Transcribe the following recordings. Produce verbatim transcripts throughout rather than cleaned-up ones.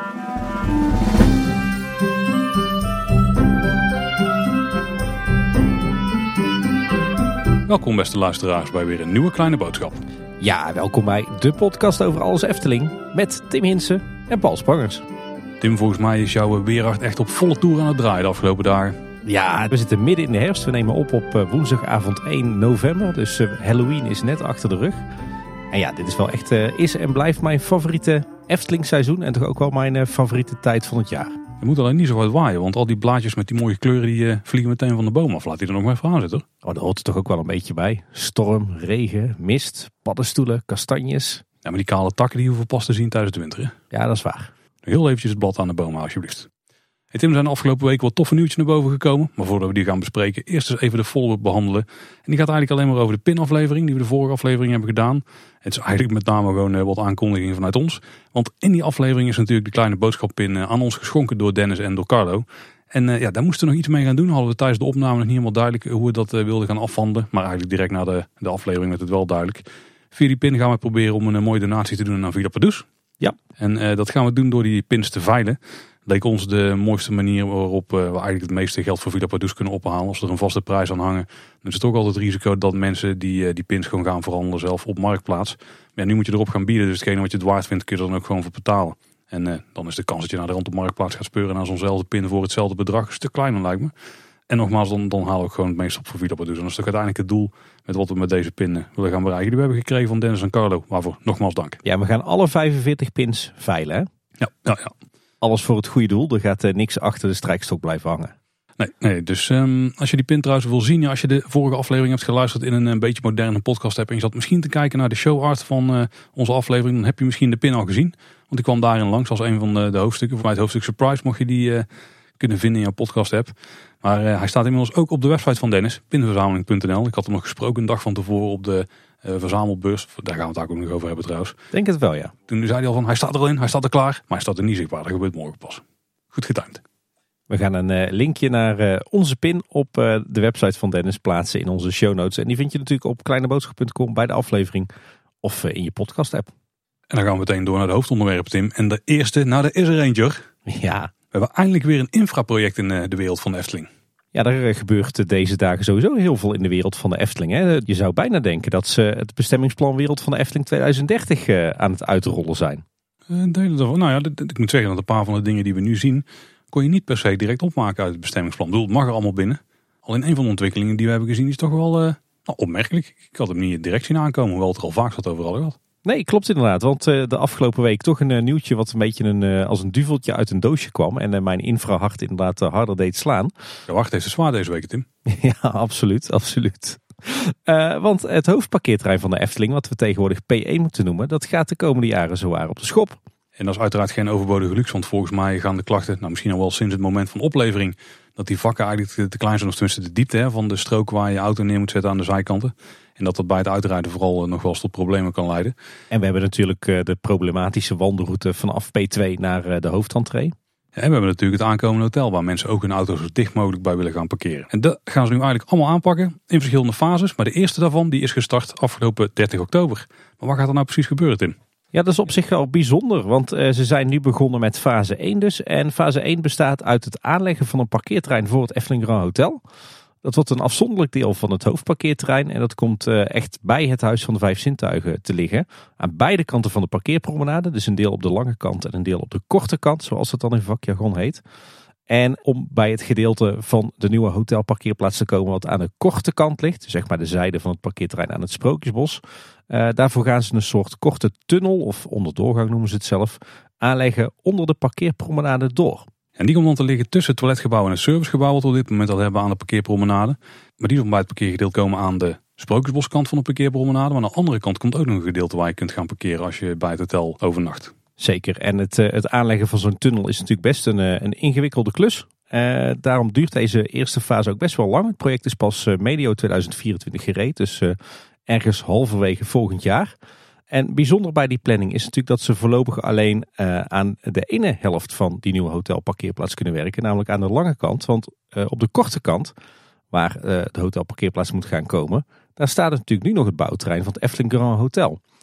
Welkom beste luisteraars bij weer een nieuwe kleine boodschap. Ja, welkom bij de podcast over alles Efteling met Tim Hinsen en Paul Spangers. Tim, volgens mij is jouw weerhard echt op volle toer aan het draaien de afgelopen dagen. Ja, we zitten midden in de herfst. We nemen op op woensdagavond één november. Dus Halloween is net achter de rug. En ja, dit is wel echt, uh, is en blijft mijn favoriete Efteling seizoen. En toch ook wel mijn uh, favoriete tijd van het jaar. Je moet alleen niet zo hard waaien, want al die blaadjes met die mooie kleuren die uh, vliegen meteen van de boom af. Laat die er nog maar even aan zitten. Oh, daar hoort er toch ook wel een beetje bij. Storm, regen, mist, paddenstoelen, kastanjes. Ja, maar die kale takken die hoeven pas te zien tijdens de winter. Hè? Ja, dat is waar. Heel eventjes het blad aan de boom, alsjeblieft. Hey Tim, er zijn de afgelopen weken wat toffe nieuwtjes naar boven gekomen. Maar voordat we die gaan bespreken, eerst eens even de follow-up behandelen. En die gaat eigenlijk alleen maar over de pinaflevering die we de vorige aflevering hebben gedaan. Het is eigenlijk met name gewoon uh, wat aankondigingen vanuit ons. Want in die aflevering is natuurlijk de kleine boodschappin uh, aan ons geschonken door Dennis en door Carlo. En uh, ja, daar moesten we nog iets mee gaan doen. Hadden we tijdens de opname nog niet helemaal duidelijk hoe we dat uh, wilden gaan afhandelen. Maar eigenlijk direct na de, de aflevering werd het wel duidelijk. Via die pin gaan we proberen om een, een mooie donatie te doen aan Villa Padus. Ja. En uh, dat gaan we doen door die pins te veilen. Leek ons de mooiste manier waarop uh, we eigenlijk het meeste geld voor Villa Padus kunnen ophalen. Als er een vaste prijs aan hangen, dan is het ook altijd het risico dat mensen die, uh, die pins gewoon gaan verhandelen zelf op Marktplaats. Maar ja, nu moet je erop gaan bieden, dus hetgene wat je het waard vindt kun je er dan ook gewoon voor betalen. En uh, dan is de kans dat je naar de rand op Marktplaats gaat speuren naar zo'nzelfde pin voor hetzelfde bedrag een stuk kleiner lijkt me. En nogmaals, dan, dan halen we gewoon het meeste op voor Villa Padus. En dat is toch uiteindelijk het doel met wat we met deze pin willen gaan bereiken. Die we hebben gekregen van Dennis en Carlo, waarvoor nogmaals dank. Ja, we gaan alle vijfenveertig pins veilen, hè? Ja, ja, ja. Alles voor het goede doel. Er gaat uh, niks achter de strijkstok blijven hangen. Nee, nee dus um, als je die pin trouwens wil zien. Ja, als je de vorige aflevering hebt geluisterd in een, een beetje moderne podcast hebt. En je zat misschien te kijken naar de showart van uh, onze aflevering. Dan heb je misschien de pin al gezien. Want die kwam daarin langs als een van de, de hoofdstukken. Voor mij het hoofdstuk Surprise mocht je die uh, kunnen vinden in jouw podcast app. Maar uh, hij staat inmiddels ook op de website van Dennis. pinverzameling punt n l. Ik had hem nog gesproken een dag van tevoren op de uh, verzamelbeurs. Daar gaan we het daar ook nog over hebben trouwens. Denk het wel, ja. Toen zei hij al van hij staat er al in. Hij staat er klaar. Maar hij staat er niet zichtbaar. Dat gebeurt morgen pas. Goed getimed. We gaan een uh, linkje naar uh, onze pin op uh, de website van Dennis plaatsen in onze show notes. En die vind je natuurlijk op kleineboodschap punt com bij de aflevering of uh, in je podcast app. En dan gaan we meteen door naar de hoofdonderwerp, Tim. En de eerste, nou er is er eentje. Ja. We hebben eindelijk weer een infraproject in uh, de wereld van de Efteling. Ja, er uh, gebeurt deze dagen sowieso heel veel in de wereld van de Efteling. Hè. Je zou bijna denken dat ze het bestemmingsplan Wereld van de Efteling tweeduizend dertig uh, aan het uitrollen zijn. Uh, delen daarvan. Nou ja, d- d- ik moet zeggen dat een paar van de dingen die we nu zien kon je niet per se direct opmaken uit het bestemmingsplan. Ik bedoel, het mag er allemaal binnen. Alleen een van de ontwikkelingen die we hebben gezien is toch wel uh, nou, opmerkelijk. Ik had hem niet direct zien aankomen, hoewel het er al vaak zat overal gehad. Nee, klopt inderdaad. Want uh, de afgelopen week toch een uh, nieuwtje wat een beetje een, uh, als een duveltje uit een doosje kwam. En uh, mijn infrahart inderdaad uh, harder deed slaan. Ja, wacht, heeft het zwaar deze week, Tim. Ja, absoluut, absoluut. Uh, want het hoofdparkeerterrein van de Efteling, wat we tegenwoordig P één moeten noemen, dat gaat de komende jaren zowaar op de schop. En dat is uiteraard geen overbodige luxe, want volgens mij gaan de klachten, nou misschien al wel sinds het moment van oplevering, dat die vakken eigenlijk te, te klein zijn, of tenminste de diepte hè, van de strook waar je auto neer moet zetten aan de zijkanten. En dat dat bij het uitrijden vooral nog wel eens tot problemen kan leiden. En we hebben natuurlijk de problematische wandelroute vanaf P twee naar de hoofdentree. En we hebben natuurlijk het aankomende hotel waar mensen ook hun auto's zo dicht mogelijk bij willen gaan parkeren. En dat gaan ze nu eigenlijk allemaal aanpakken in verschillende fases. Maar de eerste daarvan die is gestart afgelopen dertig oktober. Maar wat gaat er nou precies gebeuren, Tim? Ja, dat is op zich wel bijzonder, want uh, ze zijn nu begonnen met fase één dus. En fase één bestaat uit het aanleggen van een parkeerterrein voor het Efteling Grand Hotel. Dat wordt een afzonderlijk deel van het hoofdparkeerterrein en dat komt uh, echt bij het Huis van de Vijf Zintuigen te liggen. Aan beide kanten van de parkeerpromenade, dus een deel op de lange kant en een deel op de korte kant, zoals het dan in vakjargon heet. En om bij het gedeelte van de nieuwe hotelparkeerplaats te komen wat aan de korte kant ligt, zeg maar de zijde van het parkeerterrein aan het Sprookjesbos. Uh, daarvoor gaan ze een soort korte tunnel, of onderdoorgang noemen ze het zelf, aanleggen onder de parkeerpromenade door. En die komt dan te liggen tussen het toiletgebouw en het servicegebouw wat we op dit moment al hebben aan de parkeerpromenade. Maar die zal bij het parkeergedeelte komen aan de Sprookjesboskant van de parkeerpromenade. Maar aan de andere kant komt ook nog een gedeelte waar je kunt gaan parkeren als je bij het hotel overnacht. Zeker. En het, het aanleggen van zo'n tunnel is natuurlijk best een, een ingewikkelde klus. Uh, daarom duurt deze eerste fase ook best wel lang. Het project is pas uh, medio tweeduizend vierentwintig gereed, dus uh, ergens halverwege volgend jaar. En bijzonder bij die planning is natuurlijk dat ze voorlopig alleen uh, aan de ene helft van die nieuwe hotelparkeerplaats kunnen werken. Namelijk aan de lange kant. Want uh, op de korte kant, waar uh, de hotelparkeerplaats moet gaan komen, daar staat natuurlijk nu nog het bouwterrein van het Efteling Grand Hotel.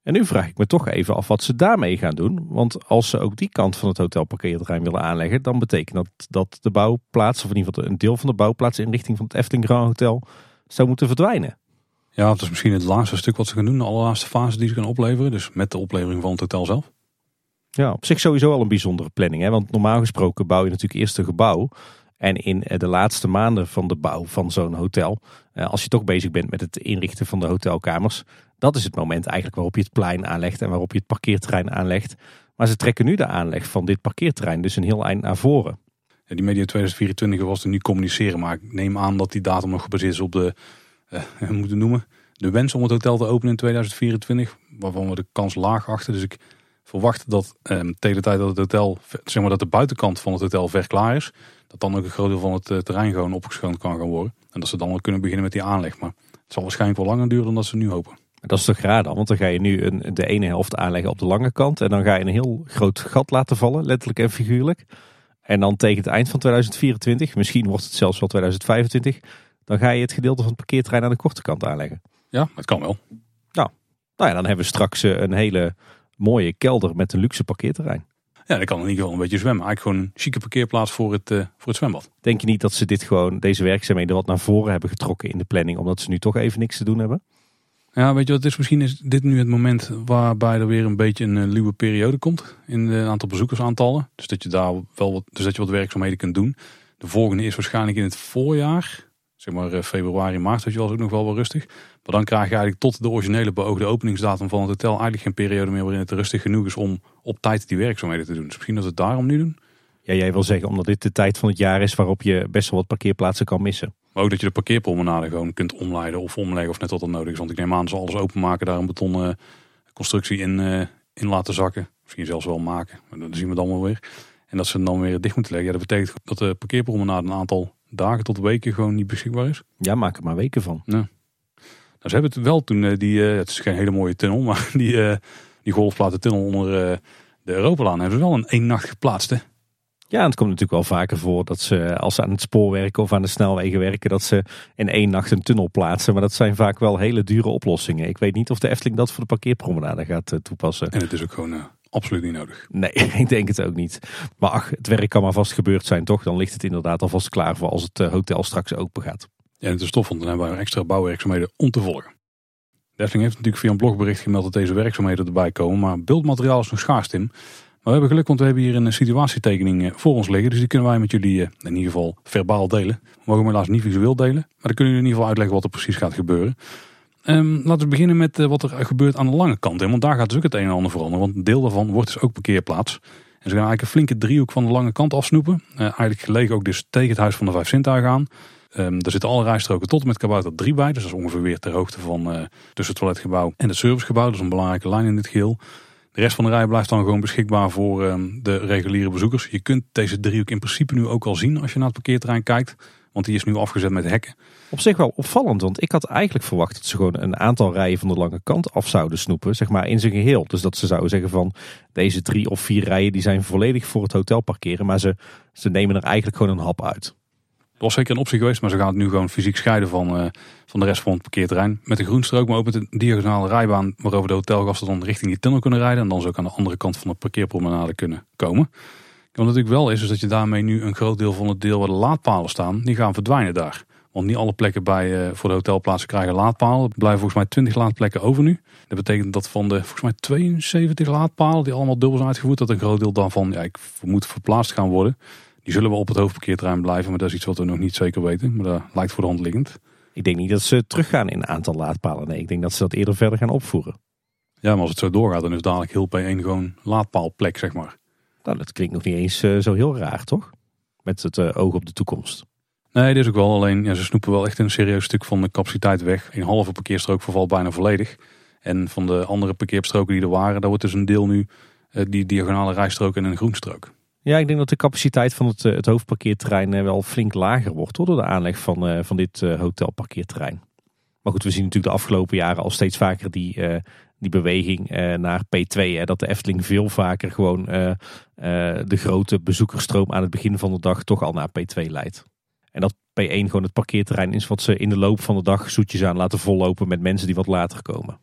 En nu vraag ik me toch even af wat ze daarmee gaan doen. Want als ze ook die kant van het hotelparkeerterrein willen aanleggen, dan betekent dat dat de bouwplaats, of in ieder geval een deel van de bouwplaats in richting van het Efteling Grand Hotel, zou moeten verdwijnen. Ja, dat is misschien het laatste stuk wat ze gaan doen. De allerlaatste fase die ze gaan opleveren. Dus met de oplevering van het hotel zelf. Ja, op zich sowieso al een bijzondere planning. Hè? Want normaal gesproken bouw je natuurlijk eerst een gebouw. En in de laatste maanden van de bouw van zo'n hotel, als je toch bezig bent met het inrichten van de hotelkamers, dat is het moment eigenlijk waarop je het plein aanlegt en waarop je het parkeerterrein aanlegt. Maar ze trekken nu de aanleg van dit parkeerterrein dus een heel eind naar voren. Ja, die medio tweeduizend vierentwintig was er nu communiceren, maar ik neem aan dat die datum nog gebaseerd is op de, uh, we moeten noemen, de wens om het hotel te openen in tweeduizend vierentwintig, waarvan we de kans laag achten. Dus ik verwacht dat um, tegen de tijd dat het hotel, zeg maar dat de buitenkant van het hotel ver klaar is, dat dan ook een groot deel van het uh, terrein gewoon opgeschoond kan gaan worden. En dat ze dan wel kunnen beginnen met die aanleg. Maar het zal waarschijnlijk wel langer duren dan dat ze nu hopen. Dat is toch raar dan, want dan ga je nu een, de ene helft aanleggen op de lange kant en dan ga je een heel groot gat laten vallen, letterlijk en figuurlijk. En dan tegen het eind van tweeduizend vierentwintig, misschien wordt het zelfs wel tweeduizend vijfentwintig, dan ga je het gedeelte van het parkeerterrein aan de korte kant aanleggen. Ja, dat kan wel. Nou, nou ja, dan hebben we straks een hele mooie kelder met een luxe parkeerterrein. Ja, dan kan in ieder geval een beetje zwemmen. Eigenlijk gewoon een chique parkeerplaats voor het, uh, voor het zwembad. Denk je niet dat ze dit gewoon, deze werkzaamheden wat naar voren hebben getrokken in de planning, omdat ze nu toch even niks te doen hebben? Ja, weet je wat, het is, misschien is dit nu het moment waarbij er weer een beetje een uh, luwe periode komt in het aantal bezoekersaantallen. Dus dat je daar wel wat, dus dat je wat werkzaamheden kunt doen. De volgende is waarschijnlijk in het voorjaar, zeg maar uh, februari, maart, weet je wel, is ook nog wel wel rustig. Maar dan krijg je eigenlijk tot de originele beoogde openingsdatum van het hotel eigenlijk geen periode meer waarin het rustig genoeg is om op tijd die werkzaamheden te doen. Dus misschien dat we het daarom nu doen. Ja, jij wil zeggen omdat dit de tijd van het jaar is waarop je best wel wat parkeerplaatsen kan missen. Maar ook dat je de parkeerpromenade gewoon kunt omleiden of omleggen of net wat er nodig is. Want ik neem aan dat ze alles openmaken, daar een betonnen constructie in, uh, in laten zakken. Misschien zelfs wel maken, maar dat zien we dan wel weer. En dat ze hem dan weer dicht moeten leggen. Ja, dat betekent dat de parkeerpromenade een aantal dagen tot weken gewoon niet beschikbaar is. Ja, maak er maar weken van. Ja. Nou, ze hebben het wel toen, uh, die, uh, het is geen hele mooie tunnel, maar die, uh, die golfplatentunnel onder uh, de Europalaan hebben ze wel een één nacht geplaatst, hè? Ja, en het komt natuurlijk wel vaker voor dat ze, als ze aan het spoor werken of aan de snelwegen werken, dat ze in één nacht een tunnel plaatsen. Maar dat zijn vaak wel hele dure oplossingen. Ik weet niet of de Efteling dat voor de parkeerpromenade gaat uh, toepassen. En het is ook gewoon uh, absoluut niet nodig. Nee, ik denk het ook niet. Maar ach, het werk kan maar vast gebeurd zijn, toch? Dan ligt het inderdaad alvast klaar voor als het uh, hotel straks open gaat. Ja, en het is tof, want dan hebben wij extra bouwwerkzaamheden om te volgen. De Efteling heeft natuurlijk via een blogbericht gemeld dat deze werkzaamheden erbij komen. Maar beeldmateriaal is nog schaars, Tim. Maar we hebben geluk, want we hebben hier een situatietekening voor ons liggen. Dus die kunnen wij met jullie in ieder geval verbaal delen. We mogen helaas niet visueel delen. Maar dan kunnen jullie in ieder geval uitleggen wat er precies gaat gebeuren. Um, laten we beginnen met uh, wat er gebeurt aan de lange kant. Hè? Want daar gaat dus ook het een en ander veranderen. Want een deel daarvan wordt dus ook parkeerplaats. En ze gaan eigenlijk een flinke driehoek van de lange kant afsnoepen. Uh, eigenlijk gelegen ook dus tegen het Huis van de Vijf Zintuigen aan. Um, er zitten alle rijstroken tot en met Kabouter drie bij. Dus dat is ongeveer weer ter hoogte van uh, tussen het toiletgebouw en het servicegebouw. Dat is een belangrijke lijn in dit geheel. De rest van de rij blijft dan gewoon beschikbaar voor um, de reguliere bezoekers. Je kunt deze driehoek in principe nu ook al zien als je naar het parkeerterrein kijkt. Want die is nu afgezet met hekken. Op zich wel opvallend, want ik had eigenlijk verwacht dat ze gewoon een aantal rijen van de lange kant af zouden snoepen. Zeg maar in zijn geheel. Dus dat ze zouden zeggen van deze drie of vier rijen die zijn volledig voor het hotel parkeren. Maar ze, ze nemen er eigenlijk gewoon een hap uit. Dat was zeker een optie geweest, maar ze gaan het nu gewoon fysiek scheiden van, uh, van de rest van het parkeerterrein. Met een groenstrook, maar ook met een diagonale rijbaan waarover de hotelgasten dan richting die tunnel kunnen rijden. En dan ze ook aan de andere kant van de parkeerpromenade kunnen komen. Wat natuurlijk wel is, is dat je daarmee nu een groot deel van het deel waar de laadpalen staan, die gaan verdwijnen daar. Want niet alle plekken bij, uh, voor de hotelplaatsen krijgen laadpalen. Er blijven volgens mij twintig laadplekken over nu. Dat betekent dat van de volgens mij tweeënzeventig laadpalen die allemaal dubbel zijn uitgevoerd, dat een groot deel daarvan, ja, ik vermoed verplaatst gaan worden. Die zullen wel op het hoofdparkeerterrein blijven, maar dat is iets wat we nog niet zeker weten. Maar dat lijkt voor de hand liggend. Ik denk niet dat ze teruggaan in een aantal laadpalen. Nee, ik denk dat ze dat eerder verder gaan opvoeren. Ja, maar als het zo doorgaat, dan is dadelijk heel P één gewoon laadpaalplek, zeg maar. Nou, dat klinkt nog niet eens uh, zo heel raar, toch? Met het uh, oog op de toekomst. Nee, dit is ook wel. Alleen, ja, ze snoepen wel echt een serieus stuk van de capaciteit weg. Een halve parkeerstrook vervalt bijna volledig. En van de andere parkeerstroken die er waren, daar wordt dus een deel nu uh, die diagonale rijstrook en een groenstrook. Ja, ik denk dat de capaciteit van het, het hoofdparkeerterrein wel flink lager wordt hoor, door de aanleg van, uh, van dit uh, hotelparkeerterrein. Maar goed, we zien natuurlijk de afgelopen jaren al steeds vaker die, uh, die beweging uh, naar P twee. Hè, dat de Efteling veel vaker gewoon uh, uh, de grote bezoekersstroom aan het begin van de dag toch al naar P twee leidt. En dat P één gewoon het parkeerterrein is wat ze in de loop van de dag zoetjes aan laten vollopen met mensen die wat later komen.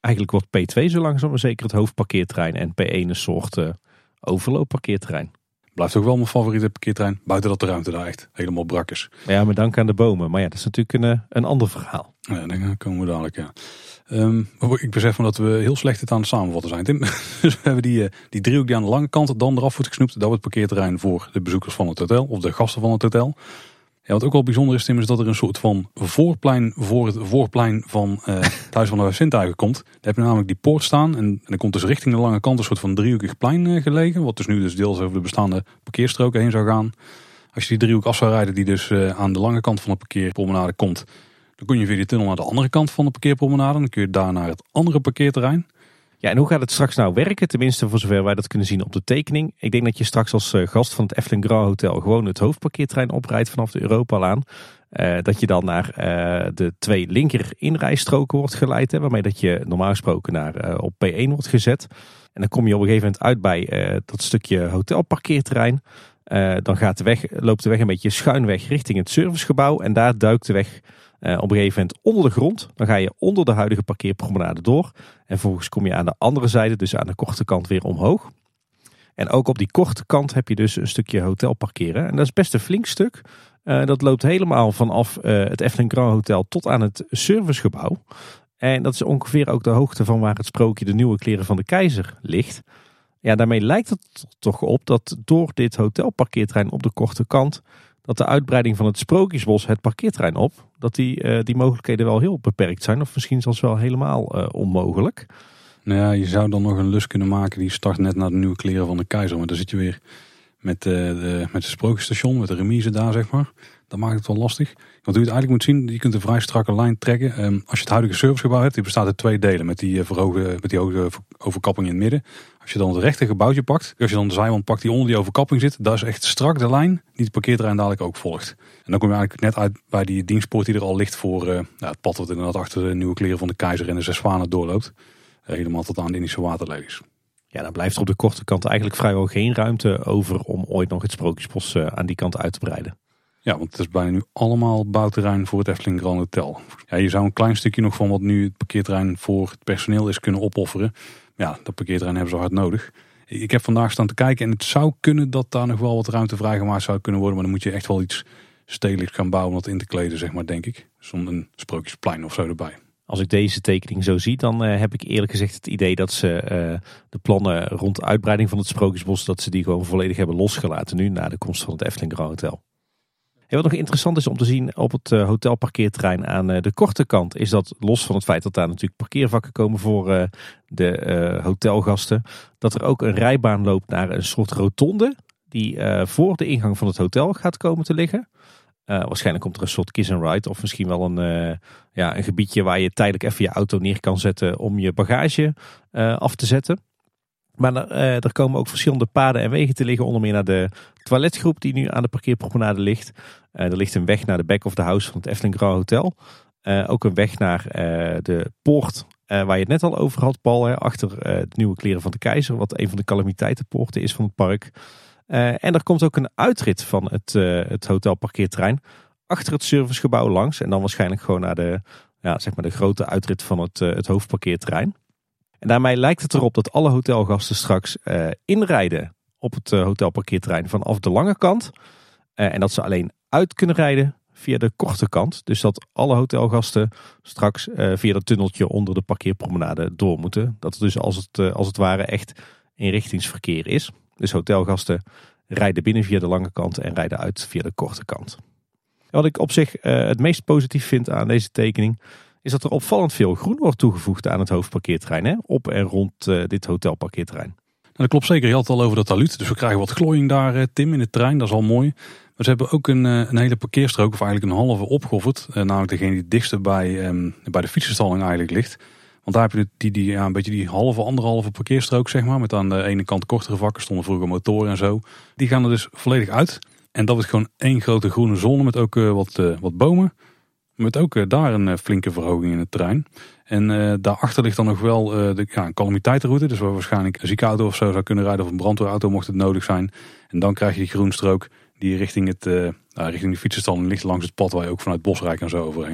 Eigenlijk wordt P twee zo langzaam maar zeker het hoofdparkeerterrein en P één een soort uh, overloopparkeerterrein. Blijft ook wel mijn favoriete parkeerterrein, buiten dat de ruimte daar echt helemaal brak is. Ja, met dank aan de bomen. Maar ja, dat is natuurlijk een, een ander verhaal. Ja, dan komen we dadelijk, ja. Um, ik besef me dat we heel slecht dit aan het samenvatten zijn, Tim. Dus we hebben die, die driehoek die aan de lange kant dan eraf wordt gesnoept. Dat wordt het parkeerterrein voor de bezoekers van het hotel of de gasten van het hotel. Ja, wat ook wel bijzonder is, Tim, is dat er een soort van voorplein voor het voorplein van uh, het Huis van de Vijf Zintuigen komt. Daar heb je namelijk die poort staan en, en er komt dus richting de lange kant een soort van driehoekig plein uh, gelegen. Wat dus nu dus deels over de bestaande parkeerstroken heen zou gaan. Als je die driehoek af zou rijden die dus uh, aan de lange kant van de parkeerpromenade komt, dan kun je via die tunnel naar de andere kant van de parkeerpromenade. Dan kun je daar naar het andere parkeerterrein. Ja, en hoe gaat het straks nou werken? Tenminste, voor zover wij dat kunnen zien op de tekening. Ik denk dat je straks als gast van het Efteling Grand Hotel gewoon het hoofdparkeerterrein oprijdt vanaf de Europalaan. Uh, dat je dan naar uh, de twee linker inrijstroken wordt geleid. Hè, waarmee dat je normaal gesproken naar, uh, op P één wordt gezet. En dan kom je op een gegeven moment uit bij uh, dat stukje hotelparkeerterrein. Uh, dan gaat de weg, loopt de weg een beetje schuinweg richting het servicegebouw. En daar duikt de weg Uh, op een gegeven moment onder de grond. Dan ga je onder de huidige parkeerpromenade door. En vervolgens kom je aan de andere zijde, dus aan de korte kant, weer omhoog. En ook op die korte kant heb je dus een stukje hotel parkeren. En dat is best een flink stuk. Uh, dat loopt helemaal vanaf uh, het Efteling Grand Hotel tot aan het servicegebouw. En dat is ongeveer ook de hoogte van waar het sprookje De Nieuwe Kleren van de Keizer ligt. Ja, daarmee lijkt het toch op dat door dit hotelparkeerterrein op de korte kant, dat de uitbreiding van het Sprookjesbos het parkeerterrein op, dat die, uh, die mogelijkheden wel heel beperkt zijn. Of misschien zelfs wel helemaal uh, onmogelijk. Nou ja, je zou dan nog een lus kunnen maken die start net naar de Nieuwe Kleren van de Keizer. Maar dan zit je weer met, uh, de, met het Sprookjesstation, met de remise daar, zeg maar. Dat maakt het wel lastig. Want hoe je het eigenlijk moet zien, je kunt een vrij strakke lijn trekken. Um, als je het huidige servicegebouw hebt, die bestaat uit twee delen. Met die, uh, verhoogde, met die hoge overkapping in het midden. Als je dan het rechte gebouwtje pakt, als je dan de zijwand pakt die onder die overkapping zit, dat is echt strak de lijn die het parkeerterrein dadelijk ook volgt. En dan kom je eigenlijk net uit bij die dienstpoort die er al ligt voor uh, nou, het pad wat inderdaad achter de Nieuwe Kleren van de Keizer en de Zes Zwanen doorloopt. Uh, helemaal tot aan de Indische waterlelies. Ja, dan blijft er op de korte kant eigenlijk vrijwel geen ruimte over om ooit nog het Sprookjesbos uh, aan die kant uit te breiden. Ja, want het is bijna nu allemaal bouwterrein voor het Efteling Grand Hotel. Ja, je zou een klein stukje nog van wat nu het parkeerterrein voor het personeel is kunnen opofferen. Ja, dat parkeerterrein hebben ze hard nodig. Ik heb vandaag staan te kijken en het zou kunnen dat daar nog wel wat ruimte vrijgemaakt zou kunnen worden. Maar dan moet je echt wel iets stedelijks gaan bouwen om dat in te kleden, zeg maar, denk ik. Zonder een Sprookjesplein of zo erbij. Als ik deze tekening zo zie, dan uh, heb ik eerlijk gezegd het idee dat ze uh, de plannen rond de uitbreiding van het Sprookjesbos, dat ze die gewoon volledig hebben losgelaten nu na de komst van het Efteling Grand Hotel. En wat nog interessant is om te zien op het uh, hotelparkeerterrein aan uh, de korte kant, is dat los van het feit dat daar natuurlijk parkeervakken komen voor uh, de uh, hotelgasten, dat er ook een rijbaan loopt naar een soort rotonde die uh, voor de ingang van het hotel gaat komen te liggen. Uh, waarschijnlijk komt er een soort kiss and ride of misschien wel een, uh, ja, een gebiedje waar je tijdelijk even je auto neer kan zetten om je bagage uh, af te zetten. Maar er, uh, er komen ook verschillende paden en wegen te liggen, onder meer naar de toiletgroep die nu aan de parkeerpromenade ligt. Uh, er ligt een weg naar de back of the house van het Efteling Grand Hotel. Uh, ook een weg naar uh, de poort uh, waar je het net al over had, Paul, hè, achter uh, de Nieuwe Kleren van de Keizer, wat een van de calamiteitenpoorten is van het park. Uh, en er komt ook een uitrit van het, uh, het hotelparkeerterrein achter het servicegebouw langs. En dan waarschijnlijk gewoon naar de, ja, zeg maar de grote uitrit van het, uh, het hoofdparkeerterrein. En daarmee lijkt het erop dat alle hotelgasten straks uh, inrijden op het uh, hotelparkeerterrein vanaf de lange kant. Uh, en dat ze alleen uit kunnen rijden via de korte kant. Dus dat alle hotelgasten straks uh, via dat tunneltje onder de parkeerpromenade door moeten. Dat het dus als het, uh, als het ware echt eenrichtingsverkeer is. Dus hotelgasten rijden binnen via de lange kant en rijden uit via de korte kant. En wat ik op zich uh, het meest positief vind aan deze tekening, is dat er opvallend veel groen wordt toegevoegd aan het hoofdparkeerterrein. Hè? Op en rond uh, dit hotelparkeerterrein. Nou, dat klopt zeker. Je had het al over dat talud. Dus we krijgen wat glooiing daar, Tim, in het terrein. Dat is al mooi. Maar ze hebben ook een, een hele parkeerstrook, of eigenlijk een halve, opgeofferd. Uh, namelijk degene die het dichtste bij, um, bij de fietsenstalling eigenlijk ligt. Want daar heb je die, die, ja, een beetje die halve, anderhalve parkeerstrook, zeg maar. Met aan de ene kant kortere vakken, stonden vroeger motoren en zo. Die gaan er dus volledig uit. En dat is gewoon één grote groene zone met ook uh, wat, uh, wat bomen. Met ook uh, daar een uh, flinke verhoging in het terrein. En uh, daarachter ligt dan nog wel uh, de, ja, een calamiteitenroute. Dus waar waarschijnlijk een ziekenauto of zo zou kunnen rijden. Of een brandweerauto mocht het nodig zijn. En dan krijg je die groenstrook die richting, het, uh, uh, richting de fietsenstalling ligt langs het pad waar je ook vanuit Bosrijk en zo overheen loopt.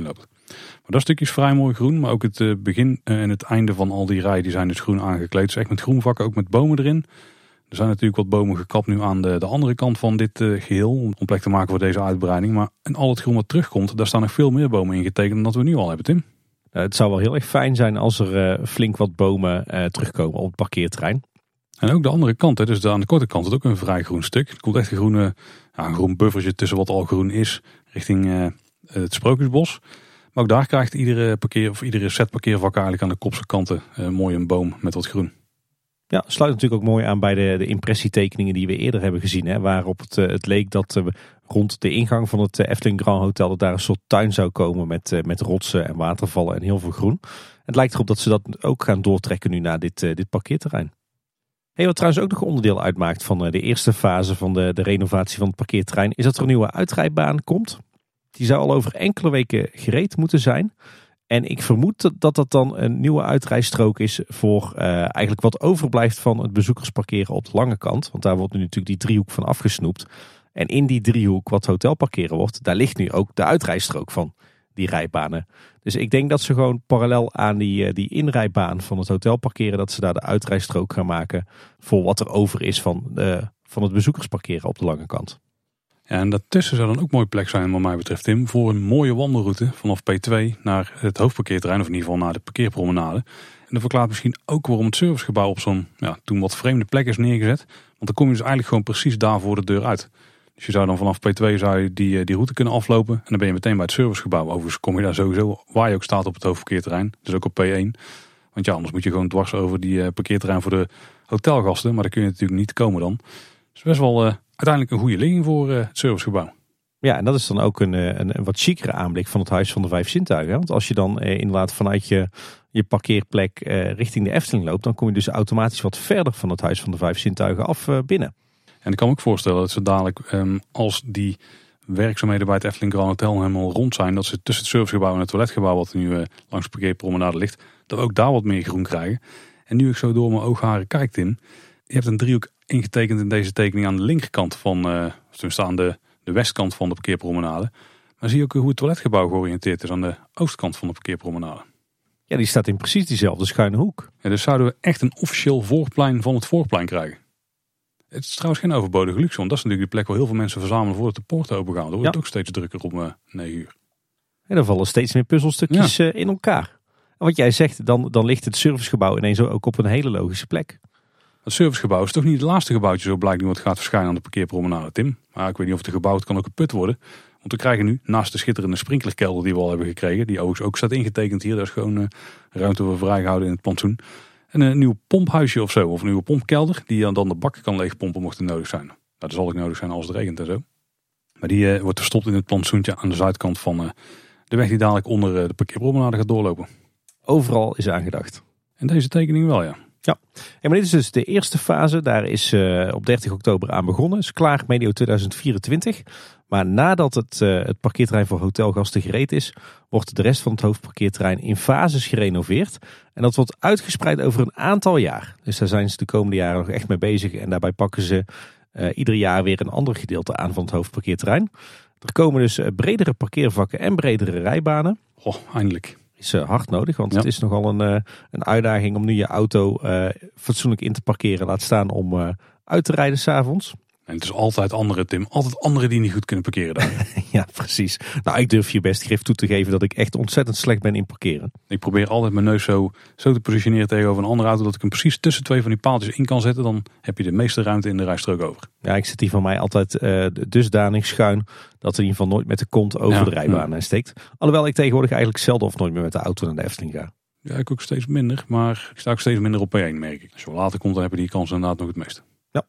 Maar dat stukje is vrij mooi groen. Maar ook het uh, begin uh, en het einde van al die rijen die zijn dus groen aangekleed. Dus echt met groenvakken, ook met bomen erin. Er zijn natuurlijk wat bomen gekapt nu aan de, de andere kant van dit uh, geheel. Om plek te maken voor deze uitbreiding. Maar in al het groen wat terugkomt, daar staan nog veel meer bomen ingetekend dan dat we nu al hebben, Tim. Uh, het zou wel heel erg fijn zijn als er uh, flink wat bomen uh, terugkomen op het parkeerterrein. En ook de andere kant, hè, dus aan de korte kant is ook een vrij groen stuk. Er komt echt een, groene, ja, een groen buffertje tussen wat al groen is richting uh, het Sprookjesbos. Maar ook daar krijgt iedere, parkeer, of iedere set parkeervakken eigenlijk aan de kopse kanten uh, mooi een boom met wat groen. Ja, sluit natuurlijk ook mooi aan bij de, de impressietekeningen die we eerder hebben gezien. Hè, waarop het, uh, het leek dat uh, rond de ingang van het uh, Efteling Grand Hotel dat daar een soort tuin zou komen met, uh, met rotsen en watervallen en heel veel groen. Het lijkt erop dat ze dat ook gaan doortrekken nu naar dit, uh, dit parkeerterrein. Hey, wat trouwens ook nog onderdeel uitmaakt van uh, de eerste fase van de, de renovatie van het parkeerterrein is dat er een nieuwe uitrijbaan komt. Die zou al over enkele weken gereed moeten zijn. En ik vermoed dat dat dan een nieuwe uitrijstrook is voor uh, eigenlijk wat overblijft van het bezoekersparkeren op de lange kant. Want daar wordt nu natuurlijk die driehoek van afgesnoept. En in die driehoek wat hotelparkeren wordt, daar ligt nu ook de uitrijstrook van die rijbanen. Dus ik denk dat ze gewoon parallel aan die, die inrijbaan van het hotelparkeren, dat ze daar de uitrijstrook gaan maken voor wat er over is van, de, van het bezoekersparkeren op de lange kant. Ja, en daartussen zou dan ook mooi plek zijn wat mij betreft, Tim, voor een mooie wandelroute vanaf P twee naar het hoofdparkeerterrein, of in ieder geval naar de parkeerpromenade. En dat verklaart misschien ook waarom het servicegebouw op zo'n ja, toen wat vreemde plek is neergezet. Want dan kom je dus eigenlijk gewoon precies daar voor de deur uit. Dus je zou dan vanaf P twee zou je die, die route kunnen aflopen en dan ben je meteen bij het servicegebouw. Overigens kom je daar sowieso waar je ook staat op het hoofdparkeerterrein, dus ook op P één. Want ja, anders moet je gewoon dwars over die uh, parkeerterrein voor de hotelgasten, maar daar kun je natuurlijk niet komen dan. Dus best wel uh, uiteindelijk een goede ligging voor uh, het servicegebouw. Ja, en dat is dan ook een, een, een wat chicere aanblik van het Huis van de Vijf Zintuigen. Want als je dan eh, inderdaad vanuit je, je parkeerplek eh, richting de Efteling loopt, dan kom je dus automatisch wat verder van het Huis van de Vijf Zintuigen af uh, binnen. En ik kan me ook voorstellen dat ze dadelijk, um, als die werkzaamheden bij het Efteling Grand Hotel helemaal rond zijn, dat ze tussen het servicegebouw en het toiletgebouw, wat nu uh, langs de parkeerpromenade ligt, dat we ook daar wat meer groen krijgen. En nu ik zo door mijn oogharen kijk, Tim, je hebt een driehoek ingetekend in deze tekening aan de linkerkant van, uh, tenminste aan de, de westkant van de parkeerpromenade. Maar zie je ook hoe het toiletgebouw georiënteerd is aan de oostkant van de parkeerpromenade. Ja, die staat in precies diezelfde schuine hoek. Ja, dus zouden we echt een officieel voorplein van het voorplein krijgen. Het is trouwens geen overbodige luxe, want dat is natuurlijk de plek waar heel veel mensen verzamelen voordat de poorten open gaan. Dan wordt het ja. ook steeds drukker om uh, negen uur. En dan vallen steeds meer puzzelstukjes ja. uh, in elkaar. En wat jij zegt, dan, dan ligt het servicegebouw ineens ook op een hele logische plek. Het servicegebouw is toch niet het laatste gebouwtje, zo blijkt nu wat gaat verschijnen aan de parkeerpromenade, Tim. Maar ik weet niet of het gebouwd kan ook een put worden. Want we krijgen nu, naast de schitterende sprinklerkelder die we al hebben gekregen, die overigens ook staat ingetekend hier, daar is gewoon uh, ruimte voor vrijgehouden in het plantsoen. En een nieuw pomphuisje of zo, of een nieuwe pompkelder, die dan de bakken kan leegpompen mocht het nodig zijn. Nou, dat zal ook nodig zijn als het regent en zo. Maar die uh, wordt verstopt in het plantsoentje aan de zuidkant van uh, de weg die dadelijk onder uh, de parkeerpromenade gaat doorlopen. Overal is aangedacht. En deze tekening wel, ja. Ja, en maar dit is dus de eerste fase. Daar is uh, op dertig oktober aan begonnen. Is klaar medio tweeduizend vierentwintig. Maar nadat het, uh, het parkeerterrein voor hotelgasten gereed is, wordt de rest van het hoofdparkeerterrein in fases gerenoveerd. En dat wordt uitgespreid over een aantal jaar. Dus daar zijn ze de komende jaren nog echt mee bezig. En daarbij pakken ze uh, ieder jaar weer een ander gedeelte aan van het hoofdparkeerterrein. Er komen dus uh, bredere parkeervakken en bredere rijbanen. Oh, eindelijk. Is uh, hard nodig, want ja. het is nogal een, uh, een uitdaging om nu je auto uh, fatsoenlijk in te parkeren. Laat staan om uh, uit te rijden 's avonds. En het is altijd anderen, Tim. Altijd anderen die niet goed kunnen parkeren daar. Ja, precies. Nou, ik durf je best grif toe te geven dat ik echt ontzettend slecht ben in parkeren. Ik probeer altijd mijn neus zo, zo te positioneren tegenover een andere auto, dat ik hem precies tussen twee van die paaltjes in kan zetten. Dan heb je de meeste ruimte in de rijstrook over. Ja, ik zet die van mij altijd uh, dusdanig schuin dat er in ieder geval nooit met de kont over ja, de rijbaan ja. steekt. Alhoewel ik tegenwoordig eigenlijk zelden of nooit meer met de auto naar de Efteling ga. Ja, ik ook steeds minder, maar ik sta ook steeds minder op P één, merk ik. Als je later komt, dan heb je die kans inderdaad nog het meeste. Ja.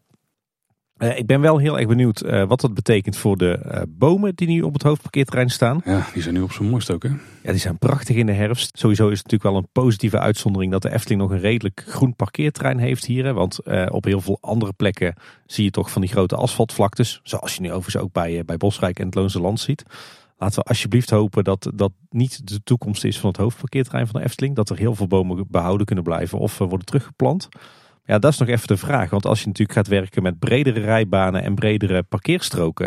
Uh, ik ben wel heel erg benieuwd uh, wat dat betekent voor de uh, bomen die nu op het hoofdparkeerterrein staan. Ja, die zijn nu op zijn mooist ook, hè? Ja, die zijn prachtig in de herfst. Sowieso is het natuurlijk wel een positieve uitzondering dat de Efteling nog een redelijk groen parkeerterrein heeft hier. Hè? Want uh, op heel veel andere plekken zie je toch van die grote asfaltvlaktes. Zoals je nu overigens ook bij, uh, bij Bosrijk en het Loonse Land ziet. Laten we alsjeblieft hopen dat dat niet de toekomst is van het hoofdparkeerterrein van de Efteling. Dat er heel veel bomen behouden kunnen blijven of uh, worden teruggeplant. Ja, dat is nog even de vraag. Want als je natuurlijk gaat werken met bredere rijbanen en bredere parkeerstroken,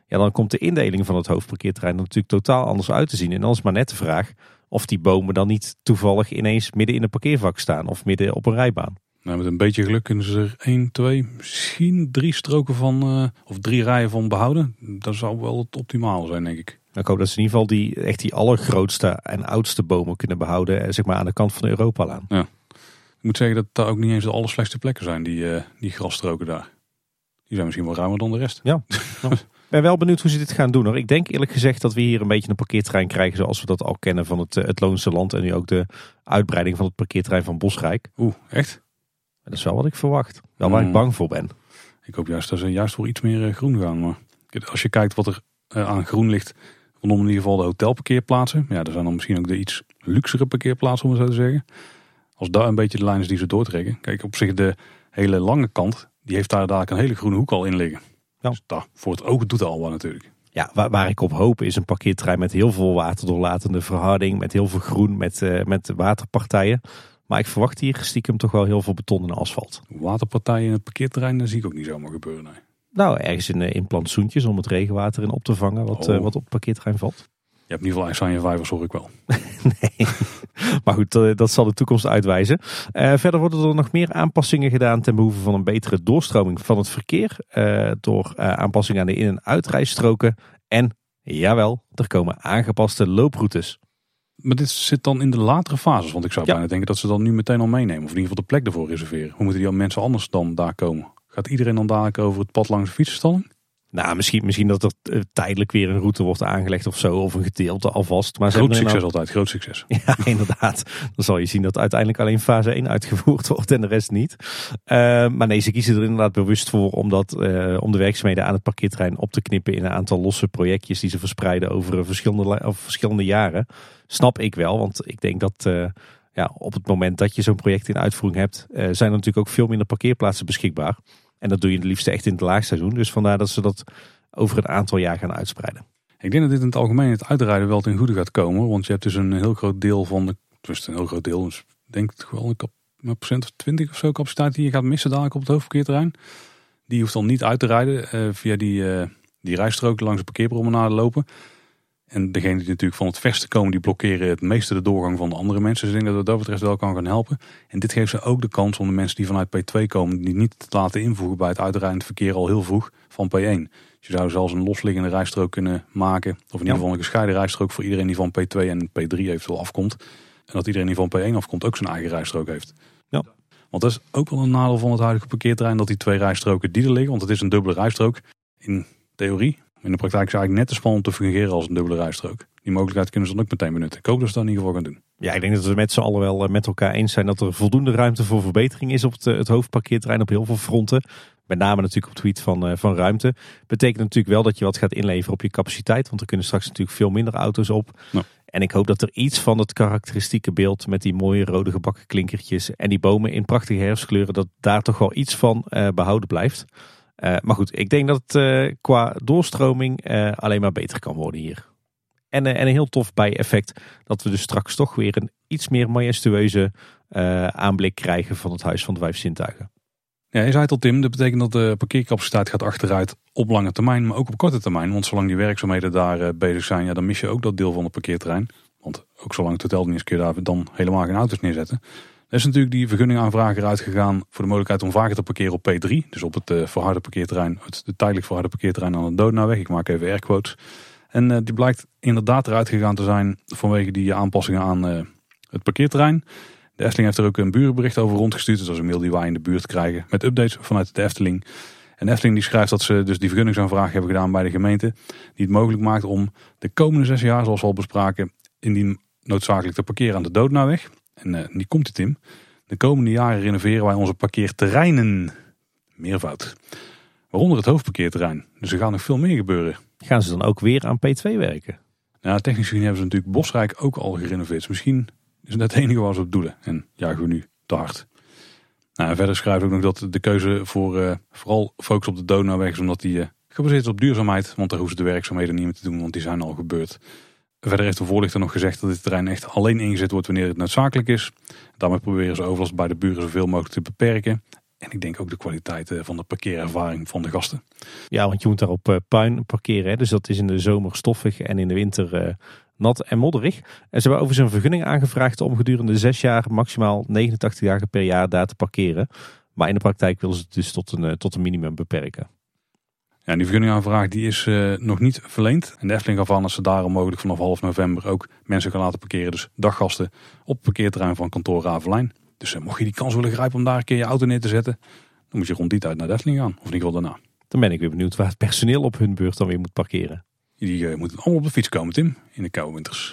Ja, dan komt de indeling van het hoofdparkeerterrein er natuurlijk totaal anders uit te zien. En dan is maar net de vraag of die bomen dan niet toevallig ineens midden in een parkeervak staan of midden op een rijbaan. Nou, met een beetje geluk kunnen ze er één, twee, misschien drie stroken van, uh, of drie rijen van behouden. Dat zou wel het optimaal zijn, denk ik. Ik hoop dat ze in ieder geval die, echt die allergrootste en oudste bomen kunnen behouden, zeg maar aan de kant van de Europalaan. Ja. Ik moet zeggen dat daar ook niet eens de allerslechtste plekken zijn, die, uh, die grasstroken daar. Die zijn misschien wel ruimer dan de rest. Ja. Ja. Ik ben wel benieuwd hoe ze dit gaan doen hoor. Ik denk eerlijk gezegd dat we hier een beetje een parkeerterrein krijgen zoals we dat al kennen van het, het Loonse Land en nu ook de uitbreiding van het parkeerterrein van Bosrijk. Oeh, echt? Dat is wel wat ik verwacht. Wel waar mm. ik bang voor ben. Ik hoop juist dat ze juist voor iets meer groen gaan. Maar als je kijkt wat er uh, aan groen ligt rondom in ieder geval de hotelparkeerplaatsen. Ja, er zijn dan misschien ook de iets luxere parkeerplaatsen om het zo te zeggen. Als daar een beetje de lijn is die ze doortrekken. Kijk, op zich de hele lange kant, die heeft daar dadelijk een hele groene hoek al in liggen. Ja. Dus daar, voor het oog doet het al wat natuurlijk. Ja, waar, waar ik op hoop is een parkeerterrein met heel veel waterdoorlatende verharding. Met heel veel groen, met, uh, met waterpartijen. Maar ik verwacht hier stiekem toch wel heel veel beton en asfalt. Waterpartijen in het parkeerterrein, dat zie ik ook niet zomaar gebeuren. Nee. Nou, ergens in, in plantsoentjes om het regenwater in op te vangen wat, oh. uh, wat op het parkeerterrein valt. Je hebt in ieder geval ijs aan je vijvers, hoor ik wel. Nee, maar goed, dat zal de toekomst uitwijzen. Uh, verder worden er nog meer aanpassingen gedaan ten behoeve van een betere doorstroming van het verkeer. Uh, door uh, aanpassingen aan de in- en uitrijstroken. En, jawel, er komen aangepaste looproutes. Maar dit zit dan in de latere fases, want ik zou ja. bijna denken dat ze dan nu meteen al meenemen. Of in ieder geval de plek ervoor reserveren. Hoe moeten die mensen anders dan daar komen? Gaat iedereen dan dadelijk over het pad langs de fietsenstalling? Nou, misschien, misschien dat er uh, tijdelijk weer een route wordt aangelegd of zo. Of een gedeelte alvast. Maar groot succes nou... altijd, groot succes. Ja, inderdaad. Dan zal je zien dat uiteindelijk alleen fase één uitgevoerd wordt en de rest niet. Uh, maar nee, ze kiezen er inderdaad bewust voor om, dat, uh, om de werkzaamheden aan het parkeerterrein op te knippen in een aantal losse projectjes die ze verspreiden over verschillende, over verschillende jaren. Snap ik wel, want ik denk dat uh, ja, op het moment dat je zo'n project in uitvoering hebt, uh, zijn er natuurlijk ook veel minder parkeerplaatsen beschikbaar. En dat doe je het liefst echt in het laagseizoen. Dus vandaar dat ze dat over een aantal jaar gaan uitspreiden. Ik denk dat dit in het algemeen het uitrijden wel ten goede gaat komen. Want je hebt dus een heel groot deel van de... Dus een heel groot deel. Dus ik denk wel een procent of twintig of zo capaciteit die je gaat missen dadelijk op het hoofdparkeerterrein. Die hoeft dan niet uit te rijden uh, via die, uh, die rijstrook langs de parkeerpromenade lopen. En degene die natuurlijk van het verste komen, die blokkeren het meeste de doorgang van de andere mensen. Dus ik denk dat het dat betreft wel kan gaan helpen. En dit geeft ze ook de kans om de mensen die vanuit P twee komen, die niet te laten invoegen bij het uitrijdend verkeer al heel vroeg van P één. Dus je zou zelfs een losliggende rijstrook kunnen maken. Of in ieder geval een gescheiden rijstrook voor iedereen die van P twee en P drie eventueel afkomt. En dat iedereen die van P één afkomt ook zijn eigen rijstrook heeft. Ja. Want dat is ook wel een nadeel van het huidige parkeerterrein, dat die twee rijstroken die er liggen, want het is een dubbele rijstrook in theorie. In de praktijk is het eigenlijk net te spannend om te fungeren als een dubbele rijstrook. Die mogelijkheid kunnen ze dan ook meteen benutten. Ik hoop dat ze dat in ieder geval gaan doen. Ja, ik denk dat we met z'n allen wel met elkaar eens zijn dat er voldoende ruimte voor verbetering is op het, het hoofdparkeerterrein op heel veel fronten. Met name natuurlijk op het gebied van, van ruimte. Betekent natuurlijk wel dat je wat gaat inleveren op je capaciteit. Want er kunnen straks natuurlijk veel minder auto's op. Ja. En ik hoop dat er iets van het karakteristieke beeld met die mooie rode gebakken klinkertjes en die bomen in prachtige herfstkleuren, dat daar toch wel iets van uh, behouden blijft. Uh, maar goed, ik denk dat het uh, qua doorstroming uh, alleen maar beter kan worden hier. En, uh, en een heel tof bijeffect dat we dus straks toch weer een iets meer majestueuze uh, aanblik krijgen van het Huis van de Vijf Zintuigen. Ja, je zei het al, Tim, dat betekent dat de parkeercapaciteit gaat achteruit op lange termijn, maar ook op korte termijn. Want zolang die werkzaamheden daar uh, bezig zijn, ja, dan mis je ook dat deel van het parkeerterrein. Want ook zolang het hotel er is, kun je daar dan helemaal geen auto's neerzetten. Er is natuurlijk die vergunningaanvraag eruit gegaan voor de mogelijkheid om vaker te parkeren op P drie. Dus op het uh, verharde parkeerterrein, het de tijdelijk verharde parkeerterrein aan de Doodnaweg. Ik maak even airquotes. En uh, die blijkt inderdaad eruit gegaan te zijn vanwege die aanpassingen aan uh, het parkeerterrein. De Efteling heeft er ook een burenbericht over rondgestuurd. Dus dat is een mail die wij in de buurt krijgen met updates vanuit de Efteling. En de Efteling die schrijft dat ze dus die vergunningsaanvraag hebben gedaan bij de gemeente. Die het mogelijk maakt om de komende zes jaar, zoals we al bespraken, indien noodzakelijk te parkeren aan de Doodnaweg. En uh, die komt het in. De komende jaren renoveren wij onze parkeerterreinen. Meervoud. Waaronder het hoofdparkeerterrein. Dus er gaat nog veel meer gebeuren. Gaan ze dan ook weer aan P twee werken? Nou, technisch gezien hebben ze natuurlijk Bosrijk ook al gerenoveerd. Dus misschien is het het enige waar ze op doelen. En jagen we nu te hard. Nou, en verder schrijft ook nog dat de keuze voor uh, vooral focus op de Doodnaweg is omdat die uh, gebaseerd is op duurzaamheid. Want daar hoeven ze de werkzaamheden niet meer te doen, want die zijn al gebeurd. Verder heeft de voorlichter nog gezegd dat dit terrein echt alleen ingezet wordt wanneer het noodzakelijk is. Daarmee proberen ze overlast bij de buren zoveel mogelijk te beperken. En ik denk ook de kwaliteit van de parkeerervaring van de gasten. Ja, want je moet daar op uh, puin parkeren. Hè? Dus dat is in de zomer stoffig en in de winter uh, nat en modderig. En ze hebben overigens een vergunning aangevraagd om gedurende zes jaar maximaal negenentachtig dagen per jaar daar te parkeren. Maar in de praktijk willen ze het dus tot een, uh, tot een minimum beperken. Ja, die vergunningaanvraag die is uh, nog niet verleend. En de Efteling gaf aan dat ze daarom mogelijk vanaf half november ook mensen gaan laten parkeren. Dus daggasten op het parkeerterrein van kantoor Ravelijn. Dus uh, mocht je die kans willen grijpen om daar een keer je auto neer te zetten, dan moet je rond die tijd naar de Efteling gaan. Of in ieder geval daarna. Dan ben ik weer benieuwd waar het personeel op hun beurt dan weer moet parkeren. Die uh, moeten allemaal op de fiets komen, Tim, in de koude winters.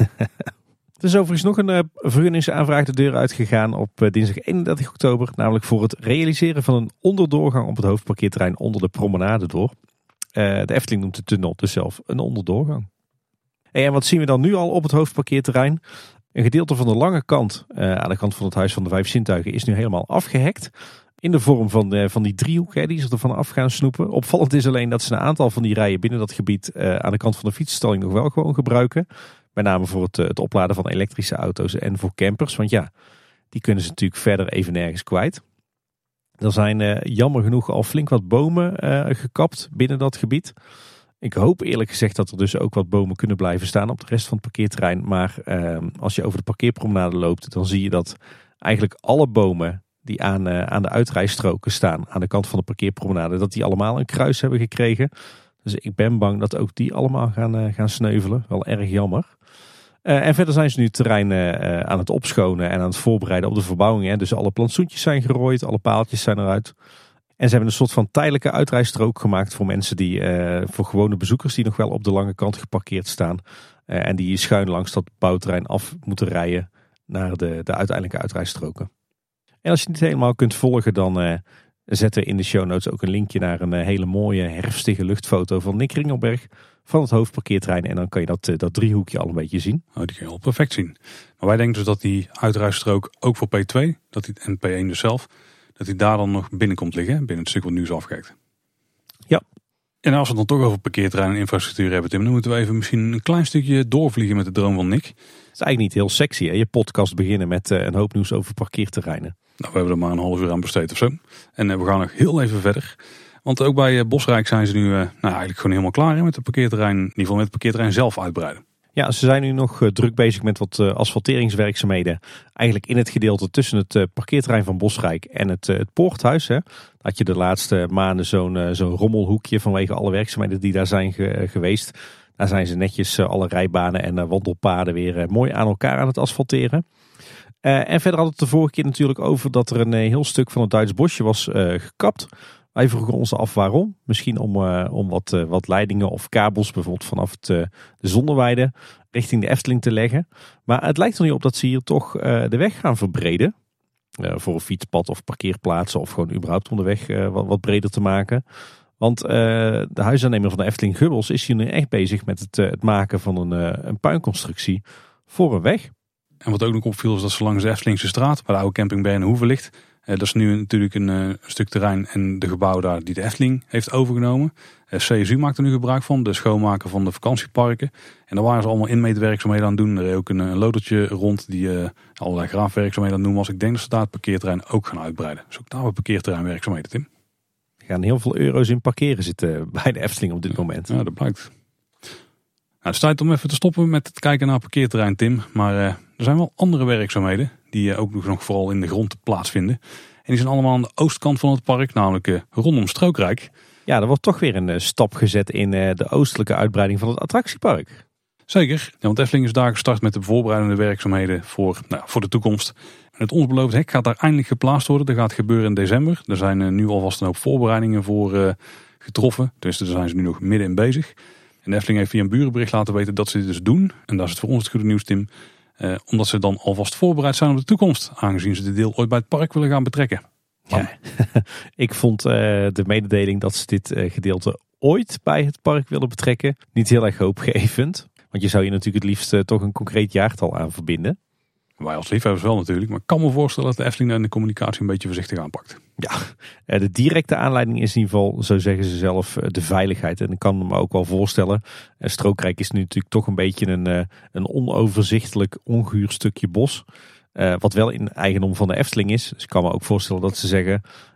Er is overigens nog een uh, vergunningsaanvraag de deur uitgegaan op uh, dinsdag eenendertig oktober. Namelijk voor het realiseren van een onderdoorgang op het hoofdparkeerterrein onder de promenade door. Uh, de Efteling noemt de tunnel dus zelf een onderdoorgang. Hey, en wat zien we dan nu al op het hoofdparkeerterrein? Een gedeelte van de lange kant, uh, aan de kant van het Huis van de Vijf Zintuigen, is nu helemaal afgehekt. In de vorm van, uh, van die driehoek hè, die ze ervan af gaan snoepen. Opvallend is alleen dat ze een aantal van die rijen binnen dat gebied uh, aan de kant van de fietsenstalling nog wel gewoon gebruiken. Met name voor het, het opladen van elektrische auto's en voor campers. Want ja, die kunnen ze natuurlijk verder even nergens kwijt. Er zijn uh, jammer genoeg al flink wat bomen uh, gekapt binnen dat gebied. Ik hoop eerlijk gezegd dat er dus ook wat bomen kunnen blijven staan op de rest van het parkeerterrein. Maar uh, als je over de parkeerpromenade loopt, dan zie je dat eigenlijk alle bomen die aan, uh, aan de uitrijstroken staan, aan de kant van de parkeerpromenade, dat die allemaal een kruis hebben gekregen. Dus ik ben bang dat ook die allemaal gaan, uh, gaan sneuvelen. Wel erg jammer. Uh, en verder zijn ze nu het terrein uh, aan het opschonen en aan het voorbereiden op de verbouwing. Hè. Dus alle plantsoentjes zijn gerooid, alle paaltjes zijn eruit. En ze hebben een soort van tijdelijke uitrijstrook gemaakt voor mensen die, uh, voor gewone bezoekers die nog wel op de lange kant geparkeerd staan. Uh, en die schuin langs dat bouwterrein af moeten rijden naar de, de uiteindelijke uitrijstroken. En als je het niet helemaal kunt volgen, dan uh, zetten we in de show notes ook een linkje naar een uh, hele mooie herfstige luchtfoto van Nick Ringelberg van het hoofdparkeerterrein. En dan kan je dat, uh, dat driehoekje al een beetje zien. Oh, die kun je al perfect zien. Maar wij denken dus dat die uitrijstrook ook voor P twee, dat die, en P één dus zelf, dat die daar dan nog binnen komt liggen, binnen het stuk wat nu is afgekijkt. Ja. En als we het dan toch over parkeerterrein en infrastructuur hebben, Tim, dan moeten we even misschien een klein stukje doorvliegen met de droom van Nick. Het is eigenlijk niet heel sexy, hè? Je podcast beginnen met uh, een hoop nieuws over parkeerterreinen. Nou, we hebben er maar een half uur aan besteed of zo. En uh, we gaan nog heel even verder. Want ook bij uh, Bosrijk zijn ze nu uh, nou, eigenlijk gewoon helemaal klaar hè, met het parkeerterrein. In ieder geval met het parkeerterrein zelf uitbreiden. Ja, ze zijn nu nog uh, druk bezig met wat uh, asfalteringswerkzaamheden. Eigenlijk in het gedeelte tussen het uh, parkeerterrein van Bosrijk en het, uh, het poorthuis. Hè. Had je de laatste maanden zo'n uh, zo'n rommelhoekje vanwege alle werkzaamheden die daar zijn ge, uh, geweest. Daar zijn ze netjes uh, alle rijbanen en uh, wandelpaden weer uh, mooi aan elkaar aan het asfalteren. Uh, en verder had het de vorige keer natuurlijk over dat er een uh, heel stuk van het Duits bosje was uh, gekapt. Wij vroegen ons af waarom. Misschien om, uh, om wat, uh, wat leidingen of kabels bijvoorbeeld vanaf het, uh, de Zonneweide richting de Efteling te leggen. Maar het lijkt er niet op dat ze hier toch uh, de weg gaan verbreden. Uh, voor een fietspad of parkeerplaatsen of gewoon überhaupt om de weg uh, wat, wat breder te maken. Want uh, de huisaannemer van de Efteling Gubbels is hier nu echt bezig met het, uh, het maken van een, uh, een puinconstructie voor een weg. En wat ook nog opviel is dat ze langs de Eftelingse straat, waar de oude camping Bernhoeven ligt. Uh, dat is nu natuurlijk een uh, stuk terrein en de gebouw daar die de Efteling heeft overgenomen. Uh, C S U maakt er nu gebruik van, de schoonmaken van de vakantieparken. En daar waren ze allemaal inmeetwerkzaamheden aan doen. Er is ook een, een lodertje rond die uh, allerlei graafwerkzaamheden aan doen was. Ik denk dat ze daar het parkeerterrein ook gaan uitbreiden. Dus ook daar hebben parkeerterreinwerkzaamheden, Tim. Er gaan heel veel euro's in parkeren zitten bij de Efteling op dit moment. Ja, dat blijkt. Nou, het is tijd om even te stoppen met het kijken naar parkeerterrein, Tim. Maar uh, er zijn wel andere werkzaamheden die uh, ook nog vooral in de grond plaatsvinden. En die zijn allemaal aan de oostkant van het park, namelijk uh, rondom Strookrijk. Ja, er wordt toch weer een uh, stap gezet in uh, de oostelijke uitbreiding van het attractiepark. Zeker, ja, want Efteling is daar gestart met de voorbereidende werkzaamheden voor, nou, voor de toekomst. En het ons beloofde hek gaat daar eindelijk geplaatst worden. Dat gaat gebeuren in december. Er zijn uh, nu alvast een hoop voorbereidingen voor uh, getroffen. Dus daar zijn ze nu nog midden in bezig. En de Efteling heeft via een burenbericht laten weten dat ze dit dus doen. En dat is het voor ons het goede nieuws, Tim. Uh, omdat ze dan alvast voorbereid zijn op de toekomst. Aangezien ze dit deel ooit bij het park willen gaan betrekken. Ja, ik vond uh, de mededeling dat ze dit uh, gedeelte ooit bij het park willen betrekken niet heel erg hoopgevend. Want je zou hier natuurlijk het liefst uh, toch een concreet jaartal aan verbinden. Wij als liefhebbers wel natuurlijk. Maar ik kan me voorstellen dat de Efteling in de communicatie een beetje voorzichtig aanpakt. Ja, de directe aanleiding is in ieder geval, zo zeggen ze zelf, de veiligheid. En ik kan me ook wel voorstellen, Strookrijk is nu natuurlijk toch een beetje een, een onoverzichtelijk, onguur stukje bos. Uh, wat wel in eigendom van de Efteling is. Dus ik kan me ook voorstellen dat ze zeggen,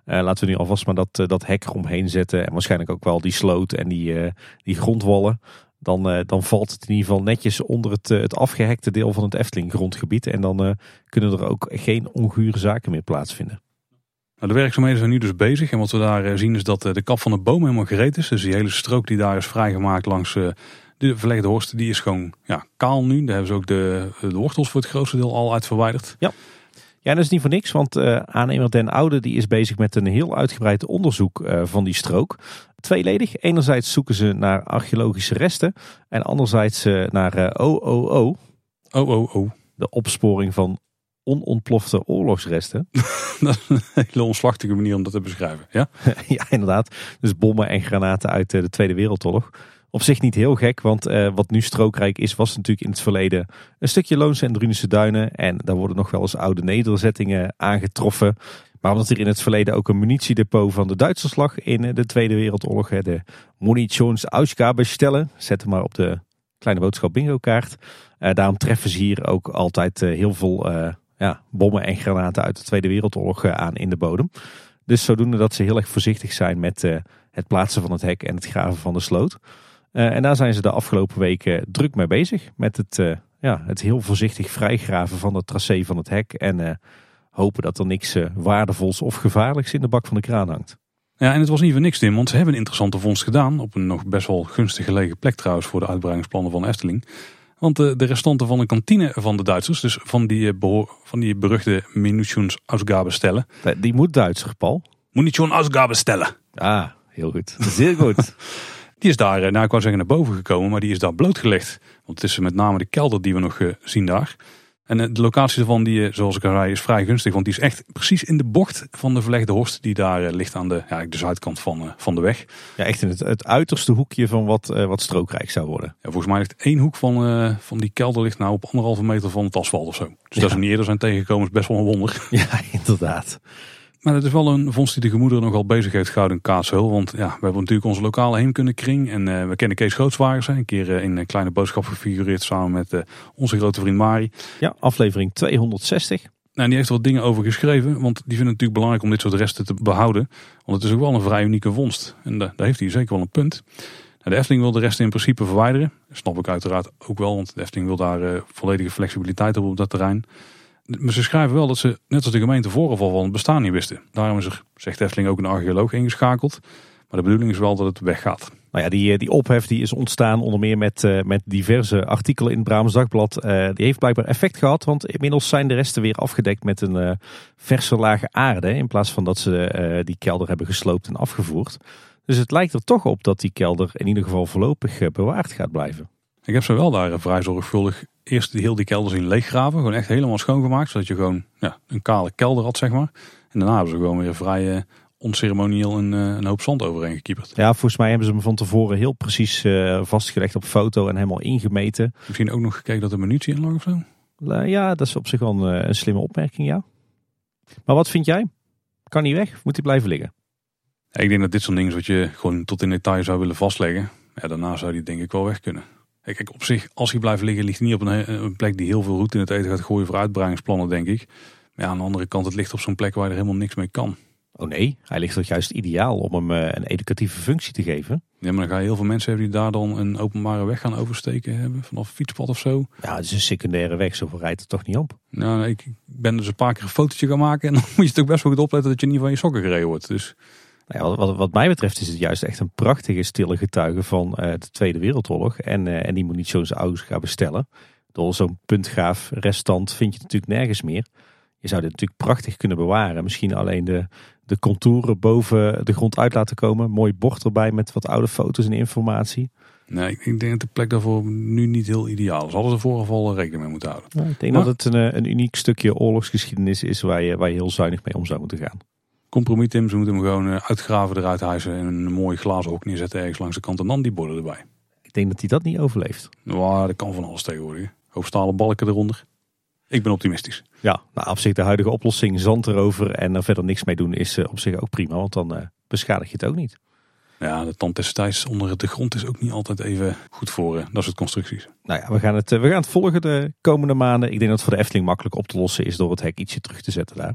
Uh, laten we nu alvast maar dat, uh, dat hek eromheen zetten. En waarschijnlijk ook wel die sloot en die, uh, die grondwallen. Dan, uh, dan valt het in ieder geval netjes onder het, uh, het afgehekte deel van het Efteling grondgebied. En dan uh, kunnen er ook geen ongure zaken meer plaatsvinden. Nou, de werkzaamheden zijn nu dus bezig. En wat we daar uh, zien is dat uh, de kap van de boom helemaal gereed is. Dus die hele strook die daar is vrijgemaakt langs uh, de verlegde horst, die is gewoon ja, kaal nu. Daar hebben ze ook de, de wortels voor het grootste deel al uit verwijderd. Ja. Ja, dat is niet voor niks, want uh, aannemer Den Oude die is bezig met een heel uitgebreid onderzoek uh, van die strook. Tweeledig. Enerzijds zoeken ze naar archeologische resten en anderzijds uh, naar uh, O O O. O O O. De opsporing van onontplofte oorlogsresten. Dat is een hele onslachtige manier om dat te beschrijven. Ja, ja inderdaad. Dus bommen en granaten uit uh, de Tweede Wereldoorlog. Op zich niet heel gek, want uh, wat nu strookrijk is, was natuurlijk in het verleden een stukje Loonse en Drunense duinen. En daar worden nog wel eens oude nederzettingen aangetroffen. Maar omdat er in het verleden ook een munitiedepot van de Duitsers lag in de Tweede Wereldoorlog. De Munitionsausgabestelle, zet hem maar op de kleine boodschap bingo kaart. Uh, daarom treffen ze hier ook altijd uh, heel veel uh, ja, bommen en granaten uit de Tweede Wereldoorlog uh, aan in de bodem. Dus zodoende dat ze heel erg voorzichtig zijn met uh, het plaatsen van het hek en het graven van de sloot. Uh, en daar zijn ze de afgelopen weken druk mee bezig. Met het, uh, ja, het heel voorzichtig vrijgraven van het tracé van het hek. En uh, hopen dat er niks uh, waardevols of gevaarlijks in de bak van de kraan hangt. Ja, en het was niet voor niks, Tim, want ze hebben een interessante vondst gedaan. Op een nog best wel gunstig gelegen plek trouwens voor de uitbreidingsplannen van Efteling. Want uh, de restanten van een kantine van de Duitsers, dus van die, uh, behoor, van die beruchte Munitionsausgabestelle. Die moet Duitser, Paul. Munitionsausgabestelle. Ah, heel goed. Zeer goed. Die is daar, nou ik wou zeggen naar boven gekomen, maar die is daar blootgelegd. Want het is met name de kelder die we nog uh, zien daar. En uh, de locatie ervan, die, uh, zoals ik al zei, is vrij gunstig. Want die is echt precies in de bocht van de verlegde horst die daar uh, ligt aan de, ja, de zuidkant van, uh, van de weg. Ja, echt in het, het uiterste hoekje van wat, uh, wat strookrijk zou worden. Ja, volgens mij ligt één hoek van, uh, van die kelder ligt nou op anderhalve meter van het asfalt of zo. Dus ja. Dat ze niet eerder zijn tegengekomen is best wel een wonder. Ja, inderdaad. Maar het is wel een vondst die de gemoederen nogal bezig heeft gehouden in Kaatsheuvel. Want ja, we hebben natuurlijk onze lokale heemkundekring. En uh, we kennen Kees Grootswagers. Een keer uh, in een kleine boodschap gefigureerd samen met uh, onze grote vriend Mari. Ja, aflevering tweehonderdzestig. Nou, en die heeft er wat dingen over geschreven. Want die vinden het natuurlijk belangrijk om dit soort resten te behouden. Want het is ook wel een vrij unieke vondst. En uh, daar heeft hij zeker wel een punt. Nou, de Efteling wil de resten in principe verwijderen. Dat snap ik uiteraard ook wel. Want de Efteling wil daar uh, volledige flexibiliteit hebben op dat terrein. Maar ze schrijven wel dat ze, net als de gemeente, voorafval van het bestaan niet wisten. Daarom is er, zegt Efteling, ook een archeoloog ingeschakeld. Maar de bedoeling is wel dat het weggaat. Nou ja, die, die ophef die is ontstaan onder meer met, uh, met diverse artikelen in het Brabants Dagblad. Uh, die heeft blijkbaar effect gehad, want inmiddels zijn de resten weer afgedekt met een uh, verse lage aarde. In plaats van dat ze uh, die kelder hebben gesloopt en afgevoerd. Dus het lijkt er toch op dat die kelder in ieder geval voorlopig uh, bewaard gaat blijven. Ik heb ze wel daar vrij zorgvuldig eerst heel die kelder zien leeggraven. Gewoon echt helemaal schoongemaakt. Zodat je gewoon ja, een kale kelder had, zeg maar. En daarna hebben ze gewoon weer vrij uh, onceremonieel een, uh, een hoop zand overheen gekieperd. Ja, volgens mij hebben ze hem van tevoren heel precies uh, vastgelegd op foto en helemaal ingemeten. Misschien ook nog gekeken dat er munitie in lag of zo? Uh, ja, dat is op zich wel een, uh, een slimme opmerking, ja. Maar wat vind jij? Kan hij weg of moet hij blijven liggen? Ja, ik denk dat dit zo'n ding is wat je gewoon tot in detail zou willen vastleggen. Ja, daarna zou die denk ik wel weg kunnen. Kijk, op zich, als hij blijft liggen, ligt hij niet op een, een plek die heel veel roet in het eten gaat gooien voor uitbreidingsplannen, denk ik. Maar ja, aan de andere kant, het ligt op zo'n plek waar je er helemaal niks mee kan. Oh nee, hij ligt toch juist ideaal om hem uh, een educatieve functie te geven? Ja, maar dan ga je heel veel mensen hebben die daar dan een openbare weg gaan oversteken hebben, vanaf een fietspad of zo. Ja, het is een secundaire weg, zoveel rijdt het toch niet op? Nou, ik ben dus een paar keer een fotootje gaan maken en dan moet je toch best wel goed opletten dat je niet van je sokken gereden wordt. Dus... Nou ja, wat, wat mij betreft is het juist echt een prachtige stille getuige van uh, de Tweede Wereldoorlog. En, uh, en die moet niet zo'n ouders gaan bestellen. Door zo'n puntgraaf restant vind je natuurlijk nergens meer. Je zou dit natuurlijk prachtig kunnen bewaren. Misschien alleen de, de contouren boven de grond uit laten komen. Mooi bord erbij met wat oude foto's en informatie. Nee, ik denk dat de plek daarvoor nu niet heel ideaal is. Hadden ze vooraf al rekening mee moeten houden. Nou, ik denk maar... dat het een, een uniek stukje oorlogsgeschiedenis is waar je, waar je heel zuinig mee om zou moeten gaan. Compromis, Tim, ze moeten hem gewoon uitgraven, eruit hijsen en een mooie glazen hok neerzetten ergens langs de kant en dan die borden erbij. Ik denk dat hij dat niet overleeft. Nou, dat kan van alles tegenwoordig. Hoofdstalen balken eronder. Ik ben optimistisch. Ja, nou, op zich de huidige oplossing, zand erover en er verder niks mee doen is uh, op zich ook prima, want dan uh, beschadig je het ook niet. Ja, de tand destijds onder de grond is ook niet altijd even goed voor uh, dat soort constructies. Nou ja, we gaan, het, uh, we gaan het volgen de komende maanden. Ik denk dat het voor de Efteling makkelijk op te lossen is door het hek ietsje terug te zetten daar.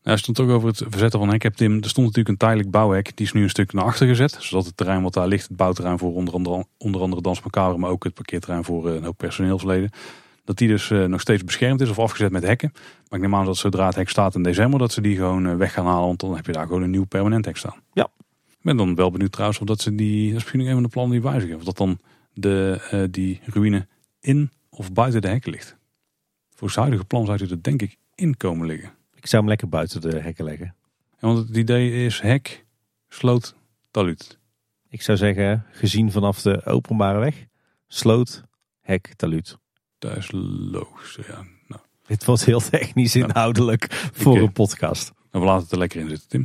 Nou, als je het dan toch over het verzetten van hek hebt, Tim. Er stond natuurlijk een tijdelijk bouwhek. Die is nu een stuk naar achter gezet. Zodat het terrein wat daar ligt, het bouwterrein voor onder andere, onder andere Dans Macabre, maar ook het parkeerterrein voor een hoop personeelsleden. Dat die dus uh, nog steeds beschermd is of afgezet met hekken. Maar ik neem aan dat zodra het hek staat in december, dat ze die gewoon uh, weg gaan halen. Want dan heb je daar gewoon een nieuw permanent hek staan. Ja. Ik ben dan wel benieuwd trouwens of dat ze die, dat is misschien nog een van de plannen die wijzigen. Of dat dan de, uh, die ruïne in of buiten de hekken ligt. Volgens het huidige plan zou het er denk ik in komen liggen. Ik zou hem lekker buiten de hekken leggen. Ja, want het idee is hek, sloot, taluut. Ik zou zeggen, gezien vanaf de openbare weg, sloot, hek, taluut. Dat is logisch, ja. Nou. Dit wordt heel technisch inhoudelijk ja. voor ik, een podcast. Nou, we laten het er lekker in zitten, Tim.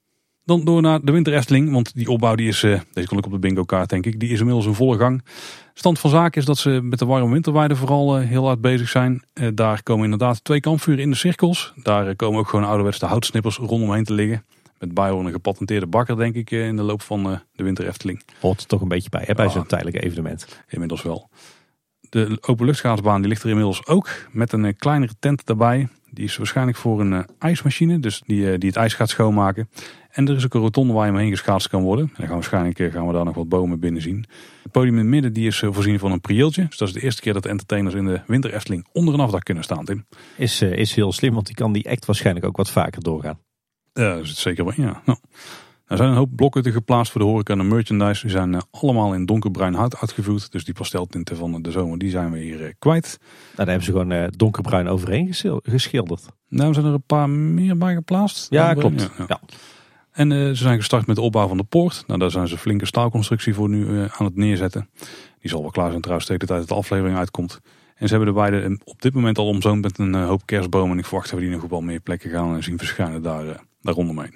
Dan door naar de Winter Efteling, want die opbouw die is, uh, deze kon ik op de bingo kaart denk ik, die is inmiddels in volle gang. Stand van zaken is dat ze met de warme winterweide vooral uh, heel hard bezig zijn. Uh, daar komen inderdaad twee kampvuren in de cirkels. Daar uh, komen ook gewoon ouderwetse houtsnippers rondomheen te liggen. Met bijhorende gepatenteerde bakker denk ik uh, in de loop van uh, de Winter Efteling. Hoort er toch een beetje bij hè, bij ja, zo'n tijdelijk evenement. Inmiddels wel. De openluchtschaatsbaan die ligt er inmiddels ook met een uh, kleinere tent daarbij. Die is waarschijnlijk voor een uh, ijsmachine, dus die, uh, die het ijs gaat schoonmaken. En er is ook een rotonde waar je omheen geschaatst kan worden. En dan gaan waarschijnlijk uh, gaan we daar nog wat bomen binnen zien. Het podium in het midden die is uh, voorzien van een prieeltje. Dus dat is de eerste keer dat de entertainers in de Winter Efteling onder een afdak kunnen staan, Tim. Is, uh, is heel slim, want die kan die act waarschijnlijk ook wat vaker doorgaan. Ja, uh, dat is het zeker wel, ja. Nou. Er zijn een hoop blokken geplaatst voor de horeca en de merchandise. Die zijn uh, allemaal in donkerbruin hout uitgevoerd. Dus die pasteltinten van de zomer die zijn we hier uh, kwijt. Nou, daar hebben ze gewoon uh, donkerbruin overheen geschilderd. Nou, zijn er een paar meer bij geplaatst. Ja, klopt. Ja, ja. Ja. En uh, ze zijn gestart met de opbouw van de poort. Nou, daar zijn ze flinke staalconstructie voor nu uh, aan het neerzetten. Die zal wel klaar zijn trouwens tegen de tijd dat de aflevering uitkomt. En ze hebben de weide op dit moment al omzoomd met een uh, hoop kerstbomen. En ik verwacht dat we die nog op wel meer plekken gaan uh, zien verschijnen daar, uh, daar rondomheen.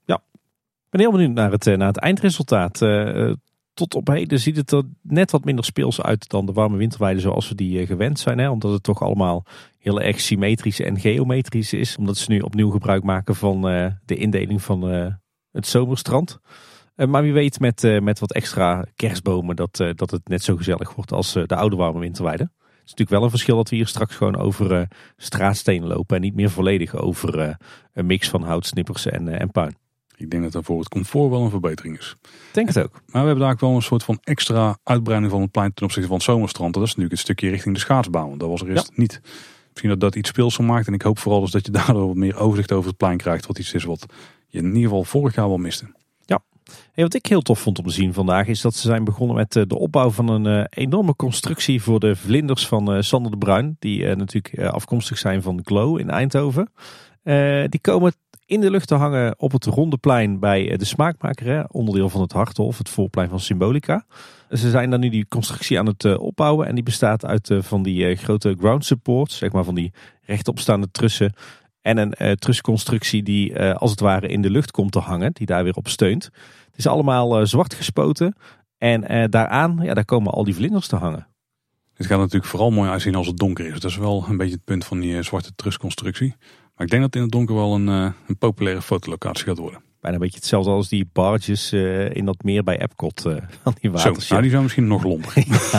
Ik ben heel benieuwd naar het, naar het eindresultaat. Uh, tot op heden ziet het er net wat minder speels uit dan de warme winterweide zoals we die uh, gewend zijn. Hè? Omdat het toch allemaal heel erg symmetrisch en geometrisch is. Omdat ze nu opnieuw gebruik maken van uh, de indeling van uh, het zomerstrand. Uh, maar wie weet met, uh, met wat extra kerstbomen dat, uh, dat het net zo gezellig wordt als uh, de oude warme winterweide. Het is natuurlijk wel een verschil dat we hier straks gewoon over uh, straatstenen lopen. En niet meer volledig over uh, een mix van houtsnippers en, uh, en puin. Ik denk dat dat voor het comfort wel een verbetering is. Ik denk het ook. Maar we hebben daar ook wel een soort van extra uitbreiding van het plein ten opzichte van het zomerstrand. Dat is natuurlijk het stukje richting de schaatsbaan. Want dat was er eerst ja. niet. Misschien dat dat iets speelser maakt. En ik hoop vooral dus dat je daardoor wat meer overzicht over het plein krijgt. Wat iets is wat je in ieder geval vorig jaar wel miste. Ja. Hey, wat ik heel tof vond om te zien vandaag is dat ze zijn begonnen met de opbouw van een uh, enorme constructie voor de vlinders van uh, Sander de Bruin. Die uh, natuurlijk uh, afkomstig zijn van Glow in Eindhoven. Uh, die komen in de lucht te hangen op het Rondeplein bij de Smaakmaker, hè, onderdeel van het Harthof, het voorplein van Symbolica. Ze zijn dan nu die constructie aan het uh, opbouwen en die bestaat uit uh, van die uh, grote ground supports, zeg maar van die rechtopstaande trussen en een uh, trusconstructie die uh, als het ware in de lucht komt te hangen, die daar weer op steunt. Het is allemaal uh, zwart gespoten en uh, daaraan, ja, daar komen al die vlinders te hangen. Dit gaat natuurlijk vooral mooi uitzien als het donker is. Dat is wel een beetje het punt van die uh, zwarte trusconstructie. Maar ik denk dat het in het donker wel een, uh, een populaire fotolocatie gaat worden. Bijna een beetje hetzelfde als die barges uh, in dat meer bij Epcot. Uh, van die waters. Zo, nou die zijn misschien nog lomper. Ja.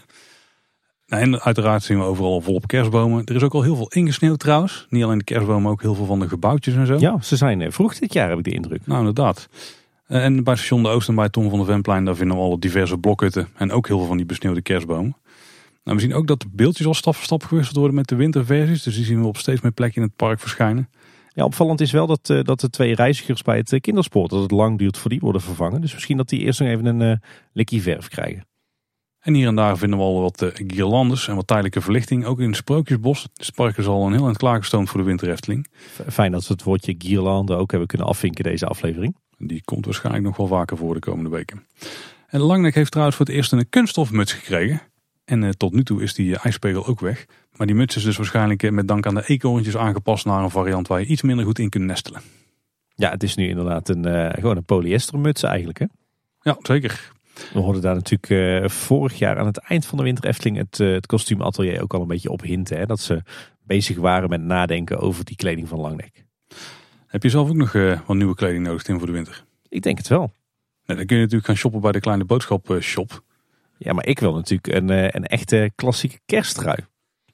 Nou, en uiteraard zien we overal volop kerstbomen. Er is ook al heel veel ingesneeuwd trouwens. Niet alleen de kerstbomen, maar ook heel veel van de gebouwtjes en zo. Ja, ze zijn uh, vroeg dit jaar heb ik de indruk. Nou inderdaad. Uh, en bij station De Oost en bij Tom van de Venplein, daar vinden we al diverse blokhutten. En ook heel veel van die besneeuwde kerstbomen. Nou, we zien ook dat de beeldjes al stap voor stap gewisseld worden met de winterversies. Dus die zien we op steeds meer plekken in het park verschijnen. Ja, opvallend is wel dat, uh, dat de twee reizigers bij het uh, kinderspoor, dat het lang duurt voor die worden vervangen. Dus misschien dat die eerst nog even een uh, likkie verf krijgen. En hier en daar vinden we al wat uh, guirlandes en wat tijdelijke verlichting. Ook in het Sprookjesbos. Het park is al een heel eind klaargestoomd voor de Winter Efteling. Fijn dat we het woordje guirlande ook hebben kunnen afvinken deze aflevering. Die komt waarschijnlijk nog wel vaker voor de komende weken. En Langnek heeft trouwens voor het eerst een kunststofmuts gekregen. En uh, tot nu toe is die uh, ijspegel ook weg. Maar die muts is dus waarschijnlijk uh, met dank aan de eekhoorntjes aangepast naar een variant waar je iets minder goed in kunt nestelen. Ja, het is nu inderdaad een, uh, gewoon een polyestermuts eigenlijk hè? Ja, zeker. We hoorden daar natuurlijk uh, vorig jaar aan het eind van de Winter Efteling het, uh, het kostuumatelier ook al een beetje op hinten. Hè? Dat ze bezig waren met nadenken over die kleding van Langnek. Heb je zelf ook nog uh, wat nieuwe kleding nodig Tim, voor de winter? Ik denk het wel. Nou, dan kun je natuurlijk gaan shoppen bij de Kleine Boodschap uh, shop. Ja, maar ik wil natuurlijk een, een echte klassieke kersttrui.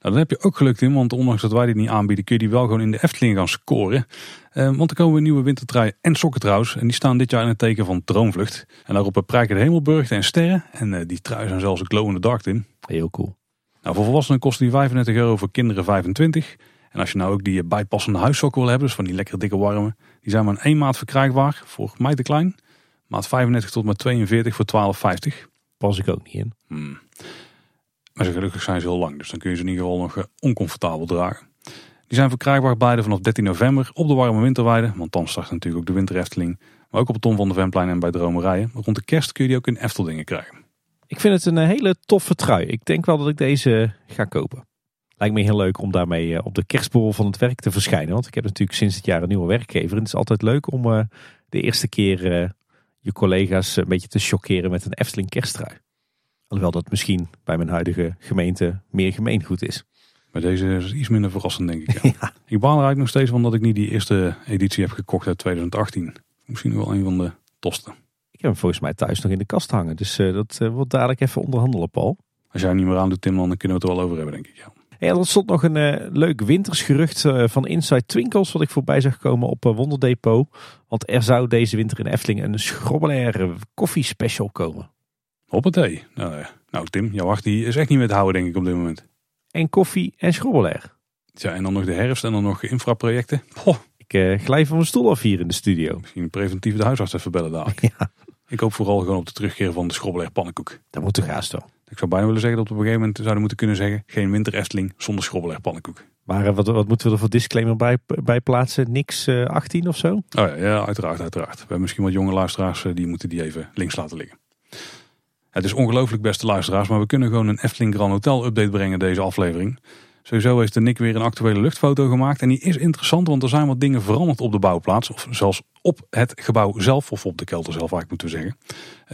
Nou, dat heb je ook gelukt in, want ondanks dat wij dit niet aanbieden, kun je die wel gewoon in de Efteling gaan scoren. Uh, want er komen weer nieuwe wintertrui en sokken trouwens. En die staan dit jaar in het teken van Droomvlucht. En daarop prijken de hemelburgten en sterren. En uh, die trui zijn zelfs glow in the dark in. Heel cool. Nou, voor volwassenen kost die vijfendertig euro, voor kinderen vijfentwintig. En als je nou ook die bijpassende huissokken wil hebben, dus van die lekkere dikke warme, die zijn maar in één maat verkrijgbaar. Voor mij te klein. Maat vijfendertig tot met tweeënveertig voor twaalf vijftig. Pas ik ook niet in. Hmm. Maar ze gelukkig zijn ze heel lang, dus dan kun je ze in ieder geval nog uh, oncomfortabel dragen. Die zijn verkrijgbaar beide vanaf dertien november op de warme winterweide. Want dan start natuurlijk ook de winter Efteling. Maar ook op het Tom van de Venplein en bij Dromerijen. Rond de kerst kun je die ook in Efteldingen krijgen. Ik vind het een hele toffe trui. Ik denk wel dat ik deze ga kopen. Lijkt me heel leuk om daarmee op de kerstborrel van het werk te verschijnen. Want ik heb natuurlijk sinds dit jaar een nieuwe werkgever. En het is altijd leuk om uh, de eerste keer uh, je collega's een beetje te chockeren met een Efteling kersttrui. Alhoewel dat misschien bij mijn huidige gemeente meer gemeengoed is. Bij deze is het iets minder verrassend, denk ik. Ja. Ja. Ik baal er eigenlijk nog steeds van dat ik niet die eerste editie heb gekocht uit twintig achttien. Misschien wel een van de tofste. Ik heb hem volgens mij thuis nog in de kast hangen. Dus uh, dat uh, wordt dadelijk even onderhandelen, Paul. Als jij hem niet meer aan doet, Tim, dan kunnen we het er wel over hebben, denk ik. Ja. Ja, er stond nog een uh, leuk wintersgerucht uh, van Inside Twinkles, wat ik voorbij zag komen op uh, Wonderdepot. Want er zou deze winter in Efteling een schrobbelaire koffiespecial komen. Hoppatee. Nou, uh, nou Tim, jouw wacht die is echt niet meer te houden, denk ik, op dit moment. En koffie en schrobbelair. Ja, en dan nog de herfst en dan nog infraprojecten. Poh. Ik uh, glij van mijn stoel af hier in de studio. Misschien preventief de huisarts even bellen dadelijk. Ja. Ik hoop vooral gewoon op de terugkeer van de schrobbelair pannenkoek. Dat moet toch haast wel. Ik zou bijna willen zeggen dat we op een gegeven moment zouden moeten kunnen zeggen: geen winter Efteling zonder schrobbelair pannenkoek. Maar uh, wat, wat moeten we er voor disclaimer bij, bij plaatsen? Niks uh, achttien of zo? Oh ja, ja, uiteraard, uiteraard. We hebben misschien wat jonge luisteraars, uh, die moeten die even links laten liggen. Het is ongelooflijk, beste luisteraars, maar we kunnen gewoon een Efteling Grand Hotel update brengen deze aflevering. Sowieso heeft de Nick weer een actuele luchtfoto gemaakt. En die is interessant, want er zijn wat dingen veranderd op de bouwplaats. Of zelfs op het gebouw zelf, of op de kelder zelf eigenlijk moeten we zeggen.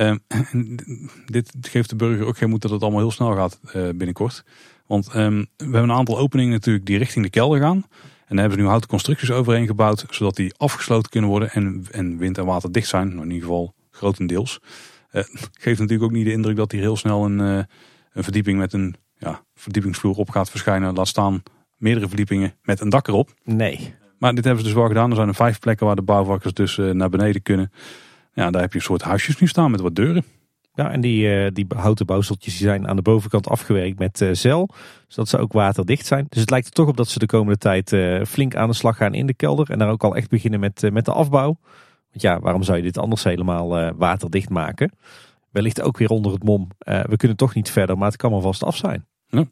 Uh, dit geeft de burger ook geen moed dat het allemaal heel snel gaat uh, binnenkort. Want um, we hebben een aantal openingen natuurlijk die richting de kelder gaan. En daar hebben ze nu houten constructies overheen gebouwd, zodat die afgesloten kunnen worden en, en wind en water dicht zijn. Nou, in ieder geval grotendeels. Uh, geeft natuurlijk ook niet de indruk dat hier heel snel een, uh, een verdieping met een ja, verdiepingsvloer op gaat verschijnen. Laat staan meerdere verdiepingen met een dak erop. Nee. Maar dit hebben ze dus wel gedaan. Er zijn er vijf plekken waar de bouwvakkers dus uh, naar beneden kunnen. Ja, daar heb je een soort huisjes nu staan met wat deuren. Ja, en die, uh, die houten bouwseltjes die zijn aan de bovenkant afgewerkt met uh, zeil. Zodat ze ook waterdicht zijn. Dus het lijkt er toch op dat ze de komende tijd uh, flink aan de slag gaan in de kelder. En daar ook al echt beginnen met, uh, met de afbouw. Want ja, waarom zou je dit anders helemaal uh, waterdicht maken? Wellicht ook weer onder het mom. Uh, we kunnen toch niet verder, maar het kan wel vast af zijn. Ja.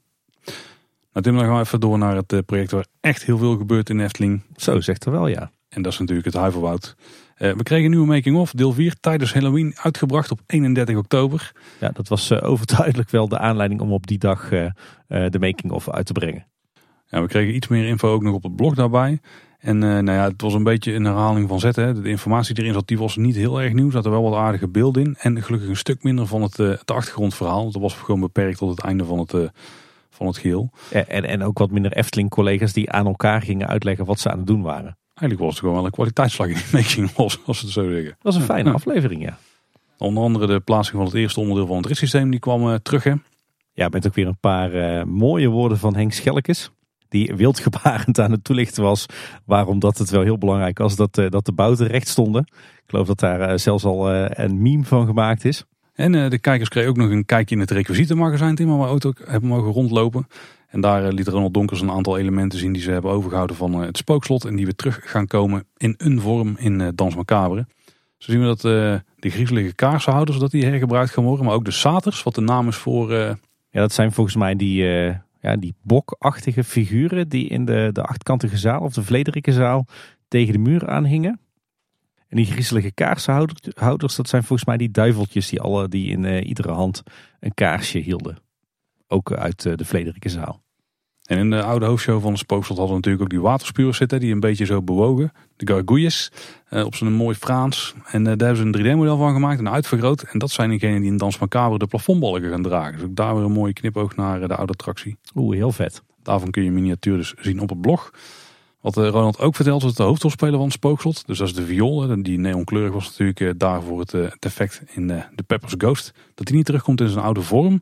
Nou Tim, dan gaan we even door naar het uh, project waar echt heel veel gebeurt in de Efteling. Zo zegt er wel, ja. En dat is natuurlijk het Huiverwoud. Uh, we kregen een nieuwe making-of, deel vier, tijdens Halloween, uitgebracht op eenendertig oktober. Ja, dat was uh, overduidelijk wel de aanleiding om op die dag uh, uh, de making-of uit te brengen. Ja, we kregen iets meer info ook nog op het blog daarbij. En uh, nou ja, het was een beetje een herhaling van zetten. Hè. De informatie die erin zat, die was niet heel erg nieuw. Er zaten wel wat aardige beelden in. En gelukkig een stuk minder van het, uh, het achtergrondverhaal. Dat was gewoon beperkt tot het einde van het, uh, van het geheel. En, en, en ook wat minder Efteling-collega's die aan elkaar gingen uitleggen wat ze aan het doen waren. Eigenlijk was het gewoon wel een kwaliteitsslag in die making of, als we het zo zeggen. Dat was een fijne ja. aflevering, ja. Onder andere de plaatsing van het eerste onderdeel van het ritssysteem, die kwam uh, terug, hè? Ja, met ook weer een paar uh, mooie woorden van Henk Schelkes. Die wildgebarend aan het toelichten was waarom dat het wel heel belangrijk was dat, uh, dat de bouten recht stonden. Ik geloof dat daar uh, zelfs al uh, een meme van gemaakt is. En uh, de kijkers kregen ook nog een kijkje in het requisietenmagazijn, Tim, waar we ook hebben mogen rondlopen. En daar uh, liet Ronald Donkers een aantal elementen zien die ze hebben overgehouden van uh, het spookslot. En die weer terug gaan komen in een vorm in uh, Dans Macabre. Zo zien we dat uh, de griezelige kaarsenhouders, dat die hergebruikt gaan worden. Maar ook de saters, wat de naam is voor... Uh... Ja, dat zijn volgens mij die... Uh... Ja, die bokachtige figuren die in de, de achtkantige zaal of de Vlederike zaal tegen de muur aanhingen. En die griezelige kaarsenhouders, dat zijn volgens mij die duiveltjes die, alle, die in uh, iedere hand een kaarsje hielden. Ook uit uh, de Vlederike zaal. En in de oude hoofdshow van de Spookslot hadden we natuurlijk ook die waterspuwers zitten die een beetje zo bewogen. De gargouilles, uh, op zijn mooi Frans. En uh, daar hebben ze een drie D-model van gemaakt en uitvergroot. En dat zijn degenen die in Dans Macabre de plafondbalken gaan dragen. Dus ook daar weer een mooie knipoog naar uh, de oude attractie. Oeh, heel vet. Daarvan kun je miniatuur dus zien op het blog. Wat uh, Ronald ook vertelt, is de hoofdrolspeler van het Spookslot. Dus dat is de viool. Hè. Die neonkleurig was natuurlijk uh, daar voor het, uh, het effect in uh, de Pepper's Ghost. Dat hij niet terugkomt in zijn oude vorm.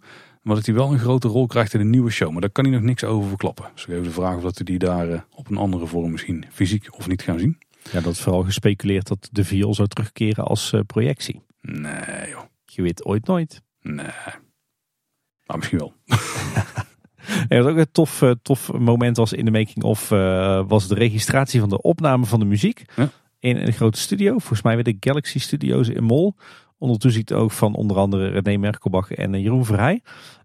Maar dat hij wel een grote rol krijgt in de nieuwe show. Maar daar kan hij nog niks over verklappen. Dus even de vraag of dat we die daar uh, op een andere vorm misschien fysiek of niet gaan zien. Ja, dat is vooral gespeculeerd dat de viool zou terugkeren als uh, projectie. Nee joh. Je weet ooit nooit. Nee. Nou, misschien wel. Ja, wat ook een tof, uh, tof moment was in de making-of uh, was de registratie van de opname van de muziek. Ja. In een grote studio. Volgens mij weer de Galaxy Studios in Mol. Onder toezicht ook van onder andere René Merkelbach en uh, Jeroen Verheij.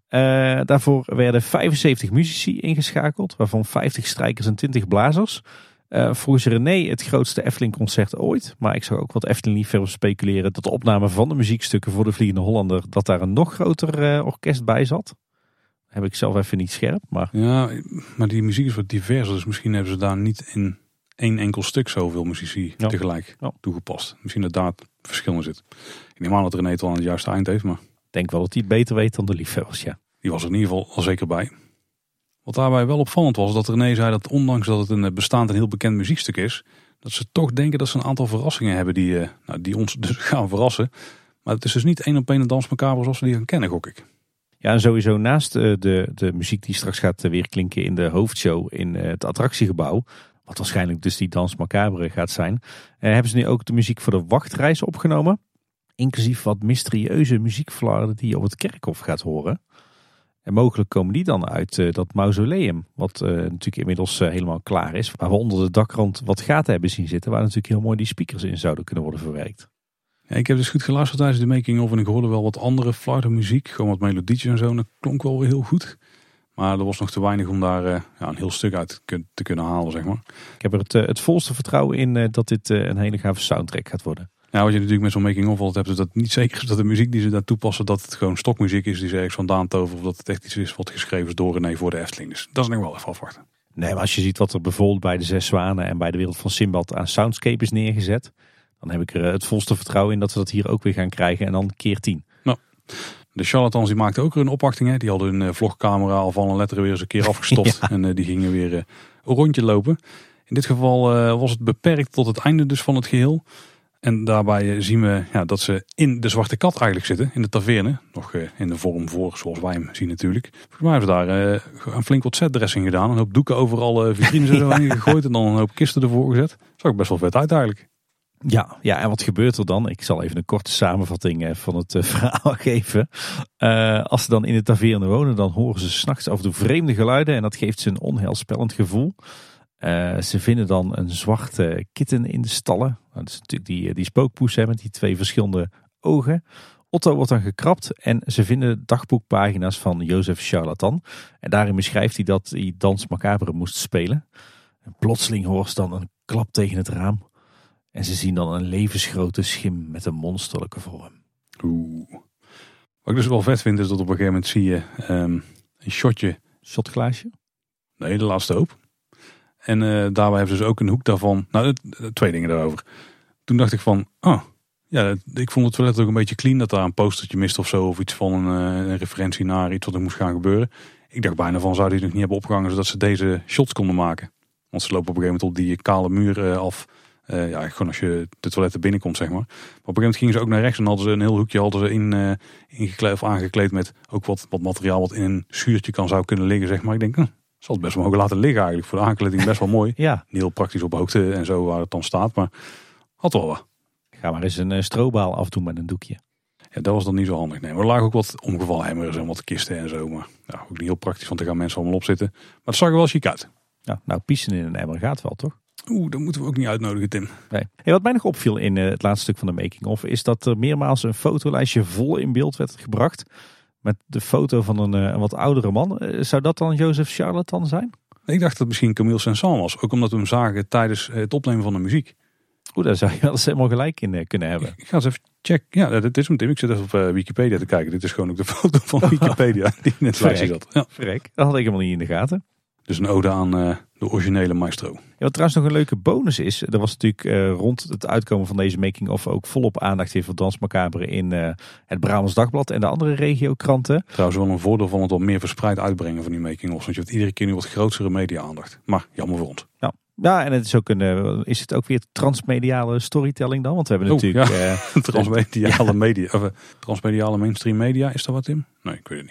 Uh, daarvoor werden vijfenzeventig muzici ingeschakeld. Waarvan vijftig strijkers en twintig blazers. Uh, volgens René het grootste Efteling-concert ooit. Maar ik zag ook wat Efteling-liefhebbers speculeren dat de opname van de muziekstukken voor de Vliegende Hollander, dat daar een nog groter uh, orkest bij zat. Heb ik zelf even niet scherp. Maar... Ja, maar die muziek is wat diverser. Dus misschien hebben ze daar niet in één enkel stuk zoveel muzici ja. tegelijk ja. toegepast. Misschien dat daar het verschil in zit. Ik neem aan dat René het wel aan het juiste eind heeft. Maar ik denk wel dat hij het beter weet dan de liefhebbers, ja. Die was er in ieder geval al zeker bij. Wat daarbij wel opvallend was, dat René zei dat ondanks dat het een bestaand en heel bekend muziekstuk is, dat ze toch denken dat ze een aantal verrassingen hebben die, uh, nou, die ons dus gaan verrassen. Maar het is dus niet één op één een Dans Macabre zoals we die gaan kennen, gok ik. Ja, en sowieso naast uh, de, de muziek die straks gaat uh, weer klinken in de hoofdshow in uh, het attractiegebouw, wat waarschijnlijk dus die Dans Macabre gaat zijn, uh, hebben ze nu ook de muziek voor de wachtreis opgenomen. Inclusief wat mysterieuze muziekflarden die je op het kerkhof gaat horen. En mogelijk komen die dan uit uh, dat mausoleum, wat uh, natuurlijk inmiddels uh, helemaal klaar is. Waar we onder de dakrand wat gaten hebben zien zitten, waar natuurlijk heel mooi die speakers in zouden kunnen worden verwerkt. Ja, ik heb dus goed geluisterd tijdens de making-of en ik hoorde wel wat andere flardenmuziek. Gewoon wat melodietjes en zo, en dat klonk wel weer heel goed. Maar er was nog te weinig om daar uh, ja, een heel stuk uit te, te kunnen halen, zeg maar. Ik heb er het, uh, het volste vertrouwen in uh, dat dit uh, een hele gave soundtrack gaat worden. Ja, wat je natuurlijk met zo'n making-of altijd hebt, is dat het niet zeker is dat de muziek die ze daar toepassen, dat het gewoon stokmuziek is die ze ergens vandaan toveren. Of dat het echt iets is wat geschreven is door René voor de Efteling. Dus dat is nog wel even afwachten. Nee, maar als je ziet wat er bijvoorbeeld bij de Zes Zwanen en bij de Wereld van Sinbad aan soundscape is neergezet, dan heb ik er het volste vertrouwen in dat we dat hier ook weer gaan krijgen en dan keer tien. Nou, de charlatans die maakten ook een opwachting. Hè. Die hadden hun vlogcamera al van een letter weer eens een keer afgestopt. Ja. En uh, die gingen weer uh, een rondje lopen. In dit geval uh, was het beperkt tot het einde dus van het geheel. En daarbij zien we ja, dat ze in de Zwarte Kat eigenlijk zitten, in de taverne. Nog uh, in de vorm voor, zoals wij hem zien natuurlijk. Volgens mij hebben ze daar uh, een flink wat setdressing gedaan. Een hoop doeken overal uh, vitrines er zo heen gegooid en dan een hoop kisten ervoor gezet. Zag ik best wel vet uit eigenlijk. Ja, ja, en wat gebeurt er dan? Ik zal even een korte samenvatting uh, van het uh, verhaal geven. Uh, als ze dan in de taverne wonen, dan horen ze 's nachts af en toe vreemde geluiden. En dat geeft ze een onheilspellend gevoel. Uh, ze vinden dan een zwarte kitten in de stallen. Dat is natuurlijk die, die spookpoes hè, met die twee verschillende ogen. Otto wordt dan gekrapt en ze vinden dagboekpagina's van Jozef Charlatan. En daarin beschrijft hij dat hij Dans Macabre moest spelen. En plotseling hoort ze dan een klap tegen het raam. En ze zien dan een levensgrote schim met een monsterlijke vorm. Oeh. Wat ik dus wel vet vind is dat op een gegeven moment zie je um, een shotje. Shotglaasje? Nee, de laatste hoop. En uh, daarbij hebben ze dus ook een hoek daarvan. Nou, twee dingen daarover. Toen dacht ik van, ah, ja, ik vond het toilet ook een beetje clean dat daar een postertje mist of zo. Of iets van een, een referentie naar iets wat er moest gaan gebeuren. Ik dacht bijna van, zou die nog niet hebben opgehangen zodat ze deze shots konden maken. Want ze lopen op een gegeven moment op die kale muur uh, af. Uh, ja, gewoon als je de toiletten binnenkomt, zeg maar. Maar op een gegeven moment gingen ze ook naar rechts en hadden ze een heel hoekje hadden ze in, uh, ingekleed of aangekleed met ook wat, wat materiaal wat in een schuurtje kan zou kunnen liggen, zeg maar. Ik denk, hm, zal het best wel mogen laten liggen eigenlijk. Voor de aankleding best wel mooi. Ja. Niet heel praktisch op hoogte en zo waar het dan staat, maar had wel wat. Ga maar eens een uh, strobaal afdoen met een doekje. Ja, dat was dan niet zo handig. Nee, maar er lagen ook wat omgevalhemmers en wat kisten en zo. Maar ja, ook niet heel praktisch, want er gaan mensen allemaal op zitten. Maar het zag er wel chic uit. Ja, nou, pissen in een emmer gaat wel, toch? Oeh, dat moeten we ook niet uitnodigen, Tim. Nee. Hey, wat mij nog opviel in uh, het laatste stuk van de making-of is dat er meermaals een fotolijstje vol in beeld werd gebracht. Met de foto van een, uh, een wat oudere man. Uh, zou dat dan Jozef Charlatan zijn? Ik dacht dat het misschien Camille Saint-Saëns was. Ook omdat we hem zagen tijdens het opnemen van de muziek. Oeh, daar zou je wel eens helemaal gelijk in uh, kunnen hebben. Ik ga eens even checken. Ja, dit is hem, Tim. Ik zit even op uh, Wikipedia te kijken. Dit is gewoon ook de foto van Wikipedia die in het lijstje zat. Ja. Verrek, dat had ik helemaal niet in de gaten. Dus een ode aan uh, de originele maestro. Ja, wat trouwens nog een leuke bonus is. Er was natuurlijk uh, rond het uitkomen van deze making-of ook volop aandacht weer voor Dans Macabre in uh, het Brabants Dagblad en de andere regiokranten. Trouwens wel een voordeel van het wat meer verspreid uitbrengen van die making-ofs. Want je hebt iedere keer nu wat grotere media-aandacht. Maar jammer voor ons. Ja. Ja, en het is ook een, uh, is het ook weer transmediale storytelling dan? Want we hebben natuurlijk... Oh, ja. uh, transmediale, ja. media, of, uh, transmediale mainstream media, is dat wat, Tim? Nee, ik weet het niet.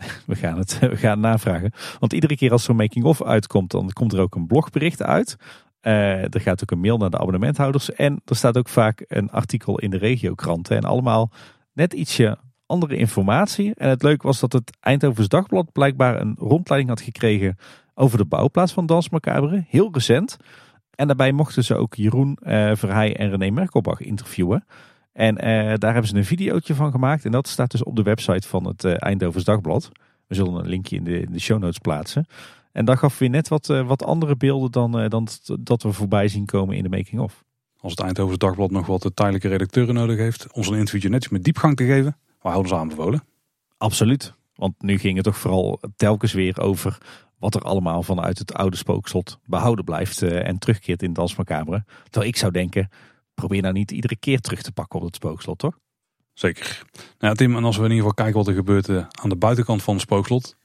We gaan het, we gaan het navragen. Want iedere keer als er een making-of uitkomt, dan komt er ook een blogbericht uit. Uh, er gaat ook een mail naar de abonnementhouders. En er staat ook vaak een artikel in de regiokranten. En allemaal net ietsje andere informatie. En het leuke was dat het Eindhovens Dagblad blijkbaar een rondleiding had gekregen over de bouwplaats van Dans Macabre. Heel recent. En daarbij mochten ze ook Jeroen uh, Verheij en René Merkelbach interviewen. En uh, daar hebben ze een videootje van gemaakt. En dat staat dus op de website van het uh, Eindhovens Dagblad. We zullen een linkje in de, in de show notes plaatsen. En dat gaf weer net wat, uh, wat andere beelden dan, uh, dan dat we voorbij zien komen in de making-of. Als het Eindhovens Dagblad nog wat tijdelijke redacteuren nodig heeft, ons een interviewtje netjes met diepgang te geven, we houden ze aanbevolen. Absoluut. Want nu ging het toch vooral telkens weer over wat er allemaal vanuit het oude spookslot behouden blijft uh, en terugkeert in Dans Macabre. Terwijl ik zou denken, probeer nou niet iedere keer terug te pakken op het spookslot, toch? Zeker. Nou ja, Tim, en als we in ieder geval kijken wat er gebeurt uh, aan de buitenkant van het spookslot.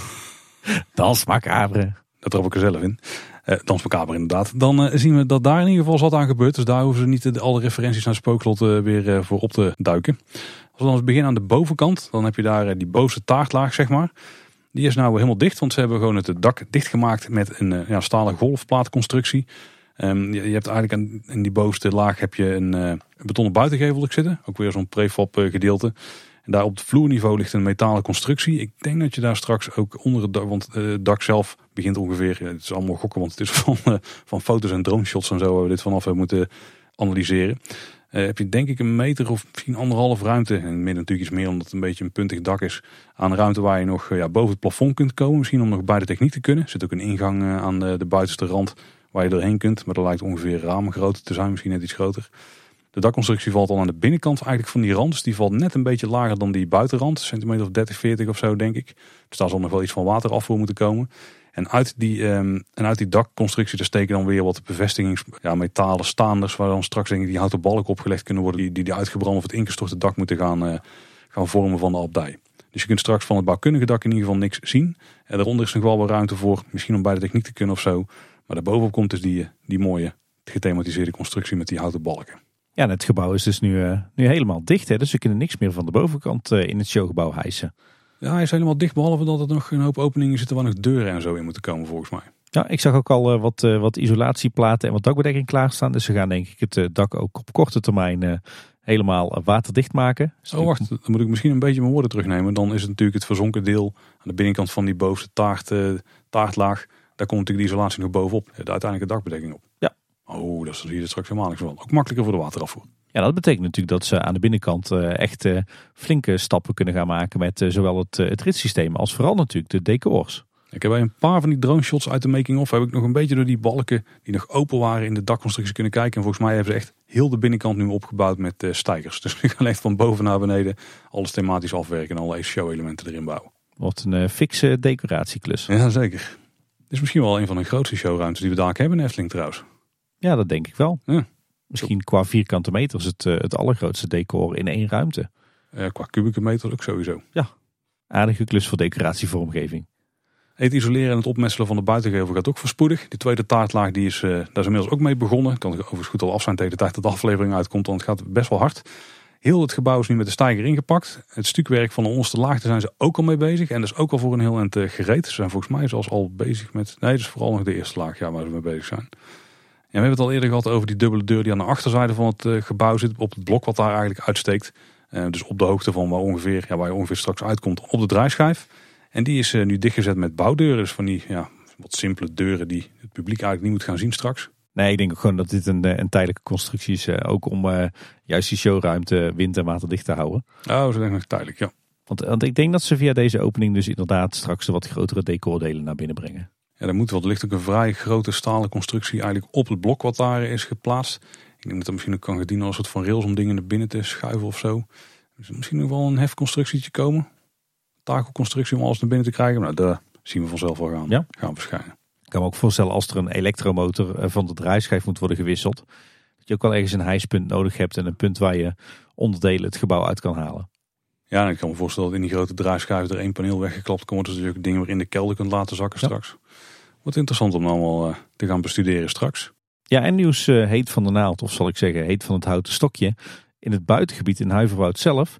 Dans Macabre. Dat trap ik er zelf in. Uh, Dans Macabre inderdaad. Dan uh, zien we dat daar in ieder geval zat aan gebeurt. Dus daar hoeven ze niet uh, alle referenties naar het spookslot uh, weer uh, voor op te duiken. Als we dan eens beginnen aan de bovenkant, dan heb je daar uh, die bovenste taartlaag, zeg maar. Die is nou helemaal dicht, want ze hebben gewoon het dak dichtgemaakt met een uh, ja, stalen golfplaatconstructie. Um, je, je hebt eigenlijk aan, in die bovenste laag heb je een, uh, een betonnen buitengevel zitten. Ook weer zo'n prefab uh, gedeelte. En daar op het vloerniveau ligt een metalen constructie. Ik denk dat je daar straks ook onder het dak, want uh, het dak zelf begint ongeveer, ja, het is allemaal gokken, want het is van, uh, van foto's en drone shots en zo waar we dit vanaf hebben moeten analyseren. Uh, heb je denk ik een meter of misschien anderhalf ruimte. En in het midden natuurlijk iets meer omdat het een beetje een puntig dak is. Aan ruimte waar je nog uh, ja, boven het plafond kunt komen. Misschien om nog bij de techniek te kunnen. Er zit ook een ingang uh, aan de, de buitenste rand waar je doorheen kunt. Maar dat lijkt ongeveer ramengrootte te zijn. Misschien net iets groter. De dakconstructie valt al aan de binnenkant eigenlijk van die rand. Dus die valt net een beetje lager dan die buitenrand. Centimeter of dertig, veertig of zo denk ik. Dus daar zal nog wel iets van water af voor moeten komen. En uit die, um, en uit die dakconstructie daar steken dan weer wat bevestigings, ja, metalen staanders. Waar dan straks denk ik die houten balken opgelegd kunnen worden. Die, die, die uitgebrand of het ingestorte dak moeten gaan, uh, gaan vormen van de abdij. Dus je kunt straks van het bouwkundige dak in ieder geval niks zien. En daaronder is nog wel wat ruimte voor. Misschien om bij de techniek te kunnen of zo. Maar daarbovenop komt dus die, die mooie gethematiseerde constructie met die houten balken. Ja, en het gebouw is dus nu, uh, nu helemaal dicht. Hè? Dus we kunnen niks meer van de bovenkant uh, in het showgebouw hijsen. Ja, hij is helemaal dicht, behalve dat er nog een hoop openingen zitten waar nog deuren en zo in moeten komen volgens mij. Ja, ik zag ook al uh, wat, uh, wat isolatieplaten en wat dakbedekking klaarstaan. Dus ze gaan denk ik het uh, dak ook op korte termijn uh, helemaal uh, waterdicht maken. Dus oh wacht, dan moet ik misschien een beetje mijn woorden terugnemen. Dan is het natuurlijk het verzonken deel aan de binnenkant van die bovenste taart, uh, taartlaag. Daar komt natuurlijk de isolatie nog bovenop. De uiteindelijke dakbedekking op. Ja. Oh, dat zie je er straks helemaal niks van. Ook makkelijker voor de waterafvoer. Ja, dat betekent natuurlijk dat ze aan de binnenkant uh, echt uh, flinke stappen kunnen gaan maken met uh, zowel het, uh, het ritssysteem als vooral natuurlijk de decors. Ik heb bij een paar van die drone shots uit de making-of heb ik nog een beetje door die balken die nog open waren in de dakconstructie kunnen kijken. En volgens mij hebben ze echt heel de binnenkant nu opgebouwd met uh, stijgers. Dus ik ga echt van boven naar beneden alles thematisch afwerken en allerlei show-elementen erin bouwen. Wordt een uh, fikse decoratieklus. Ja, zeker. Dit is misschien wel een van de grootste showruimtes die we daar hebben in Efteling trouwens. Ja, dat denk ik wel. Ja. Misschien qua vierkante meters het, uh, het allergrootste decor in één ruimte. Uh, qua kubieke meter ook sowieso. Ja, aardige klus voor decoratievormgeving. Het isoleren en het opmetselen van de buitengevel gaat ook voorspoedig. Die tweede taartlaag die is, uh, daar is inmiddels ook mee begonnen. Kan overigens goed al af zijn tegen de tijd dat de aflevering uitkomt, want het gaat best wel hard. Heel het gebouw is nu met de steiger ingepakt. Het stukwerk van de onderste laag, daar zijn ze ook al mee bezig. En dat is ook al voor een heel eind uh, gereed. Ze zijn volgens mij zelfs al bezig met... Nee, dat is vooral nog de eerste laag ja, waar ze mee bezig zijn. Ja, we hebben het al eerder gehad over die dubbele deur die aan de achterzijde van het uh, gebouw zit. Op het blok wat daar eigenlijk uitsteekt. Uh, dus op de hoogte van waar, ongeveer, ja, waar je ongeveer straks uitkomt op de draaischijf. En die is uh, nu dichtgezet met bouwdeuren. Dus van die ja, wat simpele deuren die het publiek eigenlijk niet moet gaan zien straks. Nee, ik denk ook gewoon dat dit een, een tijdelijke constructie is. Uh, ook om uh, juist die showruimte wind- en waterdicht te houden. Oh, zo denk ik nog tijdelijk, ja. Want, want ik denk dat ze via deze opening dus inderdaad straks de wat grotere decordelen naar binnen brengen. Ja, er moet wel. Er ligt ook een vrij grote stalen constructie eigenlijk op het blok wat daar is geplaatst. Ik denk dat dat misschien ook kan dienen als een soort van rails om dingen naar binnen te schuiven of zo. Dus misschien nog wel een hefconstructietje komen. Takelconstructie om alles naar binnen te krijgen. Nou, daar zien we vanzelf wel gaan, ja. gaan verschijnen. Ik kan me ook voorstellen als er een elektromotor van de draaischijf moet worden gewisseld. Dat je ook wel ergens een hijspunt nodig hebt en een punt waar je onderdelen het gebouw uit kan halen. Ja, en ik kan me voorstellen dat in die grote draaischijf er één paneel weggeklapt kan worden. Zodat je ook dingen weer in de kelder kunt laten zakken ja. straks. Wordt interessant om allemaal uh, te gaan bestuderen straks. Ja, en nieuws uh, heet van de naald, of zal ik zeggen heet van het houten stokje. In het buitengebied in Huiverwoud zelf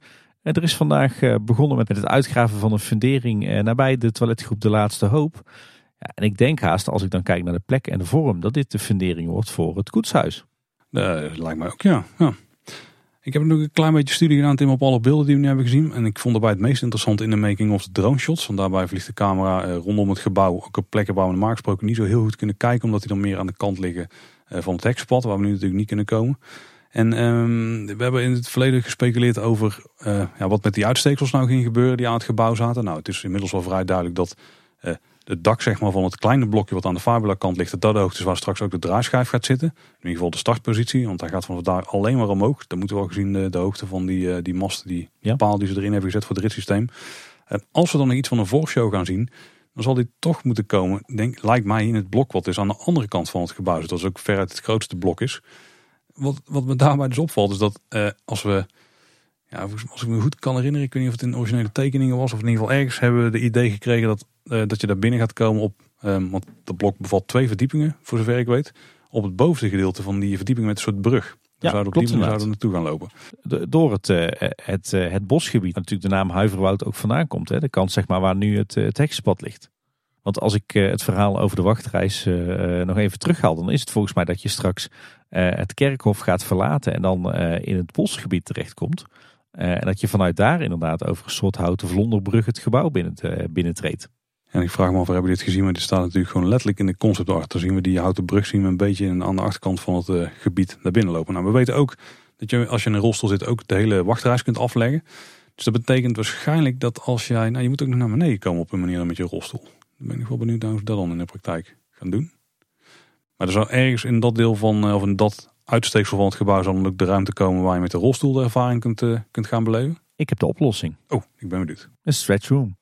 En er is vandaag uh, begonnen met het uitgraven van een fundering uh, nabij de toiletgroep De Laatste Hoop. Ja, en ik denk haast, als ik dan kijk naar de plek en de vorm, dat dit de fundering wordt voor het koetshuis. Dat lijkt mij ook, ja. ja. Ik heb nog een klein beetje studie gedaan, Tim, op alle beelden die we nu hebben gezien. En ik vond daarbij het meest interessant in de making of de drone shots. Want daarbij vliegt de camera uh, rondom het gebouw. Ook op plekken waar we normaal gesproken niet zo heel goed kunnen kijken. Omdat die dan meer aan de kant liggen uh, van het hekspad. Waar we nu natuurlijk niet kunnen komen. En um, we hebben in het verleden gespeculeerd over uh, ja, wat met die uitsteeksels nou ging gebeuren die aan het gebouw zaten. Nou, het is inmiddels wel vrij duidelijk dat uh, het dak, zeg maar, van het kleine blokje wat aan de Fabula kant ligt, dat dat de hoogte is waar straks ook de draaischijf gaat zitten. In ieder geval de startpositie, want hij gaat van daar alleen maar omhoog. Dan moeten we al gezien de, de hoogte van die, uh, die masten, die ja. paal die ze erin hebben gezet voor het ritssysteem. En als we dan nog iets van een voorshow gaan zien, dan zal die toch moeten komen, denk, lijkt mij, in het blok wat is aan de andere kant van het gebouw. Dus dat is ook veruit het grootste blok is. Wat, wat me daarbij dus opvalt is dat uh, als we, ja, als ik me goed kan herinneren, ik weet niet of het in originele tekeningen was, of in ieder geval ergens hebben we de idee gekregen dat, uh, dat je daar binnen gaat komen op, um, want dat blok bevat twee verdiepingen, voor zover ik weet, op het bovenste gedeelte van die verdieping met een soort brug. Daar ja, zouden we op die manier zouden naartoe gaan lopen. De, door het, uh, het, uh, het bosgebied, natuurlijk de naam Huiverwoud ook vandaan komt. Hè? De kant, zeg maar, waar nu het, uh, het heksenpad ligt. Want als ik uh, het verhaal over de wachtreis uh, nog even terughaal, dan is het volgens mij dat je straks uh, het kerkhof gaat verlaten en dan uh, in het bosgebied terechtkomt. Uh, en dat je vanuit daar inderdaad over een soort houten vlonderbrug het gebouw binnen, uh, binnentreedt. En ik vraag me af, hebben we dit gezien? Maar dit staat natuurlijk gewoon letterlijk in de concept art. Dan zien we die houten brug zien we een beetje aan de achterkant van het uh, gebied naar binnen lopen. Nou, we weten ook dat je, als je in een rolstoel zit, ook de hele wachtreis kunt afleggen. Dus dat betekent waarschijnlijk dat als jij, nou, je moet ook nog naar beneden komen op een manier met je rolstoel. Dan ben ik wel benieuwd hoe ze dat dan in de praktijk gaan doen. Maar er zou ergens in dat deel van, of in dat uitsteeksel van het gebouw, zal dan ook de ruimte komen waar je met de rolstoel de ervaring kunt, uh, kunt gaan beleven. Ik heb de oplossing. Oh, ik ben benieuwd. Een stretch room.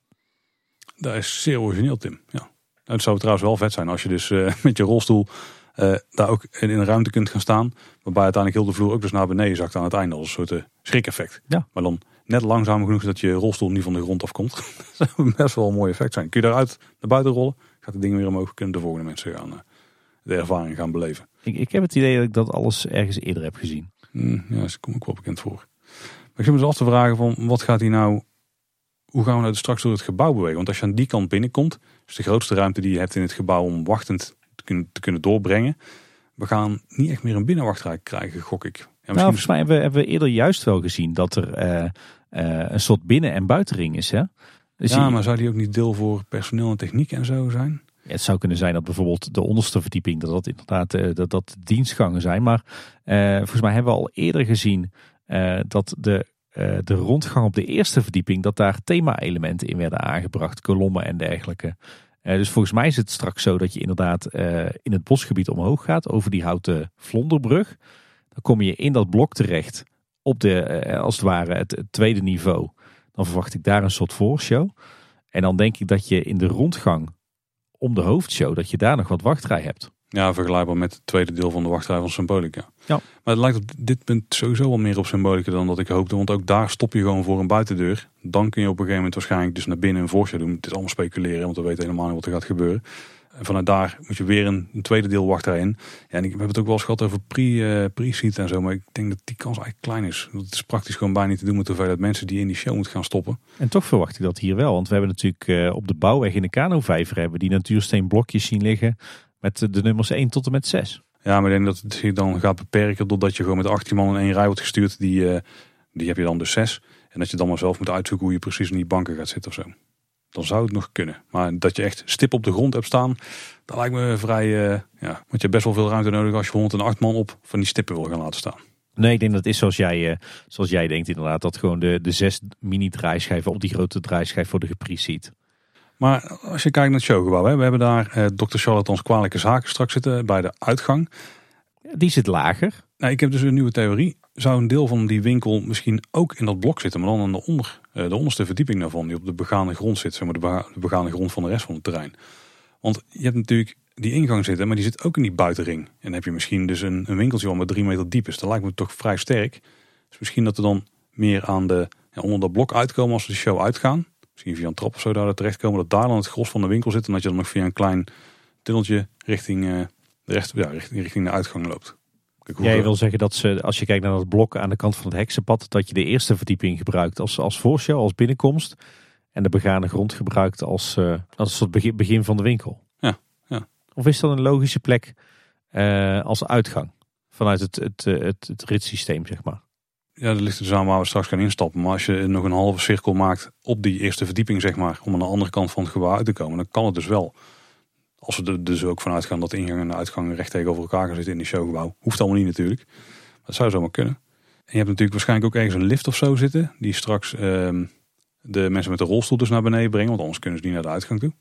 Dat is zeer origineel, Tim. Ja. Nou, het zou trouwens wel vet zijn als je dus uh, met je rolstoel uh, daar ook in een ruimte kunt gaan staan. Waarbij uiteindelijk heel de vloer ook dus naar beneden zakt aan het einde. Als een soort uh, schrik-effect. Ja. Maar dan net langzaam genoeg dat je rolstoel niet van de grond afkomt. Dat zou best wel een mooi effect zijn. Kun je daaruit naar buiten rollen, gaat het ding weer omhoog. Kunnen de volgende mensen gaan uh, de ervaring gaan beleven. Ik, ik heb het idee dat ik dat alles ergens eerder heb gezien. Mm, ja, dat komt ook wel bekend voor. Maar ik zit me dus af te vragen van wat gaat hier nou... Hoe gaan we nou straks door het gebouw bewegen? Want als je aan die kant binnenkomt, is de grootste ruimte die je hebt in het gebouw om wachtend te kunnen, te kunnen doorbrengen. We gaan niet echt meer een binnenwachtrij krijgen, gok ik. Ja, nou, volgens mij hebben we, hebben we eerder juist wel gezien dat er uh, uh, een soort binnen- en buitenring is. Hè? Dus ja, je... maar zou die ook niet deel voor personeel en techniek en zo zijn? Ja, het zou kunnen zijn dat bijvoorbeeld de onderste verdieping, dat dat inderdaad uh, dat, dat dienstgangen zijn. Maar uh, volgens mij hebben we al eerder gezien uh, dat de Uh, de rondgang op de eerste verdieping, dat daar thema-elementen in werden aangebracht, kolommen en dergelijke. Uh, dus volgens mij is het straks zo dat je inderdaad uh, in het bosgebied omhoog gaat, over die houten vlonderbrug. Dan kom je in dat blok terecht op de, uh, als het ware, het, het tweede niveau. Dan verwacht ik daar een soort voorshow. En dan denk ik dat je in de rondgang om de hoofdshow, dat je daar nog wat wachtrij hebt. Ja, vergelijkbaar met het tweede deel van de wachtrij van Symbolica. Ja. Maar het lijkt op dit punt sowieso wel meer op Symbolica dan dat ik hoopte. Want ook daar stop je gewoon voor een buitendeur. Dan kun je op een gegeven moment waarschijnlijk dus naar binnen een voorshow doen. Het is allemaal speculeren, want we weten helemaal niet wat er gaat gebeuren. En vanuit daar moet je weer een, een tweede deel wachtrij in. Ja, en ik, we hebben het ook wel eens gehad over pre, uh, pre-seat en zo. Maar ik denk dat die kans eigenlijk klein is. Want het is praktisch gewoon bijna niet te doen met de hoeveelheid mensen die in die show moeten gaan stoppen. En toch verwacht ik dat hier wel. Want we hebben natuurlijk uh, op de bouwweg in de Kanovijver hebben die natuursteenblokjes zien liggen. Met de nummers één tot en met zes. Ja, maar ik denk dat het zich dan gaat beperken doordat je gewoon met achttien man in één rij wordt gestuurd. Die, uh, die heb je dan dus zes. En dat je dan maar zelf moet uitzoeken hoe je precies in die banken gaat zitten of zo. Dan zou het nog kunnen. Maar dat je echt stip op de grond hebt staan, dat lijkt me vrij... Uh, ja, want je hebt best wel veel ruimte nodig als je honderdacht man op van die stippen wil gaan laten staan. Nee, ik denk dat het is zoals jij, uh, zoals jij denkt inderdaad. Dat gewoon de, de zes mini-draaischijven op die grote draaischijf voor de gepreseat. Maar als je kijkt naar het showgebouw, hè, we hebben daar uh, dokter Charlatans kwalijke zaken straks zitten bij de uitgang. Die zit lager. Nou, ik heb dus een nieuwe theorie. Zou een deel van die winkel misschien ook in dat blok zitten, maar dan aan de, onder, uh, de onderste verdieping daarvan, die op de begane grond zit, zeg maar de, bega- de begane grond van de rest van het terrein. Want je hebt natuurlijk die ingang zitten, maar die zit ook in die buitenring. En dan heb je misschien dus een, een winkeltje wat maar drie meter diep is. Dat lijkt me toch vrij sterk. Dus misschien dat we dan meer aan de, ja, onder dat blok uitkomen als we de show uitgaan. Misschien via een trap of zo daar terechtkomen, dat daar dan het gros van de winkel zit. En dat je dan nog via een klein tunneltje richting, uh, de rest, ja, richting, richting de uitgang loopt. Kijk, hoe Jij we- wil zeggen dat ze, als je kijkt naar dat blok aan de kant van het heksenpad, dat je de eerste verdieping gebruikt als, als voorshow, als binnenkomst. En de begane grond gebruikt als, uh, als een soort begin, begin van de winkel. Ja, ja. Of is dat een logische plek uh, als uitgang? Vanuit het, het, het, het, het ritssysteem, zeg maar. Ja, dat ligt er dus aan waar we straks gaan instappen. Maar als je nog een halve cirkel maakt op die eerste verdieping, zeg maar, om aan de andere kant van het gebouw uit te komen, dan kan het dus wel. Als we er dus ook vanuit gaan dat de ingang en de uitgang recht tegenover elkaar gaan zitten in die showgebouw. Hoeft allemaal niet natuurlijk. Maar dat zou zomaar kunnen. En je hebt natuurlijk waarschijnlijk ook ergens een lift of zo zitten. Die straks uh, de mensen met de rolstoel dus naar beneden brengen. Want anders kunnen ze niet naar de uitgang toe.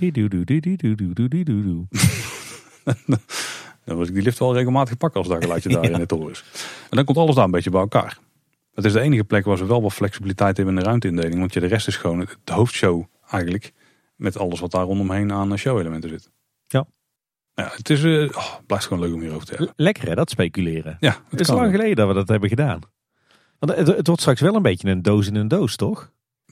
Dan word ik die lift wel regelmatig gepakt als dat geluidje daar ja. in het tol is. En dan komt alles daar een beetje bij elkaar. Het is de enige plek waar ze wel wat flexibiliteit hebben in de ruimteindeling. Want je, de rest is gewoon het, de hoofdshow eigenlijk. Met alles wat daar rondomheen aan show-elementen zit. Ja. Ja, het is, uh, oh, het blijft gewoon leuk om hierover te hebben. Lekker hè, dat speculeren. Ja, het is lang geleden dat we dat hebben gedaan. Want het, het wordt straks wel een beetje een doos in een doos, toch?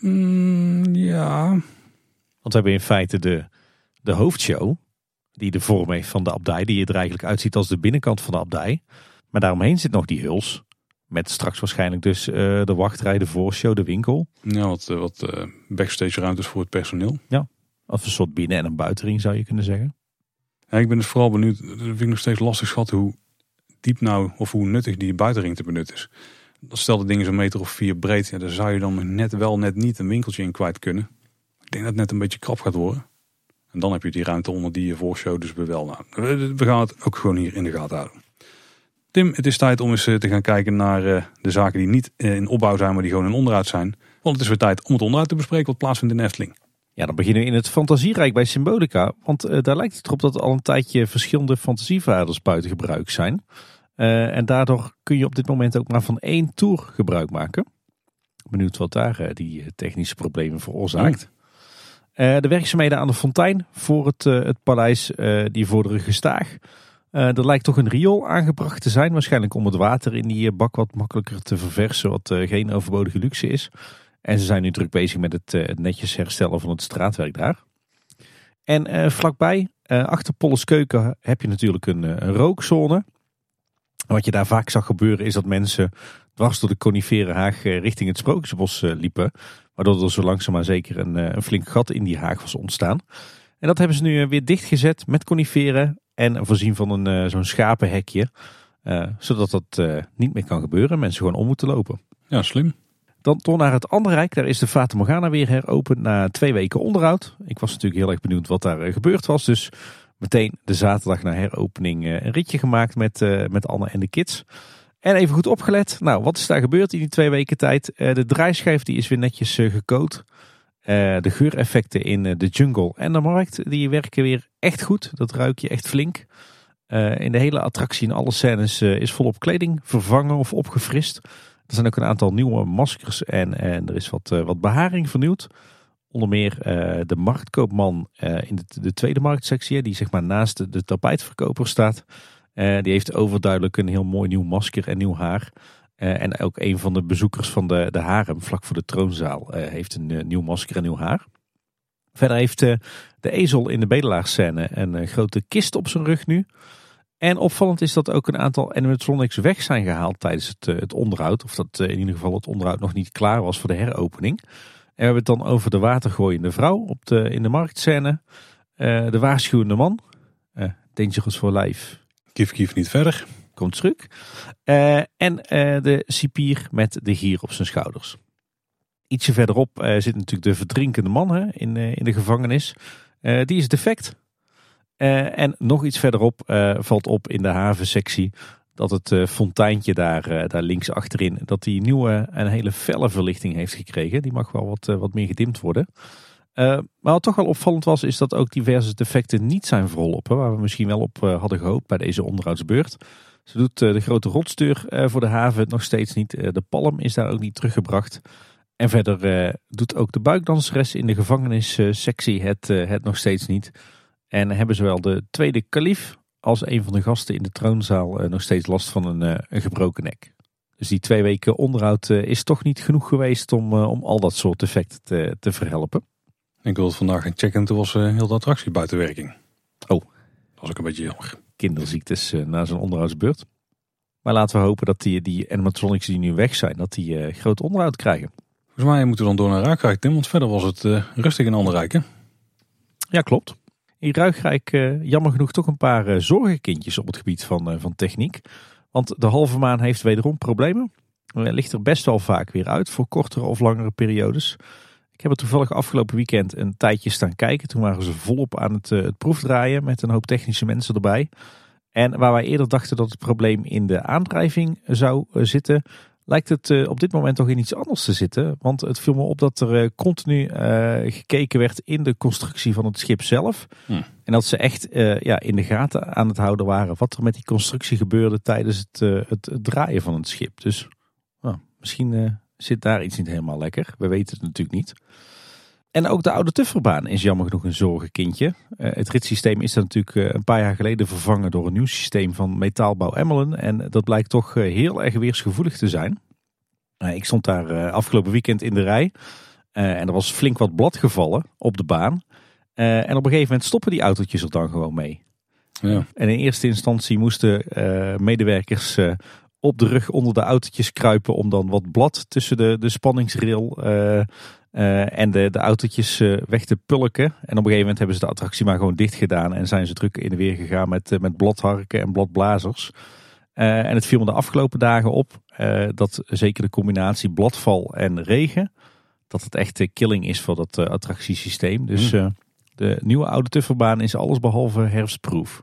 Mm, ja. Want we hebben in feite de, de hoofdshow. Die de vorm heeft van de abdij. Die er eigenlijk uitziet als de binnenkant van de abdij. Maar daaromheen zit nog die huls. Met straks waarschijnlijk dus uh, de wachtrij, de voorshow, de winkel. Ja, wat, wat uh, backstage ruimtes voor het personeel. Ja, of een soort binnen- en een buitenring zou je kunnen zeggen. Ja, ik ben dus vooral benieuwd, dat vind ik nog steeds lastig schatten hoe diep nou, of hoe nuttig die buitenring te benutten is. Stel dat ding is een meter of vier breed, ja, dan zou je dan net wel net niet een winkeltje in kwijt kunnen. Ik denk dat het net een beetje krap gaat worden. En dan heb je die ruimte onder die voorshow dus wel. Nou, we gaan het ook gewoon hier in de gaten houden. Tim, het is tijd om eens te gaan kijken naar uh, de zaken die niet in opbouw zijn, maar die gewoon in onderhoud zijn. Want het is weer tijd om het onderhoud te bespreken wat plaatsvindt in de Efteling. Ja, dan beginnen we in het fantasierijk bij Symbolica. Want uh, daar lijkt het erop dat er al een tijdje verschillende fantasievaarders buiten gebruik zijn. Uh, en daardoor kun je op dit moment ook maar van één tour gebruik maken. Benieuwd wat daar uh, die technische problemen veroorzaakt. Uh, de werkzaamheden aan de fontein voor het, uh, het paleis, uh, die vorderen gestaag. Uh, er lijkt toch een riool aangebracht te zijn. Waarschijnlijk om het water in die bak wat makkelijker te verversen. Wat uh, geen overbodige luxe is. En ze zijn nu druk bezig met het, uh, het netjes herstellen van het straatwerk daar. En uh, vlakbij, uh, achter Polles Keuken, heb je natuurlijk een, uh, een rookzone. Wat je daar vaak zag gebeuren is dat mensen dwars door de conifere haag uh, richting het Sprookjesbos uh, liepen. Waardoor er zo langzaam maar zeker een, uh, een flink gat in die haag was ontstaan. En dat hebben ze nu uh, weer dichtgezet met coniferen. En voorzien van een, uh, zo'n schapenhekje. Uh, zodat dat uh, niet meer kan gebeuren. Mensen gewoon om moeten lopen. Ja, slim. Dan door naar het andere rijk. Daar is de Fata Morgana weer heropend na twee weken onderhoud. Ik was natuurlijk heel erg benieuwd wat daar uh, gebeurd was. Dus meteen de zaterdag na heropening uh, een ritje gemaakt met, uh, met Anne en de kids. En even goed opgelet. Nou, wat is daar gebeurd in die twee weken tijd? Uh, de draaischijf die is weer netjes uh, gecoat. Uh, de geureffecten in uh, de jungle en de markt, die werken weer echt goed. Dat ruik je echt flink. Uh, in de hele attractie, in alle scènes, uh, is volop kleding vervangen of opgefrist. Er zijn ook een aantal nieuwe maskers en, en er is wat, uh, wat beharing vernieuwd. Onder meer uh, de marktkoopman uh, in de, de tweede marktsectie, die zeg maar naast de, de tapijtverkoper staat. Uh, die heeft overduidelijk een heel mooi nieuw masker en nieuw haar. Uh, en ook een van de bezoekers van de, de harem vlak voor de troonzaal uh, heeft een uh, nieuw masker en nieuw haar. Verder heeft uh, de ezel in de bedelaarsscène een uh, grote kist op zijn rug nu. En opvallend is dat ook een aantal animatronics weg zijn gehaald tijdens het, uh, het onderhoud. Of dat uh, in ieder geval het onderhoud nog niet klaar was voor de heropening. En we hebben het dan over de watergooiende vrouw op de, in de marktscène. Uh, de waarschuwende man. Uh, Dangerous for life. Kief kief niet verder. Komt terug. Uh, en uh, de cipier met de gier op zijn schouders. Ietsje verderop uh, zit natuurlijk de verdrinkende man hè, in, uh, in de gevangenis. Uh, die is defect. Uh, en nog iets verderop uh, valt op in de havensectie dat het uh, fonteintje daar, uh, daar links achterin, dat die nieuwe een hele felle verlichting heeft gekregen. Die mag wel wat, uh, wat meer gedimd worden. Uh, maar wat toch wel opvallend was, is dat ook diverse defecten niet zijn verholpen. Waar we misschien wel op uh, hadden gehoopt bij deze onderhoudsbeurt. Ze doet uh, de grote rotsdeur uh, voor de haven nog steeds niet. Uh, de palm is daar ook niet teruggebracht. En verder uh, doet ook de buikdanseres in de gevangenissectie het, uh, het nog steeds niet. En hebben zowel de tweede kalief als een van de gasten in de troonzaal uh, nog steeds last van een, uh, een gebroken nek. Dus die twee weken onderhoud uh, is toch niet genoeg geweest om, uh, om al dat soort effecten te, te verhelpen. Ik wilde vandaag gaan checken en toen was uh, heel de attractie buiten werking. Oh. Dat was ook een beetje jammer. Kinderziektes uh, na zo'n onderhoudsbeurt. Maar laten we hopen dat die, die animatronics die nu weg zijn, dat die uh, groot onderhoud krijgen. Volgens mij moeten we dan door naar Ruigrijk, Tim, want verder was het uh, rustig in Anderrijk, hè? Ja, klopt. In Ruigrijk uh, jammer genoeg toch een paar uh, zorgenkindjes op het gebied van, uh, van techniek. Want de halve maan heeft wederom problemen. Uh, ligt er best wel vaak weer uit voor kortere of langere periodes. Ik heb er toevallig afgelopen weekend een tijdje staan kijken. Toen waren ze volop aan het, uh, het proefdraaien met een hoop technische mensen erbij. En waar wij eerder dachten dat het probleem in de aandrijving zou uh, zitten, lijkt het uh, op dit moment toch in iets anders te zitten. Want het viel me op dat er uh, continu uh, gekeken werd in de constructie van het schip zelf. Hm. En dat ze echt uh, ja, in de gaten aan het houden waren wat er met die constructie gebeurde tijdens het, uh, het, het draaien van het schip. Dus nou, misschien uh, zit daar iets niet helemaal lekker. We weten het natuurlijk niet. En ook de oude Tufferbaan is jammer genoeg een zorgenkindje. Uh, het ritssysteem is er natuurlijk uh, een paar jaar geleden vervangen door een nieuw systeem van Metaalbouw Emmelen. En dat blijkt toch uh, heel erg weersgevoelig te zijn. Uh, ik stond daar uh, afgelopen weekend in de rij. Uh, en er was flink wat blad gevallen op de baan. Uh, en op een gegeven moment stoppen die autootjes er dan gewoon mee. Ja. En in eerste instantie moesten uh, medewerkers uh, op de rug onder de autootjes kruipen om dan wat blad tussen de, de spanningsrail uh, uh, en de, de autootjes uh, weg te pulken. En op een gegeven moment hebben ze de attractie maar gewoon dicht gedaan en zijn ze druk in de weer gegaan met, uh, met bladharken en bladblazers. Uh, en het viel me de afgelopen dagen op uh, dat zeker de combinatie bladval en regen, dat het echt uh, killing is voor dat uh, attractiesysteem. Dus uh, de nieuwe oude Tufferbaan is allesbehalve herfstproof.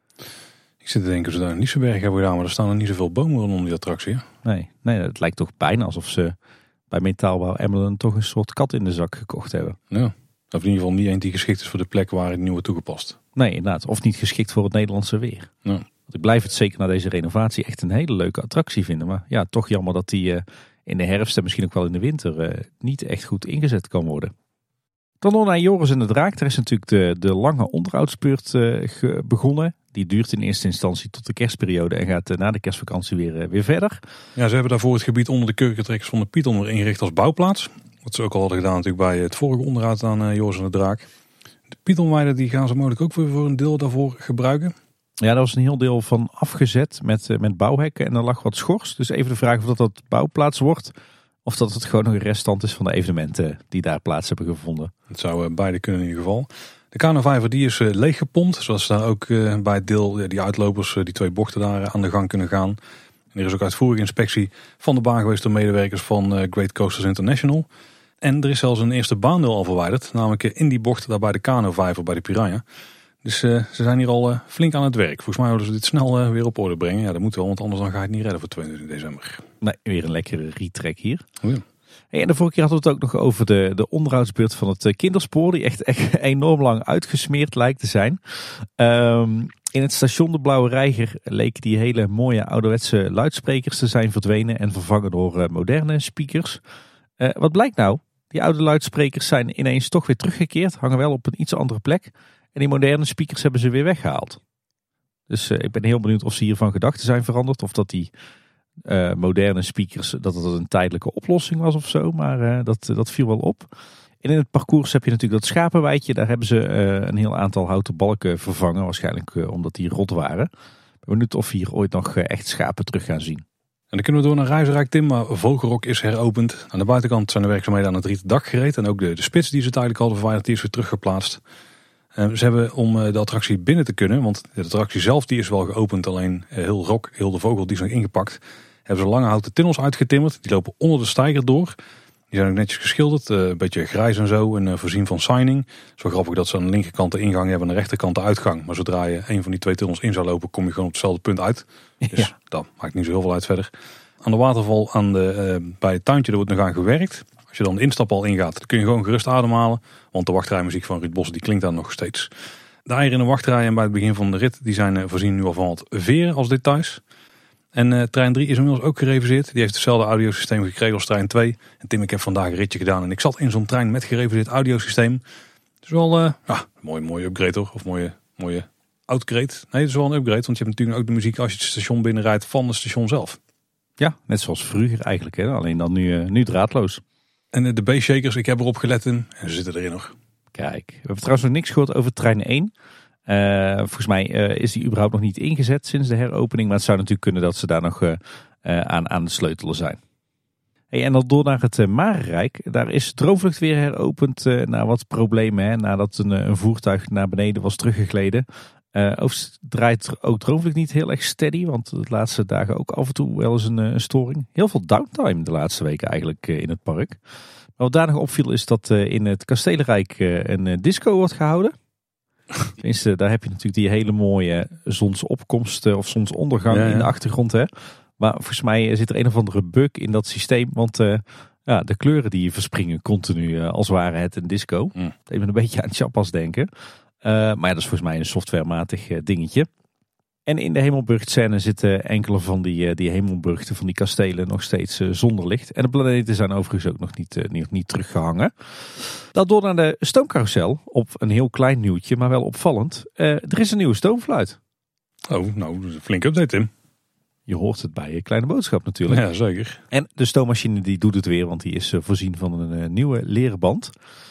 Ik zit te denken, ze daar een Niesenberg hebben gedaan, maar er staan er niet zoveel bomen rondom die attractie. Hè? Nee, nee, het lijkt toch bijna alsof ze bij Metaalbouw Emmelen toch een soort kat in de zak gekocht hebben. Ja, of in ieder geval niet één die geschikt is voor de plek waar het nieuw wordt toegepast. Nee, inderdaad. Of niet geschikt voor het Nederlandse weer. Ja. Want ik blijf het zeker na deze renovatie echt een hele leuke attractie vinden. Maar ja, toch jammer dat die uh, in de herfst en misschien ook wel in de winter uh, niet echt goed ingezet kan worden. Dan nog naar Joris en de Draak. Daar is natuurlijk de, de lange onderhoudsbeurt uh, begonnen. Die duurt in eerste instantie tot de kerstperiode en gaat uh, na de kerstvakantie weer, uh, weer verder. Ja, ze hebben daarvoor het gebied onder de kurkentrekkers van de Python weer ingericht als bouwplaats. Wat ze ook al hadden gedaan natuurlijk bij het vorige onderhoud aan uh, Joris en de Draak. De Pythonweide die gaan ze mogelijk ook weer voor een deel daarvoor gebruiken. Ja, daar was een heel deel van afgezet met, uh, met bouwhekken en er lag wat schors. Dus even de vraag of dat dat bouwplaats wordt. Of dat het gewoon nog een restant is van de evenementen die daar plaats hebben gevonden. Het zou uh, beide kunnen in ieder geval. De K N vijf die is uh, leeggepompt. Zoals daar ook uh, bij het deel uh, die uitlopers, uh, die twee bochten daar uh, aan de gang kunnen gaan. En er is ook uitvoerige inspectie van de baan geweest door medewerkers van uh, Great Coasters International. En er is zelfs een eerste baandeel al verwijderd. Namelijk uh, in die bocht daar bij de K N vijf bij de Piranha. Dus uh, ze zijn hier al uh, flink aan het werk. Volgens mij willen ze dit snel uh, weer op orde brengen. Ja, dat moet wel, want anders dan ga je het niet redden voor tweeëntwintig december. Nee, weer een lekkere retrek hier. Oh ja. Hey, en de vorige keer hadden we het ook nog over de, de onderhoudsbeurt van het kinderspoor. Die echt, echt enorm lang uitgesmeerd lijkt te zijn. Um, in het station de Blauwe Reiger leken die hele mooie ouderwetse luidsprekers te zijn verdwenen. En vervangen door uh, moderne speakers. Uh, wat blijkt nou? Die oude luidsprekers zijn ineens toch weer teruggekeerd. Hangen wel op een iets andere plek. En die moderne speakers hebben ze weer weggehaald. Dus uh, ik ben heel benieuwd of ze hier van gedachten zijn veranderd. Of dat die uh, moderne speakers, dat het een tijdelijke oplossing was of zo. Maar uh, dat, dat viel wel op. En in het parcours heb je natuurlijk dat schapenweidje. Daar hebben ze uh, een heel aantal houten balken vervangen. Waarschijnlijk uh, omdat die rot waren. Ik ben benieuwd of we hier ooit nog uh, echt schapen terug gaan zien. En dan kunnen we door naar Reizenrijk, Tim. Maar Vogelrok is heropend. Aan de buitenkant zijn de werkzaamheden aan het rieten dak gereed. En ook de, de spits die ze tijdelijk hadden verwijderd, die is weer teruggeplaatst. Uh, ze hebben om uh, de attractie binnen te kunnen, want de attractie zelf die is wel geopend. Alleen uh, heel Rok, heel de Vogel, die is nog ingepakt. Hebben ze lange houten tunnels uitgetimmerd. Die lopen onder de steiger door. Die zijn ook netjes geschilderd. Uh, een beetje grijs en zo. En uh, voorzien van signing. Zo grappig dat ze aan de linkerkant de ingang hebben en aan de rechterkant de uitgang. Maar zodra je een van die twee tunnels in zou lopen, kom je gewoon op hetzelfde punt uit. Dus ja, dat maakt niet zo heel veel uit verder. Aan de waterval aan de, uh, bij het tuintje, daar wordt nog aan gewerkt. Als je dan de instap al ingaat, dan kun je gewoon gerust ademhalen. Want de wachtrijmuziek van Ruud Bos die klinkt daar nog steeds. De eieren in de wachtrij en bij het begin van de rit, die zijn uh, voorzien nu al van wat veren als details. En uh, trein drie is inmiddels ook gereviseerd. Die heeft hetzelfde audiosysteem gekregen als trein twee. En Tim, ik heb vandaag een ritje gedaan en ik zat in zo'n trein met gereviseerd audiosysteem. Het is wel uh, ja, een mooie, mooie upgrade hoor. Of mooie, mooie upgrade. Nee, het is wel een upgrade, want je hebt natuurlijk ook de muziek als je het station binnenrijdt van het station zelf. Ja, net zoals vroeger eigenlijk. Hè? Alleen dan nu, uh, nu draadloos. En uh, de B-shakers, ik heb erop gelet in, en ze zitten erin nog. Kijk, we hebben trouwens nog niks gehoord over trein één. Uh, volgens mij uh, is die überhaupt nog niet ingezet sinds de heropening. Maar het zou natuurlijk kunnen dat ze daar nog uh, uh, aan, aan het sleutelen zijn. Hey, en dan door naar het uh, Marenrijk. Daar is Droomvlucht weer heropend uh, na wat problemen. Hè, nadat een, een voertuig naar beneden was teruggegleden. Uh, overigens draait ook Droomvlucht niet heel erg steady. Want de laatste dagen ook af en toe wel eens een, een storing. Heel veel downtime de laatste weken eigenlijk uh, in het park. Maar wat daar nog opviel is dat uh, in het Kastelenrijk uh, een uh, disco wordt gehouden. Tenminste, daar heb je natuurlijk die hele mooie zonsopkomst uh, of zonsondergang ja, ja. in de achtergrond. Hè. Maar volgens mij zit er een of andere bug in dat systeem. Want uh, ja, de kleuren die verspringen continu uh, als ware het een disco. Mm. Dat deed me een beetje aan Chapas denken. Uh, maar ja, dat is volgens mij een softwarematig uh, dingetje. En in de Hemelburgscène zitten enkele van die, uh, die hemelburgten van die kastelen nog steeds uh, zonder licht. En de planeten zijn overigens ook nog niet, uh, niet, niet teruggehangen. Daardoor naar de stoomcarousel op een heel klein nieuwtje, maar wel opvallend. Uh, er is een nieuwe stoomfluit. Oh, nou, dat is een flinke update, Tim. Je hoort het bij je kleine boodschap natuurlijk. Ja, zeker. En de stoommachine die doet het weer, want die is uh, voorzien van een uh, nieuwe leren band.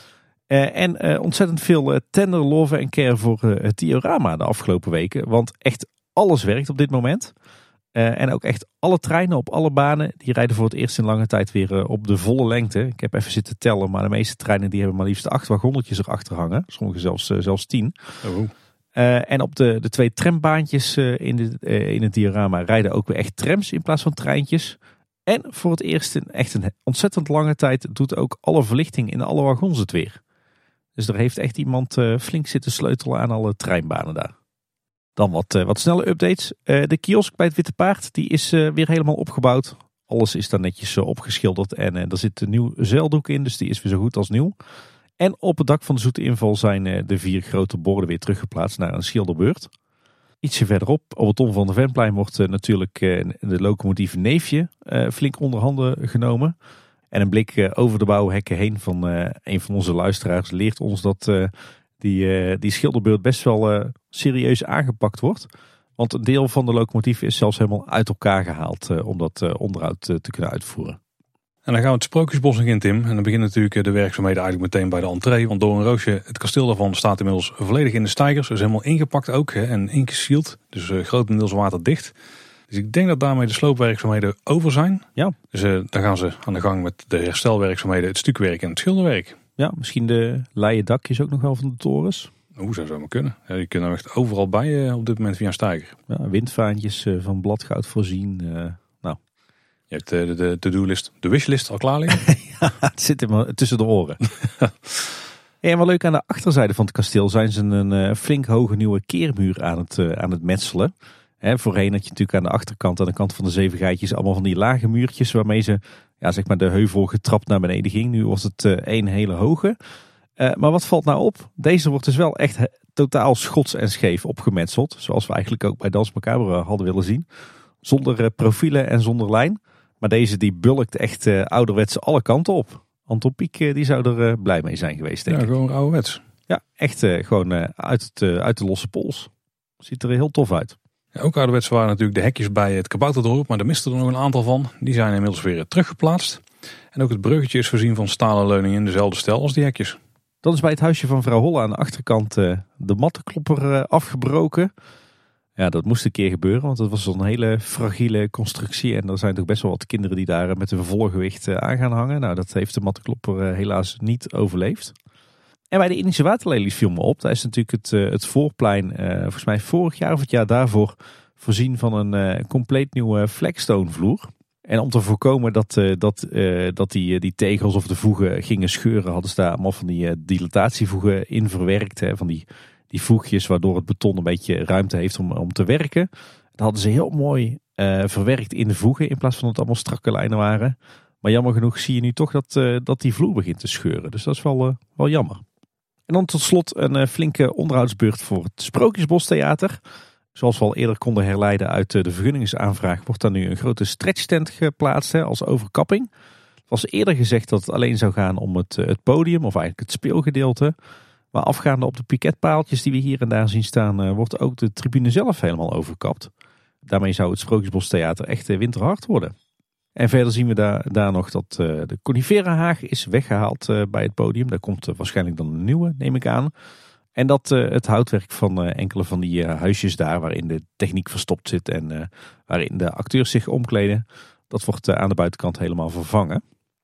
Uh, en uh, ontzettend veel uh, tender, love en care voor uh, het diorama de afgelopen weken. Want echt alles werkt op dit moment. Uh, en ook echt alle treinen op alle banen, die rijden voor het eerst in lange tijd weer uh, op de volle lengte. Ik heb even zitten tellen, maar de meeste treinen die hebben maar liefst acht wagonnetjes erachter hangen. Sommige zelfs, uh, zelfs tien. Oh. Uh, en op de, de twee trambaantjes uh, in, de, uh, in het diorama rijden ook weer echt trams in plaats van treintjes. En voor het eerst in echt een ontzettend lange tijd doet ook alle verlichting in alle wagons het weer. Dus er heeft echt iemand uh, flink zitten sleutelen aan alle treinbanen daar. Dan wat, uh, wat snelle updates. Uh, de kiosk bij het Witte Paard die is uh, weer helemaal opgebouwd. Alles is daar netjes uh, opgeschilderd en uh, er zit een nieuw zeildoek in, dus die is weer zo goed als nieuw. En op het dak van de Zoete Inval zijn uh, de vier grote borden weer teruggeplaatst naar een schilderbeurt. Ietsje verderop, op het Tom van der Venplein, wordt uh, natuurlijk uh, de locomotief Neefje uh, flink onder handen genomen. En een blik uh, over de bouwhekken heen van uh, een van onze luisteraars leert ons dat uh, die, uh, die schilderbeurt best wel uh, serieus aangepakt wordt. Want een deel van de locomotief is zelfs helemaal uit elkaar gehaald uh, om dat uh, onderhoud uh, te kunnen uitvoeren. En dan gaan we het Sprookjesbos nog in, Tim. En dan beginnen natuurlijk de werkzaamheden eigenlijk meteen bij de entree. Want Door een Roosje, het kasteel daarvan, staat inmiddels volledig in de steigers. Is helemaal ingepakt ook hè, en ingesield. Dus uh, grotendeels waterdicht. Dus ik denk dat daarmee de sloopwerkzaamheden over zijn. Ja. Dus uh, dan gaan ze aan de gang met de herstelwerkzaamheden, het stukwerk en het schilderwerk. Ja, misschien de leien dakjes ook nog wel van de torens. Hoe zou dat maar kunnen? Ja, die kunnen er echt overal bij uh, op dit moment via een steiger. Ja, windvaantjes uh, van bladgoud voorzien. Uh, nou. Je hebt uh, de, de to-do-list, de wishlist al klaar liggen. Ja, het zit hem tussen de oren. En wat leuk, aan de achterzijde van het kasteel zijn ze een uh, flink hoge nieuwe keermuur aan het, uh, aan het metselen. He, voorheen had je natuurlijk aan de achterkant, aan de kant van de zeven geitjes, allemaal van die lage muurtjes waarmee ze ja, zeg maar de heuvel getrapt naar beneden ging. Nu was het uh, één hele hoge. Uh, maar wat valt nou op? Deze wordt dus wel echt he, totaal schots en scheef opgemetseld. Zoals we eigenlijk ook bij Dans Macabre hadden willen zien. Zonder uh, profielen en zonder lijn. Maar deze die bulkt echt uh, ouderwets alle kanten op. Anton Pieck uh, die zou er uh, blij mee zijn geweest, denk ja, ik. Gewoon ouderwets. Ja, echt uh, gewoon uh, uit, het, uh, uit de losse pols. Ziet er heel tof uit. Ja, ook ouderwets waren natuurlijk de hekjes bij het Kabouterdorp, maar er misten er nog een aantal van. Die zijn inmiddels weer teruggeplaatst. En ook het bruggetje is voorzien van stalen leuningen in dezelfde stijl als die hekjes. Dan is bij het huisje van vrouw Holle aan de achterkant uh, de mattenklopper uh, afgebroken. Ja, dat moest een keer gebeuren, want het was zo'n hele fragiele constructie. En er zijn toch best wel wat kinderen die daar met een volle gewicht uh, aan gaan hangen. Nou, dat heeft de mattenklopper uh, helaas niet overleefd. En bij de Indische waterlelies viel me op. Daar is natuurlijk het, uh, het voorplein, uh, volgens mij vorig jaar of het jaar daarvoor, voorzien van een uh, compleet nieuwe Flagstone vloer. En om te voorkomen dat, uh, dat, uh, dat die, die tegels of de voegen gingen scheuren, hadden ze daar allemaal van die uh, dilatatievoegen in verwerkt. Hè, van die, die voegjes waardoor het beton een beetje ruimte heeft om, om te werken. Dat hadden ze heel mooi uh, verwerkt in de voegen in plaats van dat het allemaal strakke lijnen waren. Maar jammer genoeg zie je nu toch dat, uh, dat die vloer begint te scheuren. Dus dat is wel, uh, wel jammer. En dan tot slot een uh, flinke onderhoudsbeurt voor het Sprookjesbostheater. Zoals we al eerder konden herleiden uit de vergunningsaanvraag, wordt daar nu een grote stretchtent geplaatst hè, als overkapping. Er was eerder gezegd dat het alleen zou gaan om het, het podium, of eigenlijk het speelgedeelte. Maar afgaande op de piketpaaltjes die we hier en daar zien staan, wordt ook de tribune zelf helemaal overkapt. Daarmee zou het Sprookjesbostheater echt winterhard worden. En verder zien we daar, daar nog dat uh, de Conifera-haag is weggehaald uh, bij het podium. Daar komt uh, waarschijnlijk dan een nieuwe, neem ik aan. En dat uh, het houtwerk van uh, enkele van die uh, huisjes daar, waarin de techniek verstopt zit en uh, waarin de acteurs zich omkleden, dat wordt uh, aan de buitenkant helemaal vervangen.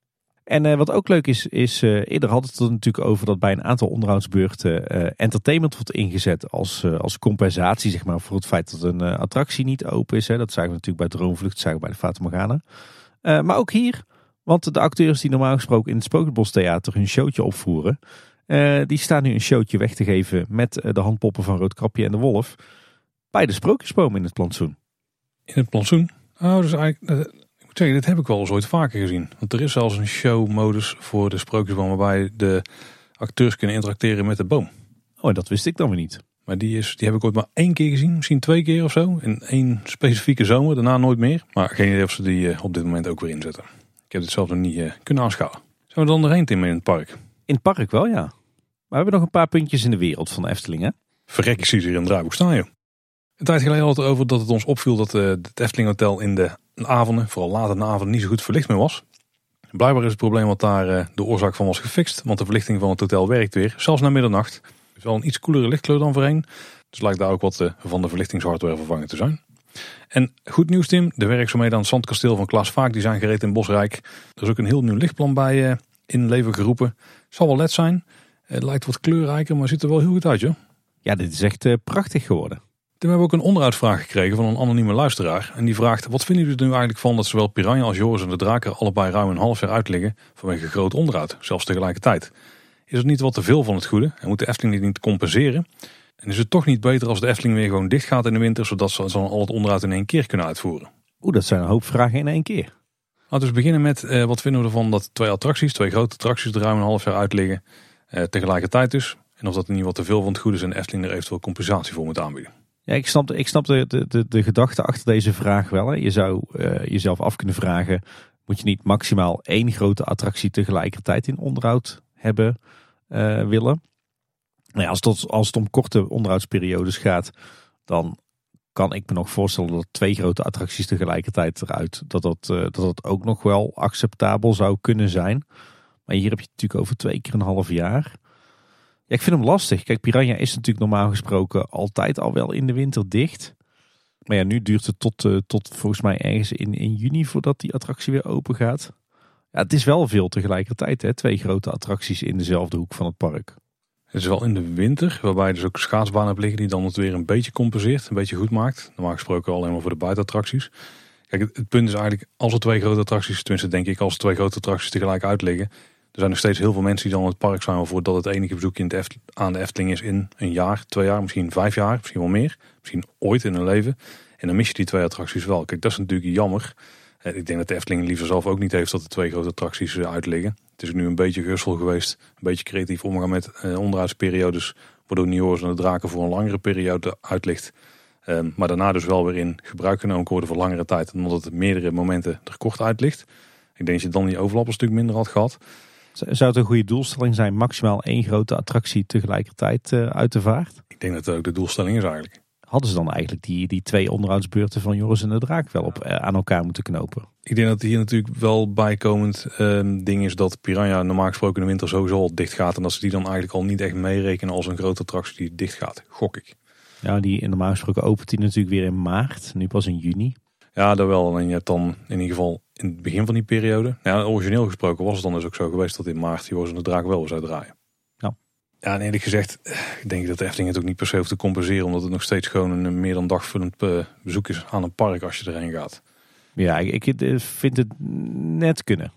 En uh, wat ook leuk is, is uh, eerder hadden we het er natuurlijk over dat bij een aantal onderhoudsbeurten uh, entertainment wordt ingezet als, uh, als compensatie, zeg maar, voor het feit dat een uh, attractie niet open is. Hè. Dat zagen we natuurlijk bij Droomvlucht, dat zagen we bij de Fata Morgana. Uh, maar ook hier, want de acteurs die normaal gesproken in het Sprookjesbostheater hun showtje opvoeren, uh, die staan nu een showtje weg te geven met uh, de handpoppen van Roodkapje en de Wolf bij de Sprookjesboom in het plantsoen. In het plantsoen? Oh, dus eigenlijk... Uh... Ik moet zeggen, dit heb ik wel eens ooit vaker gezien. Want er is zelfs een showmodus voor de Sprookjesboom waarbij de acteurs kunnen interacteren met de boom. Oh, dat wist ik dan weer niet. Maar die, is, die heb ik ooit maar één keer gezien, misschien twee keer of zo. In één specifieke zomer, daarna nooit meer. Maar geen idee of ze die uh, op dit moment ook weer inzetten. Ik heb dit zelf nog niet uh, kunnen aanschouwen. Zijn we dan erheen, Tim, in het park? In het park wel, ja. Maar we hebben nog een paar puntjes in de wereld van de Efteling, hè? Verrek, ik zie ze hier in het draaiboek staan, joh. Een tijd geleden had het over dat het ons opviel dat uh, het Efteling Hotel in de avonden, vooral later in de avond, niet zo goed verlicht meer was. Blijkbaar is het probleem wat daar uh, de oorzaak van was gefixt, want de verlichting van het hotel werkt weer, zelfs na middernacht. Het is wel een iets koelere lichtkleur dan voorheen, dus lijkt daar ook wat uh, van de verlichtingshardware vervangen te zijn. En goed nieuws, Tim, de werkzaamheden aan het zandkasteel van Klaas Vaak die zijn gereed in Bosrijk. Er is ook een heel nieuw lichtplan bij uh, in leven geroepen. Het zal wel L E D zijn, het lijkt wat kleurrijker, maar ziet er wel heel goed uit, joh. Ja, dit is echt uh, prachtig geworden. Toen hebben we ook een onderhoudsvraag gekregen van een anonieme luisteraar. En die vraagt, wat vinden jullie er nu eigenlijk van dat zowel Piranha als Joris en de Draak er allebei ruim een half jaar uit liggen vanwege groot onderhoud, zelfs tegelijkertijd? Is het niet wat te veel van het goede en moet de Efteling dit niet compenseren? En is het toch niet beter als de Efteling weer gewoon dicht gaat in de winter, zodat ze dan al het onderhoud in één keer kunnen uitvoeren? Oeh, dat zijn een hoop vragen in één keer. Laten we beginnen met, uh, wat vinden we ervan dat twee attracties, twee grote attracties er ruim een half jaar uit liggen, uh, tegelijkertijd dus. En of dat niet wat te veel van het goede is en de Efteling er eventueel compensatie voor moet aanbieden. Ja, ik snap, ik snap de, de, de, de gedachte achter deze vraag wel. Hè. Je zou uh, jezelf af kunnen vragen, moet je niet maximaal één grote attractie tegelijkertijd in onderhoud hebben uh, willen? Nou ja, als, het, als het om korte onderhoudsperiodes gaat, dan kan ik me nog voorstellen dat twee grote attracties tegelijkertijd eruit, dat dat, uh, dat dat ook nog wel acceptabel zou kunnen zijn. Maar hier heb je het natuurlijk over twee keer een half jaar. Ja, ik vind hem lastig. Kijk, Piranha is natuurlijk normaal gesproken altijd al wel in de winter dicht. Maar ja, nu duurt het tot, uh, tot volgens mij ergens in, in juni voordat die attractie weer open gaat. Ja, het is wel veel tegelijkertijd, hè? Twee grote attracties in dezelfde hoek van het park. Het is wel in de winter, waarbij dus ook schaatsbanen op liggen die dan het weer een beetje compenseert, een beetje goed maakt. Normaal gesproken alleen maar voor de buitenattracties. Kijk, het, het punt is eigenlijk, als er twee grote attracties, tenminste denk ik, als er twee grote attracties tegelijk uitliggen, er zijn nog steeds heel veel mensen die dan in het park zijn waarvoor dat het enige bezoekje in het Eft- aan de Efteling is in een jaar, twee jaar, misschien vijf jaar, misschien wel meer. Misschien ooit in hun leven. En dan mis je die twee attracties wel. Kijk, dat is natuurlijk jammer. Ik denk dat de Efteling liever zelf ook niet heeft dat er twee grote attracties uitliggen. Het is nu een beetje gehussel geweest, een beetje creatief omgaan met uh, onderhoudsperiodes, waardoor Joris en de Draken voor een langere periode uitligt. Um, maar daarna dus wel weer in gebruik genomen worden voor langere tijd, omdat het meerdere momenten er kort uit ligt. Ik denk dat je dan die overlap een stuk minder had gehad. Zou het een goede doelstelling zijn, maximaal één grote attractie tegelijkertijd uh, uit de vaart? Ik denk dat dat ook de doelstelling is eigenlijk. Hadden ze dan eigenlijk die, die twee onderhoudsbeurten van Joris en de Draak wel op, uh, aan elkaar moeten knopen? Ik denk dat hier natuurlijk wel bijkomend uh, ding is dat Piranha normaal gesproken in de winter sowieso al dicht gaat. En dat ze die dan eigenlijk al niet echt meerekenen als een grote attractie die dicht gaat. Gok ik. Ja, die normaal gesproken opent die natuurlijk weer in maart. Nu pas in juni. Ja, dat wel. En je hebt dan in ieder geval in het begin van die periode. Ja, origineel gesproken was het dan dus ook zo geweest dat in maart Joris en de Draak wel zou draaien. Ja. Ja, en eerlijk gezegd denk ik dat de Efteling het ook niet per se hoeft te compenseren. Omdat het nog steeds gewoon een meer dan dagvullend bezoek is aan een park als je erheen gaat. Ja, ik, ik vind het net kunnen.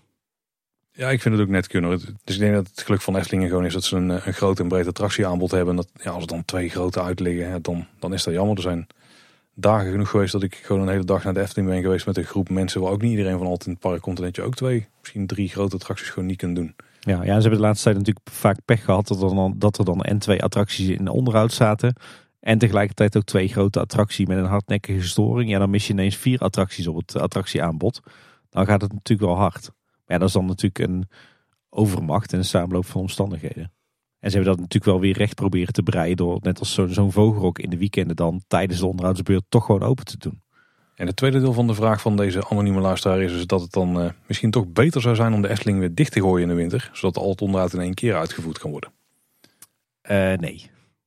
Ja, ik vind het ook net kunnen. Dus ik denk dat het geluk van de Eftelingen gewoon is dat ze een, een groot en breed attractieaanbod hebben. En dat ja, als er dan twee grote uitliggen, dan, dan is dat jammer. Er zijn dagen genoeg geweest dat ik gewoon een hele dag naar de Efteling ben geweest met een groep mensen waar ook niet iedereen van altijd in het park komt. En dat je ook twee, misschien drie grote attracties gewoon niet kunt doen. Ja, ja, ze hebben de laatste tijd natuurlijk vaak pech gehad dat er dan, dat er dan en twee attracties in onderhoud zaten. En tegelijkertijd ook twee grote attracties met een hardnekkige storing. Ja, dan mis je ineens vier attracties op het attractieaanbod. Dan gaat het natuurlijk wel hard. Maar ja, dat is dan natuurlijk een overmacht en een samenloop van omstandigheden. En ze hebben dat natuurlijk wel weer recht proberen te breien door net als zo, zo'n vogelrok in de weekenden dan tijdens de onderhoudsbeurt toch gewoon open te doen. En het tweede deel van de vraag van deze anonieme luisteraar is dus dat het dan uh, misschien toch beter zou zijn om de Efteling weer dicht te gooien in de winter. Zodat al het onderhoud in één keer uitgevoerd kan worden. Uh, nee.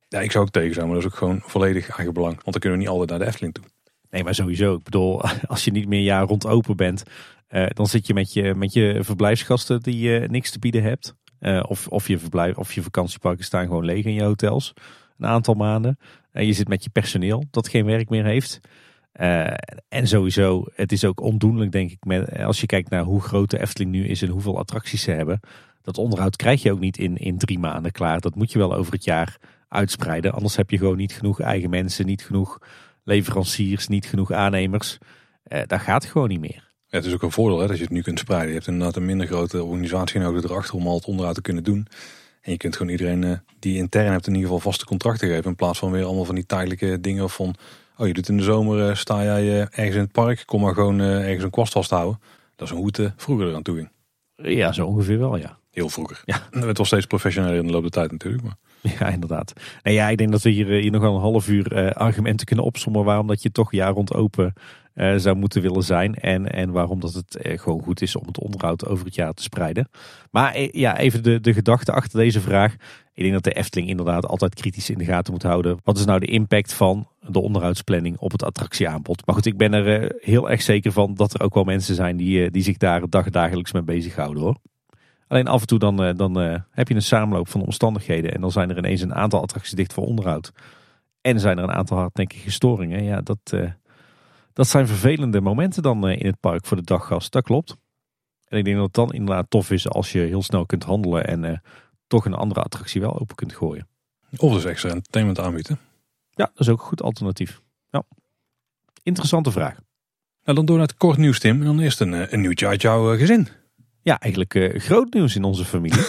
Ja, ik zou ook tegen zijn, maar dat is ook gewoon volledig eigen belang. Want dan kunnen we niet altijd naar de Efteling toe. Nee, maar sowieso. Ik bedoel, als je niet meer jaar rond open bent, uh, dan zit je met je, met je verblijfsgasten die je uh, niks te bieden hebt. Uh, of, of, je verblijf, of je vakantieparken staan gewoon leeg in je hotels. Een aantal maanden. Uh, je zit met je personeel dat geen werk meer heeft. Uh, en sowieso, het is ook ondoenlijk denk ik. Met, als je kijkt naar hoe groot de Efteling nu is en hoeveel attracties ze hebben. Dat onderhoud krijg je ook niet in, in drie maanden klaar. Dat moet je wel over het jaar uitspreiden. Anders heb je gewoon niet genoeg eigen mensen, niet genoeg leveranciers, niet genoeg aannemers. Uh, dat gaat gewoon niet meer. Ja, het is ook een voordeel hè, dat je het nu kunt spreiden. Je hebt inderdaad een minder grote organisatie nodig erachter om al het onderhoud te kunnen doen. En je kunt gewoon iedereen uh, die je intern hebt in ieder geval vaste contracten geven. In plaats van weer allemaal van die tijdelijke dingen van... Oh, je doet in de zomer, uh, sta jij uh, ergens in het park. Kom maar gewoon uh, ergens een kwast vasthouden. Dat is een hoe het uh, vroeger eraan toe ging. Ja, zo ongeveer wel, ja. Heel vroeger. Ja. Het was steeds professioneler in de loop der tijd natuurlijk. Maar... Ja, inderdaad. Nee, ja, ik denk dat we hier, hier nog wel een half uur uh, argumenten kunnen opsommen waarom dat je toch jaar rond open uh, zou moeten willen zijn. En, en waarom dat het uh, gewoon goed is om het onderhoud over het jaar te spreiden. Maar uh, ja, even de, de gedachte achter deze vraag. Ik denk dat de Efteling inderdaad altijd kritisch in de gaten moet houden. Wat is nou de impact van de onderhoudsplanning op het attractieaanbod? Maar goed, ik ben er uh, heel erg zeker van dat er ook wel mensen zijn die, uh, die zich daar dagdagelijks mee bezighouden hoor. Alleen af en toe dan, dan uh, heb je een samenloop van omstandigheden. En dan zijn er ineens een aantal attracties dicht voor onderhoud. En zijn er een aantal hardnekkige storingen. Ja, dat, uh, dat zijn vervelende momenten dan uh, in het park voor de daggast. Dat klopt. En ik denk dat het dan inderdaad tof is als je heel snel kunt handelen. En uh, toch een andere attractie wel open kunt gooien. Of dus extra entertainment aanbieden. Ja, dat is ook een goed alternatief. Ja. Interessante vraag. Nou, dan door naar het kort nieuws, Tim. En dan eerst een, een nieuwtje uit jouw uh, gezin. Ja, eigenlijk uh, groot nieuws in onze familie.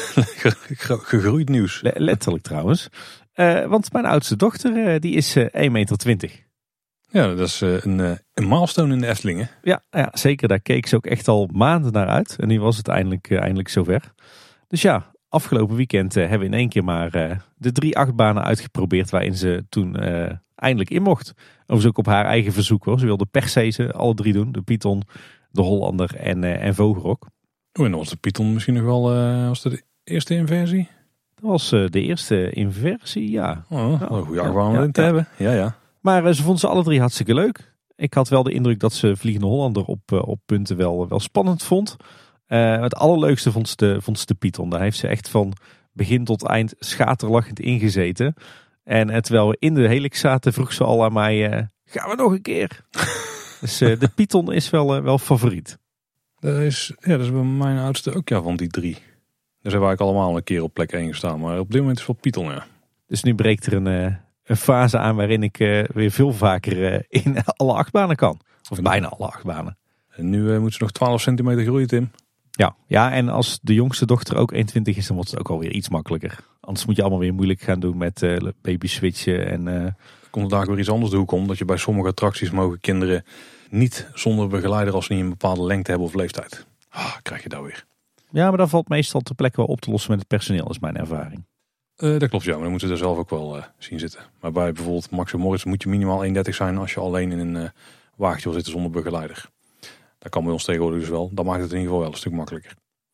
Gegroeid nieuws. Le- letterlijk trouwens. Uh, want mijn oudste dochter, uh, die is uh, één meter twintig. Ja, dat is uh, een, uh, een milestone in de Efteling, hè? Ja, ja, zeker. Daar keek ze ook echt al maanden naar uit. En nu was het eindelijk, uh, eindelijk zover. Dus ja, afgelopen weekend uh, hebben we in één keer maar uh, de drie achtbanen uitgeprobeerd waarin ze toen uh, eindelijk in mocht. Overigens ook op haar eigen verzoek hoor. Ze wilde per se ze alle drie doen. De Python, de Hollander en, uh, en Vogelrok. Oh, en dan was de Python misschien nog wel uh, was dat de eerste inversie? Dat was uh, de eerste inversie, ja. Oh, een goede achtbaan om in te hebben. Ja, ja. Maar uh, ze vond ze alle drie hartstikke leuk. Ik had wel de indruk dat ze Vliegende Hollander op, uh, op punten wel, wel spannend vond. Uh, het allerleukste vond ze, de, vond ze de Python. Daar heeft ze echt van begin tot eind schaterlachend ingezeten. En uh, terwijl we in de helix zaten vroeg ze al aan mij, uh, gaan we nog een keer? Dus uh, de Python is wel, uh, wel favoriet. Dat is, ja, dat is bij mijn oudste ook ja, van die drie. Dus hebben wij allemaal een keer op plek één gestaan. Maar op dit moment is het wel Python, ja. Dus nu breekt er een, uh, een fase aan waarin ik uh, weer veel vaker uh, in alle achtbanen kan. Of en bijna alle achtbanen. En nu uh, moet ze nog twaalf centimeter groeien, Tim. Ja, ja, en als de jongste dochter ook één twintig is, dan wordt het ook alweer iets makkelijker. Anders moet je allemaal weer moeilijk gaan doen met uh, baby switchen. En, uh... Er komt vandaag weer iets anders de hoek om. Dat je bij sommige attracties mogen kinderen niet zonder begeleider als ze niet een bepaalde lengte hebben of leeftijd. Ah, krijg je daar weer. Ja, maar dat valt meestal ter plekke wel op te lossen met het personeel, is mijn ervaring. Uh, dat klopt, ja, maar dan moeten ze er zelf ook wel uh, zien zitten. Maar bij bijvoorbeeld Max en Moritz moet je minimaal één dertig zijn als je alleen in een uh, wagentje wil zitten zonder begeleider. Dat kan bij ons tegenwoordig dus wel. Dat maakt het in ieder geval wel een stuk makkelijker.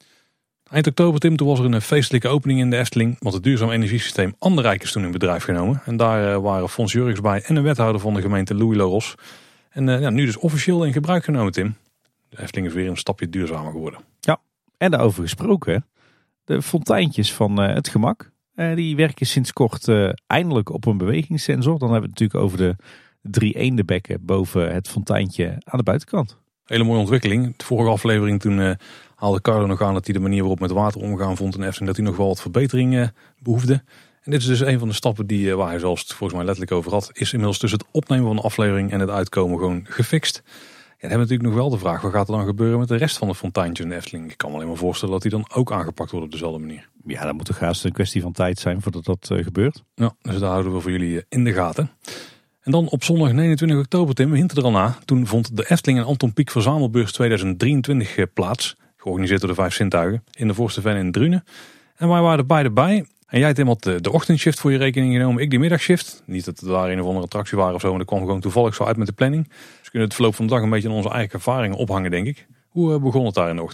Eind oktober, Tim, toen was er een feestelijke opening in de Efteling. Want het duurzaam energiesysteem Anderrijk is toen in bedrijf genomen. En daar uh, waren Fons Jurgens bij en een wethouder van de gemeente Louis Laros. En uh, ja, nu dus officieel in gebruik genomen, Tim. De Efteling is weer een stapje duurzamer geworden. Ja, en daarover gesproken. De fonteintjes van uh, het gemak. Uh, die werken sinds kort uh, eindelijk op een bewegingssensor. Dan hebben we het natuurlijk over de drie eendenbekken boven het fonteintje aan de buitenkant. Hele mooie ontwikkeling. De vorige aflevering toen uh, haalde Carlo nog aan dat hij de manier waarop met water omgaan vond in Efteling dat hij nog wel wat verbetering uh, behoefde. En dit is dus een van de stappen die, uh, waar hij zelfs volgens mij letterlijk over had. Is inmiddels tussen het opnemen van de aflevering en het uitkomen gewoon gefixt. En dan hebben we natuurlijk nog wel de vraag, wat gaat er dan gebeuren met de rest van de fonteintjes in de Efteling? Ik kan me alleen maar voorstellen dat die dan ook aangepakt worden op dezelfde manier. Ja, dat moet toch haast een kwestie van tijd zijn voordat dat uh, gebeurt. Ja, dus daar houden we voor jullie uh, in de gaten. En dan op zondag negenentwintig oktober, Tim, we hinten er al na. Toen vond de Efteling en Anton Pieck Verzamelbeurs tweeduizend drieëntwintig plaats. Georganiseerd door de Vijf Zintuigen in de Voorste in Drunen. En wij waren er beide bij. En jij had helemaal de, de ochtendshift voor je rekening genomen. Ik die middagshift. Niet dat het daar een of andere attractie waren of zo. Maar dat kwam gewoon toevallig zo uit met de planning. Dus we kunnen het verloop van de dag een beetje aan onze eigen ervaringen ophangen, denk ik. Hoe begon het daar in de ochtend?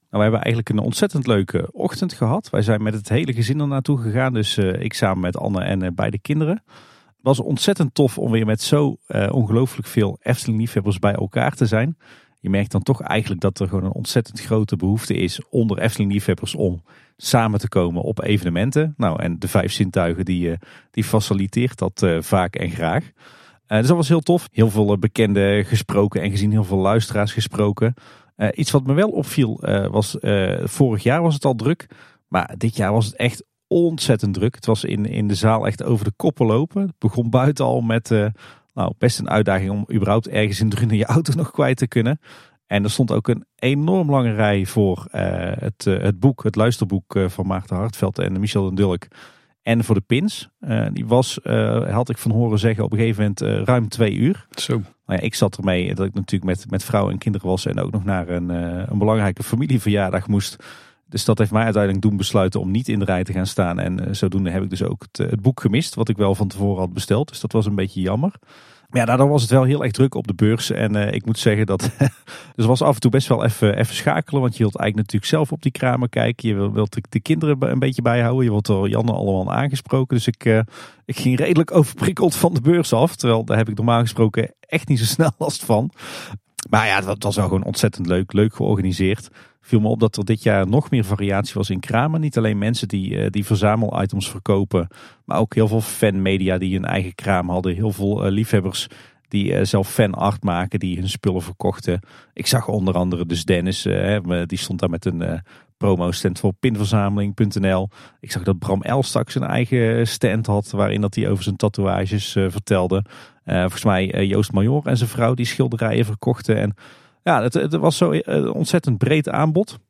we hebben eigenlijk een ontzettend leuke ochtend gehad. Wij zijn met het hele gezin er naartoe gegaan. Dus uh, ik samen met Anne en uh, beide kinderen. Het was ontzettend tof om weer met zo uh, ongelooflijk veel Efteling-liefhebbers bij elkaar te zijn. Je merkt dan toch eigenlijk dat er gewoon een ontzettend grote behoefte is onder Efteling-liefhebbers om samen te komen op evenementen. Nou, en de vijf zintuigen die, uh, die faciliteert dat uh, vaak en graag. Uh, dus dat was heel tof. Heel veel uh, bekenden gesproken en gezien, heel veel luisteraars gesproken. Uh, iets wat me wel opviel uh, was, uh, vorig jaar was het al druk. Maar dit jaar was het echt ontzettend druk. Het was in, in de zaal echt over de koppen lopen. Het begon buiten al met uh, nou, best een uitdaging om überhaupt ergens in Drunen je auto nog kwijt te kunnen. En er stond ook een enorm lange rij voor uh, het, uh, het boek, het luisterboek uh, van Maarten Hartveld en Michel den Dulk. En voor de pins. Uh, die was, uh, had ik van horen zeggen, op een gegeven moment uh, ruim twee uur. Zo. Nou ja, ik zat ermee dat ik natuurlijk met, met vrouw en kinderen was en ook nog naar een, uh, een belangrijke familieverjaardag moest. Dus dat heeft mij uiteindelijk doen besluiten om niet in de rij te gaan staan. En uh, zodoende heb ik dus ook het, het boek gemist, wat ik wel van tevoren had besteld. Dus dat was een beetje jammer. Maar ja, daardoor was het wel heel erg druk op de beurs. En uh, ik moet zeggen dat dus was af en toe best wel even, even schakelen. Want je wilt eigenlijk natuurlijk zelf op die kramen kijken. Je wilt de, de kinderen een beetje bijhouden. Je wordt door Janne allemaal aangesproken. Dus ik, uh, ik ging redelijk overprikkeld van de beurs af. Terwijl daar heb ik normaal gesproken echt niet zo snel last van. Maar ja, dat was wel gewoon ontzettend leuk. Leuk georganiseerd. Viel me op dat er dit jaar nog meer variatie was in kramen. Niet alleen mensen die, die verzamelitems verkopen. Maar ook heel veel fanmedia die hun eigen kraam hadden. Heel veel uh, liefhebbers die uh, zelf fanart maken. Die hun spullen verkochten. Ik zag onder andere dus Dennis. Uh, die stond daar met een uh, promo stand voor pinverzameling punt n l. Ik zag dat Bram Elstak zijn eigen stand had. Waarin dat hij over zijn tatoeages uh, vertelde. Uh, volgens mij uh, Joost Major en zijn vrouw die schilderijen verkochten. En ja, het, het was zo een ontzettend breed aanbod.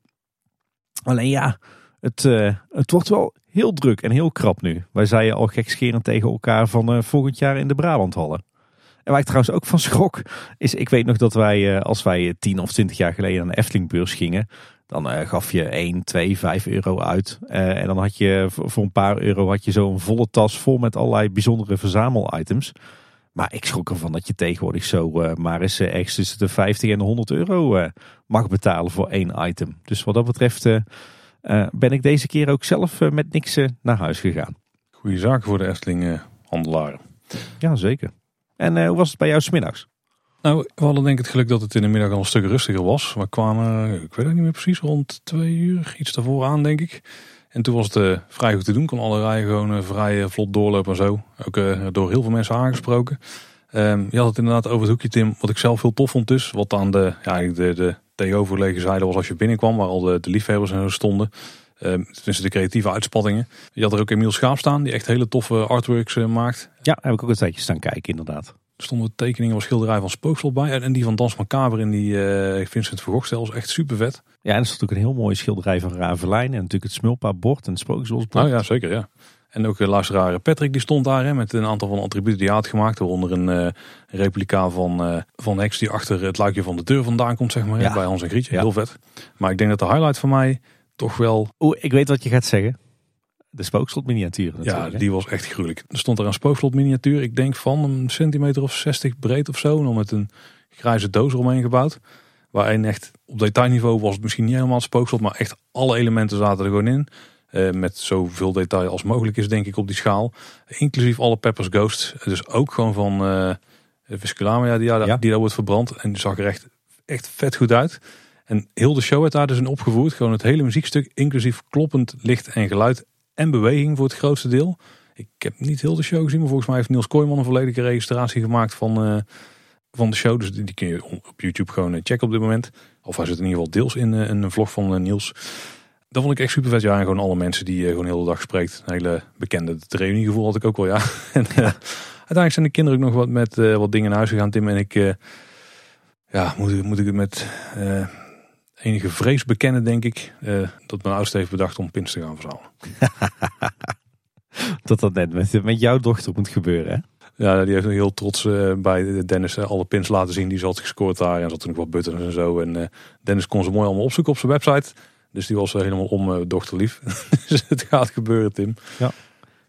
Alleen ja, het, uh, het wordt wel heel druk en heel krap nu. Wij zeiden al gekscherend tegen elkaar van uh, volgend jaar in de Brabanthallen. En waar ik trouwens ook van schrok, is ik weet nog dat wij, uh, als wij tien of twintig jaar geleden aan de Eftelingbeurs gingen, dan uh, gaf je één, twee, vijf euro uit. Uh, en dan had je voor een paar euro had je zo'n volle tas vol met allerlei bijzondere verzamelitems. Maar ik schrok ervan dat je tegenwoordig zo uh, maar eens uh, ergens tussen de vijftig en de honderd euro uh, mag betalen voor één item. Dus wat dat betreft uh, uh, ben ik deze keer ook zelf uh, met niks uh, naar huis gegaan. Goeie zaken voor de Efteling uh, handelaren. Ja, zeker. En uh, hoe was het bij jou 's middags? Nou, we hadden denk ik het geluk dat het in de middag al een stuk rustiger was. We kwamen, ik weet het niet meer precies, rond twee uur, iets daarvoor aan denk ik. En toen was het uh, vrij goed te doen. Kon alle rijen gewoon uh, vrij uh, vlot doorlopen en zo. Ook uh, door heel veel mensen aangesproken. Um, je had het inderdaad over het hoekje, Tim, wat ik zelf heel tof vond dus. Wat aan de, ja, de, de tegenovergelegen zijde was als je binnenkwam, waar al de, de liefhebbers en zo stonden. Um, tenminste de creatieve uitspattingen. Je had er ook Emiel Schaap staan, die echt hele toffe artworks uh, maakt. Ja, heb ik ook een tijdje staan kijken inderdaad. Er stonden tekeningen of schilderij van Spookslot bij. En die van Dans Macabre in die uh, Vincent van Gogh-stijl was echt super vet. Ja, en er stond ook een heel mooi schilderij van Ravelijn. En natuurlijk het Smulpa-bord en het Spookslotbord. Oh ja, zeker ja. En ook uh, luisteraar Patrick die stond daar hè, met een aantal van de attributen die hij had gemaakt. Waaronder een uh, replica van, uh, van Hex die achter het luikje van de deur vandaan komt, zeg maar. Ja. Bij Hans en Grietje, ja. Heel vet. Maar ik denk dat de highlight van mij toch wel... Oeh, ik weet wat je gaat zeggen. De spookslot miniatuur natuurlijk. Ja, die was echt gruwelijk. Er stond er een spookslot miniatuur, ik denk van een centimeter of zestig breed of zo. En dan met een grijze doos eromheen gebouwd. Waarin echt op detailniveau was het misschien niet helemaal het spookslot. Maar echt alle elementen zaten er gewoon in. Uh, met zoveel detail als mogelijk is denk ik op die schaal. Inclusief alle Peppers Ghosts. Dus ook gewoon van uh, Visculamia die, ja. die daar wordt verbrand. En die zag er echt, echt vet goed uit. En heel de show werd daar dus in opgevoerd. Gewoon het hele muziekstuk inclusief kloppend licht en geluid. En beweging voor het grootste deel. Ik heb niet heel de show gezien, maar volgens mij heeft Niels Kooijman een volledige registratie gemaakt van, uh, van de show. Dus die kun je op YouTube gewoon checken op dit moment. Of hij zit in ieder geval deels in uh, een vlog van uh, Niels. Dat vond ik echt super vet. Ja, en gewoon alle mensen die uh, gewoon de hele dag spreekt. Een hele bekende reuniegevoel had ik ook wel, ja. En, uh, ja. Uiteindelijk zijn de kinderen ook nog wat met uh, wat dingen naar huis gegaan, Tim. En ik, uh, ja, moet, moet ik het met... Uh, enige vrees bekennen, denk ik, uh, dat mijn oudste heeft bedacht om pins te gaan verzamelen. Dat dat net met, met jouw dochter moet gebeuren, hè? Ja, die heeft heel trots uh, bij Dennis uh, alle pins laten zien die ze had gescoord daar. En zat er nog wat buttons en zo. En uh, Dennis kon ze mooi allemaal opzoeken op zijn website. Dus die was uh, helemaal om uh, dochterlief. Dus het gaat gebeuren, Tim. Ja.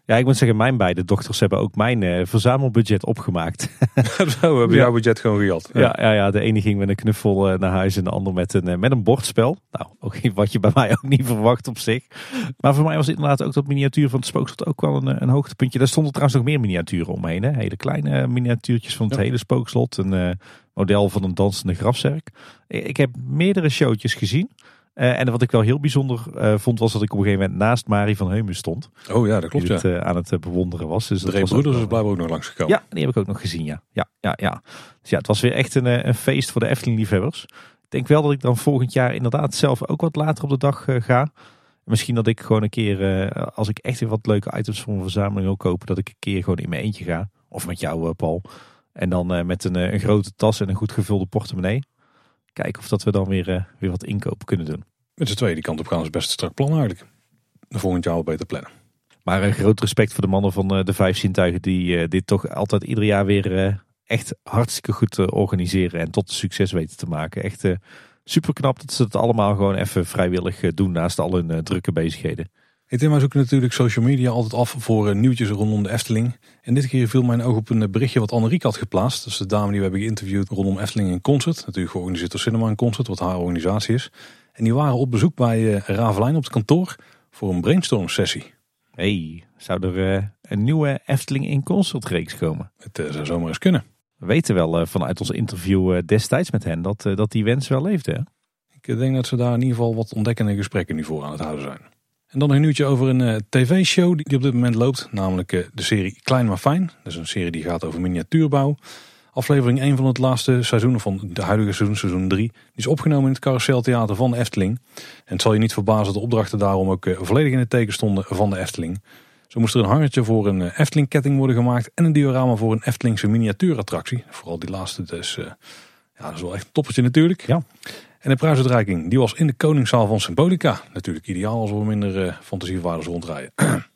Ja, ik moet zeggen, mijn beide dochters hebben ook mijn uh, verzamelbudget opgemaakt. Zo hebben ja. jouw budget gewoon gejat. Ja. Ja, ja, ja, de ene ging met een knuffel uh, naar huis en de ander met een, uh, met een bordspel. Nou, ook wat je bij mij ook niet verwacht op zich. Maar voor mij was inderdaad ook dat miniatuur van het spookslot ook wel een, een hoogtepuntje. Daar stonden trouwens nog meer miniaturen omheen. Hè? Hele kleine miniatuurtjes van het ja. hele spookslot. Een uh, model van een dansende grafzerk. Ik, ik heb meerdere showtjes gezien. Uh, en wat ik wel heel bijzonder uh, vond, was dat ik op een gegeven moment naast Marie van Heumen stond. Oh ja, dat klopt. Die het ja. uh, aan het uh, bewonderen was. Dus de Drie Broeders is blijkbaar ook nog langsgekomen. Ja, die heb ik ook nog gezien, ja. Ja, ja, ja. Dus ja, het was weer echt een, een feest voor de Efteling-liefhebbers. Ik denk wel dat ik dan volgend jaar inderdaad zelf ook wat later op de dag uh, ga. Misschien dat ik gewoon een keer, uh, als ik echt weer wat leuke items voor mijn verzameling wil kopen, dat ik een keer gewoon in mijn eentje ga. Of met jou, uh, Paul. En dan uh, met een, uh, een grote tas en een goed gevulde portemonnee. Kijken of dat we dan weer, uh, weer wat inkopen kunnen doen. Met z'n tweeën die kant op gaan is best een strak plan eigenlijk. De volgend jaar wel beter plannen. Maar een groot respect voor de mannen van uh, de vijf zintuigen die uh, dit toch altijd ieder jaar weer uh, echt hartstikke goed uh, organiseren en tot een succes weten te maken. Echt uh, super knap dat ze het allemaal gewoon even vrijwillig uh, doen naast al hun uh, drukke bezigheden. Hey Tim, wij zoeken natuurlijk social media altijd af voor uh, nieuwtjes rondom de Efteling. En dit keer viel mijn oog op een berichtje wat Anneriek had geplaatst. Dat is de dame die we hebben geïnterviewd rondom Efteling in Concert. Natuurlijk georganiseerd door Cinema in Concert, wat haar organisatie is. En die waren op bezoek bij uh, Ravelijn op het kantoor voor een brainstorm sessie. Hey, zou er uh, een nieuwe Efteling in Concert reeks komen? Het uh, zou zomaar eens kunnen. We weten wel uh, vanuit ons interview uh, destijds met hen dat, uh, dat die wens wel leefde. Hè? Ik denk dat ze daar in ieder geval wat ontdekkende gesprekken nu voor aan het houden zijn. En dan nog een nieuwtje over een uh, tv-show die op dit moment loopt. Namelijk uh, de serie Klein maar Fijn. Dat is een serie die gaat over miniatuurbouw. Aflevering één van het laatste seizoen, of van de huidige seizoen, seizoen drie. Die is opgenomen in het Carouseltheater van de Efteling. En het zal je niet verbazen dat de opdrachten daarom ook uh, volledig in het teken stonden van de Efteling. Zo moest er een hangertje voor een uh, Efteling-ketting worden gemaakt. En een diorama voor een Eftelingse miniatuurattractie. Vooral die laatste, dus, uh, ja, dat is wel echt een toppertje natuurlijk. Ja. En de prijsuitreiking, die was in de Koningszaal van Symbolica. Natuurlijk ideaal als we minder uh, fantasievaarders rondrijden.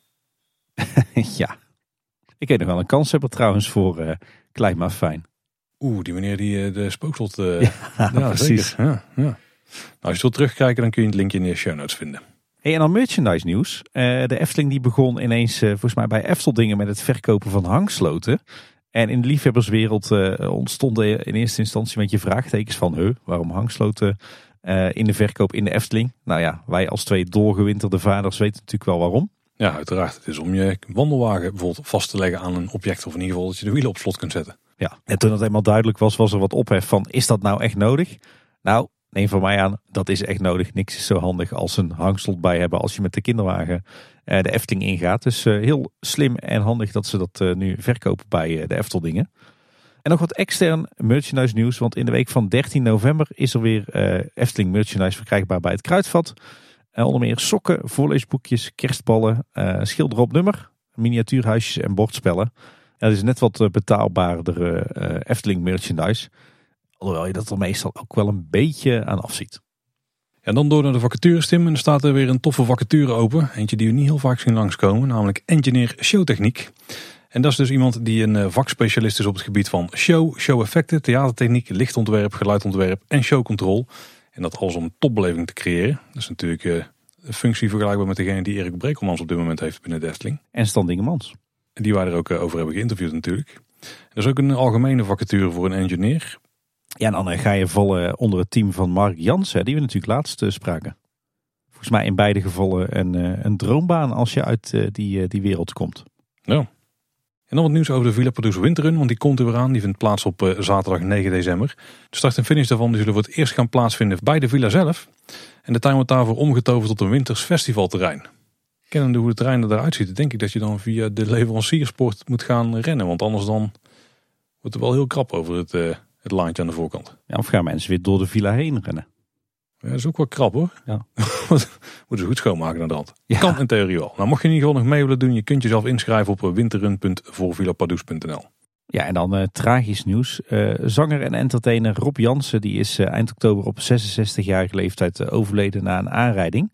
Ja. Ik weet nog wel een kans hebben trouwens voor uh, Klein maar Fijn. Oeh, die meneer die uh, de spookslot... Uh, ja, ja, precies. Ja, ja. Nou, als je wilt terugkijken, dan kun je het linkje in de show notes vinden. Hey, en dan merchandise nieuws. Uh, de Efteling die begon ineens uh, volgens mij bij Efteldingen met het verkopen van hangsloten. En in de liefhebberswereld uh, ontstonden in eerste instantie met je vraagtekens van... Huh, waarom hangsloten uh, in de verkoop in de Efteling? Nou ja, wij als twee doorgewinterde vaders weten natuurlijk wel waarom. Ja, uiteraard. Het is om je wandelwagen bijvoorbeeld vast te leggen aan een object. Of in ieder geval dat je de wielen op slot kunt zetten. Ja, en toen het eenmaal duidelijk was, was er wat ophef van... Is dat nou echt nodig? Nou, neem van mij aan, dat is echt nodig. Niks is zo handig als een hangslot bij hebben als je met de kinderwagen uh, de Efteling ingaat. Dus uh, heel slim en handig dat ze dat uh, nu verkopen bij uh, de Efteldingen. En nog wat extern merchandise nieuws. Want in de week van dertien november is er weer uh, Efteling merchandise verkrijgbaar bij het Kruidvat. Uh, onder meer sokken, voorleesboekjes, kerstballen, uh, schilder op nummer, miniatuurhuisjes en bordspellen. Ja, dat is net wat betaalbaarder uh, Efteling merchandise. Alhoewel je dat er meestal ook wel een beetje aan afziet. En dan door naar de vacatures, Tim. En er staat er weer een toffe vacature open. Eentje die we niet heel vaak zien langskomen. Namelijk engineer showtechniek. En dat is dus iemand die een vakspecialist is op het gebied van show, show-effecten, theatertechniek, lichtontwerp, geluidontwerp en showcontrol. En dat alles om een topbeleving te creëren. Dat is natuurlijk uh, een functie vergelijkbaar met degene die Erik Brekelmans op dit moment heeft binnen de Efteling. En Stan Dingemans. Die wij er ook uh, over hebben geïnterviewd natuurlijk. Er is ook een algemene vacature voor een engineer. Ja, en dan ga je vallen onder het team van Mark Jansen, die we natuurlijk laatst uh, spraken. Volgens mij in beide gevallen een, uh, een droombaan als je uit uh, die, uh, die wereld komt. Ja. En dan wat nieuws over de Villa Pardoes Winterrun, want die komt er weer aan. Die vindt plaats op uh, zaterdag negen december. De start en finish daarvan die zullen voor het eerst gaan plaatsvinden bij de villa zelf. En de tuin wordt daarvoor omgetoverd tot een winters festivalterrein. Kennende hoe het terrein eruit ziet, denk ik dat je dan via de leverancierspoort moet gaan rennen. Want anders dan wordt het wel heel krap over het... Uh, Het laantje aan de voorkant. Ja, of gaan mensen weer door de villa heen rennen? Ja, dat is ook wel krap hoor. Ja. Moeten ze goed schoonmaken naar de hand. Ja. Kan in theorie wel. Nou, mocht je in ieder geval nog mee willen doen, je kunt jezelf inschrijven op winterrun punt voorvillapardoes punt n l. Ja, en dan uh, tragisch nieuws. Uh, zanger en entertainer Rob Jansen die is uh, eind oktober op zesenzestigjarige leeftijd uh, overleden na een aanrijding.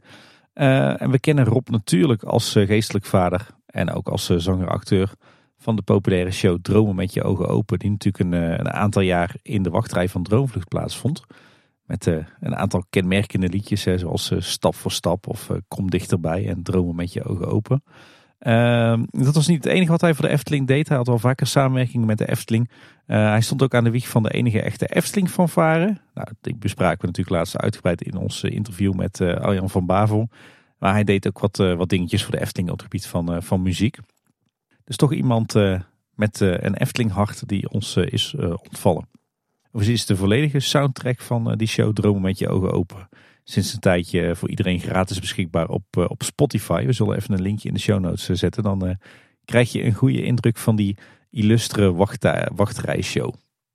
Uh, en we kennen Rob natuurlijk als uh, geestelijk vader en ook als uh, zanger-acteur van de populaire show Dromen met je ogen open. Die natuurlijk een, uh, een aantal jaar in de wachtrij van Droomvlucht plaatsvond. Met uh, een aantal kenmerkende liedjes, hè, zoals uh, Stap voor Stap of uh, Kom dichterbij en Dromen met je ogen open. Uh, dat was niet het enige wat hij voor de Efteling deed. Hij had wel vaker samenwerking met de Efteling. Uh, hij stond ook aan de wieg van de enige echte Efteling-fanfare. Nou, die bespraken we natuurlijk laatst uitgebreid in ons interview met uh, Arjan van Bavel. Maar hij deed ook wat, uh, wat dingetjes voor de Efteling op het gebied van, uh, van muziek. Dus toch iemand uh, met uh, een Efteling-hart die ons uh, is uh, ontvallen. Overigens is de volledige soundtrack van uh, die show Dromen met je ogen open sinds een tijdje voor iedereen gratis beschikbaar op, uh, op Spotify. We zullen even een linkje in de show notes uh, zetten. Dan uh, krijg je een goede indruk van die illustre wacht- wachtrijshow.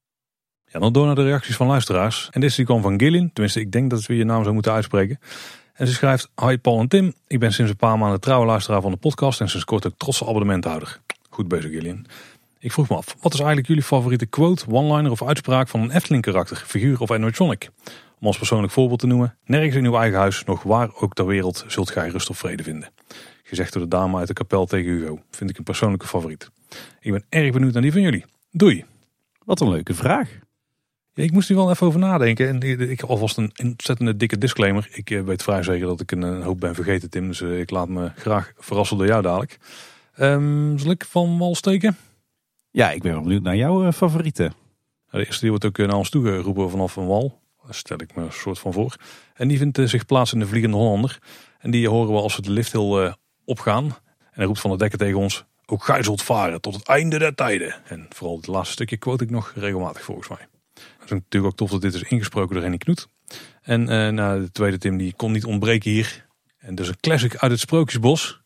Ja, dan door naar de reacties van luisteraars. En deze die kwam van Gillian. Tenminste, ik denk dat we je naam zou moeten uitspreken. En ze schrijft: Hi Paul en Tim. Ik ben sinds een paar maanden trouwe luisteraar van de podcast en sinds kort ook trotse abonnementhouder. Goed bezig, Gillian. Ik vroeg me af, wat is eigenlijk jullie favoriete quote, one-liner of uitspraak van een Efteling karakter, figuur of animatronic? Om als persoonlijk voorbeeld te noemen: nergens in uw eigen huis, nog waar ook ter wereld, zult gij rust of vrede vinden. Gezegd door de dame uit de kapel tegen Hugo. Vind ik een persoonlijke favoriet. Ik ben erg benieuwd naar die van jullie. Doei. Wat een leuke vraag. Ja, ik moest hier wel even over nadenken. En ik alvast een ontzettende dikke disclaimer. Ik weet vrij zeker dat ik een hoop ben vergeten, Tim. Dus ik laat me graag verrassen door jou dadelijk. Um, zal ik van wal steken? Ja, ik ben wel benieuwd naar jouw uh, favorieten. De eerste die wordt ook naar ons toegeroepen vanaf een wal. Daar stel ik me een soort van voor. En die vindt uh, zich plaats in de Vliegende Hollander. En die horen we als we de lifthill uh, opgaan. En hij roept van de dekken tegen ons: ook gij zult varen tot het einde der tijden. En vooral het laatste stukje quote ik nog regelmatig volgens mij. Het is natuurlijk ook tof dat dit is ingesproken door Henny Knoet. En uh, nou, de tweede Tim die kon niet ontbreken hier. En dus een classic uit het Sprookjesbos.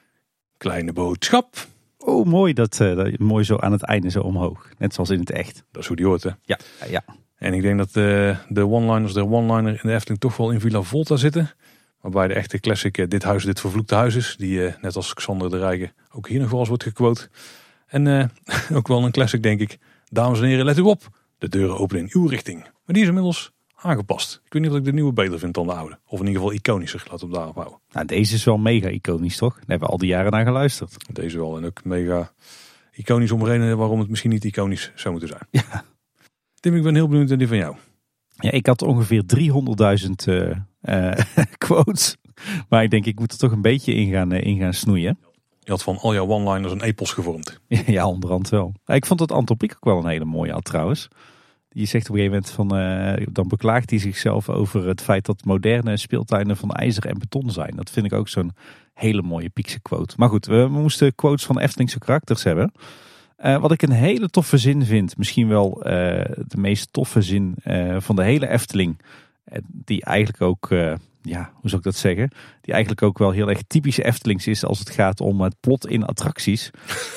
Kleine boodschap. Oh, mooi. Dat, uh, dat mooi zo aan het einde zo omhoog. Net zoals in het echt. Dat is hoe die hoort, hè? Ja, ja. En ik denk dat uh, de one-liners, de one-liner in de Efteling toch wel in Villa Volta zitten. Waarbij de echte classic uh, dit huis, dit vervloekte huis is. Die uh, net als Xander de Rijke ook hier nog wel eens wordt gequote. En uh, ook wel een classic, denk ik. Dames en heren, let u op. De deuren openen in uw richting. Maar die is inmiddels aangepast. Ik weet niet of ik de nieuwe beter vind dan de oude. Of in ieder geval iconischer. Laten we daarop houden. Nou, deze is wel mega iconisch, toch? Daar hebben we al die jaren naar geluisterd. Deze wel. En ook mega iconisch om redenen waarom het misschien niet iconisch zou moeten zijn. Ja. Tim, ik ben heel benieuwd naar die van jou. Ja, ik had ongeveer driehonderdduizend uh, uh, quotes. Maar ik denk, ik moet er toch een beetje in gaan, uh, in gaan snoeien. Je had van al jouw one-liners een epos gevormd. Ja, onderhand wel. Ik vond het Antropiek ook wel een hele mooie had trouwens. Die zegt op een gegeven moment van, uh, dan beklaagt hij zichzelf over het feit dat moderne speeltuinen van ijzer en beton zijn. Dat vind ik ook zo'n hele mooie Piekse quote. Maar goed, we moesten quotes van Eftelingse karakters hebben. Uh, wat ik een hele toffe zin vind, misschien wel uh, de meest toffe zin uh, van de hele Efteling. Uh, die eigenlijk ook, uh, ja, hoe zou ik dat zeggen? Die eigenlijk ook wel heel erg typisch Eftelings is als het gaat om het plot in attracties.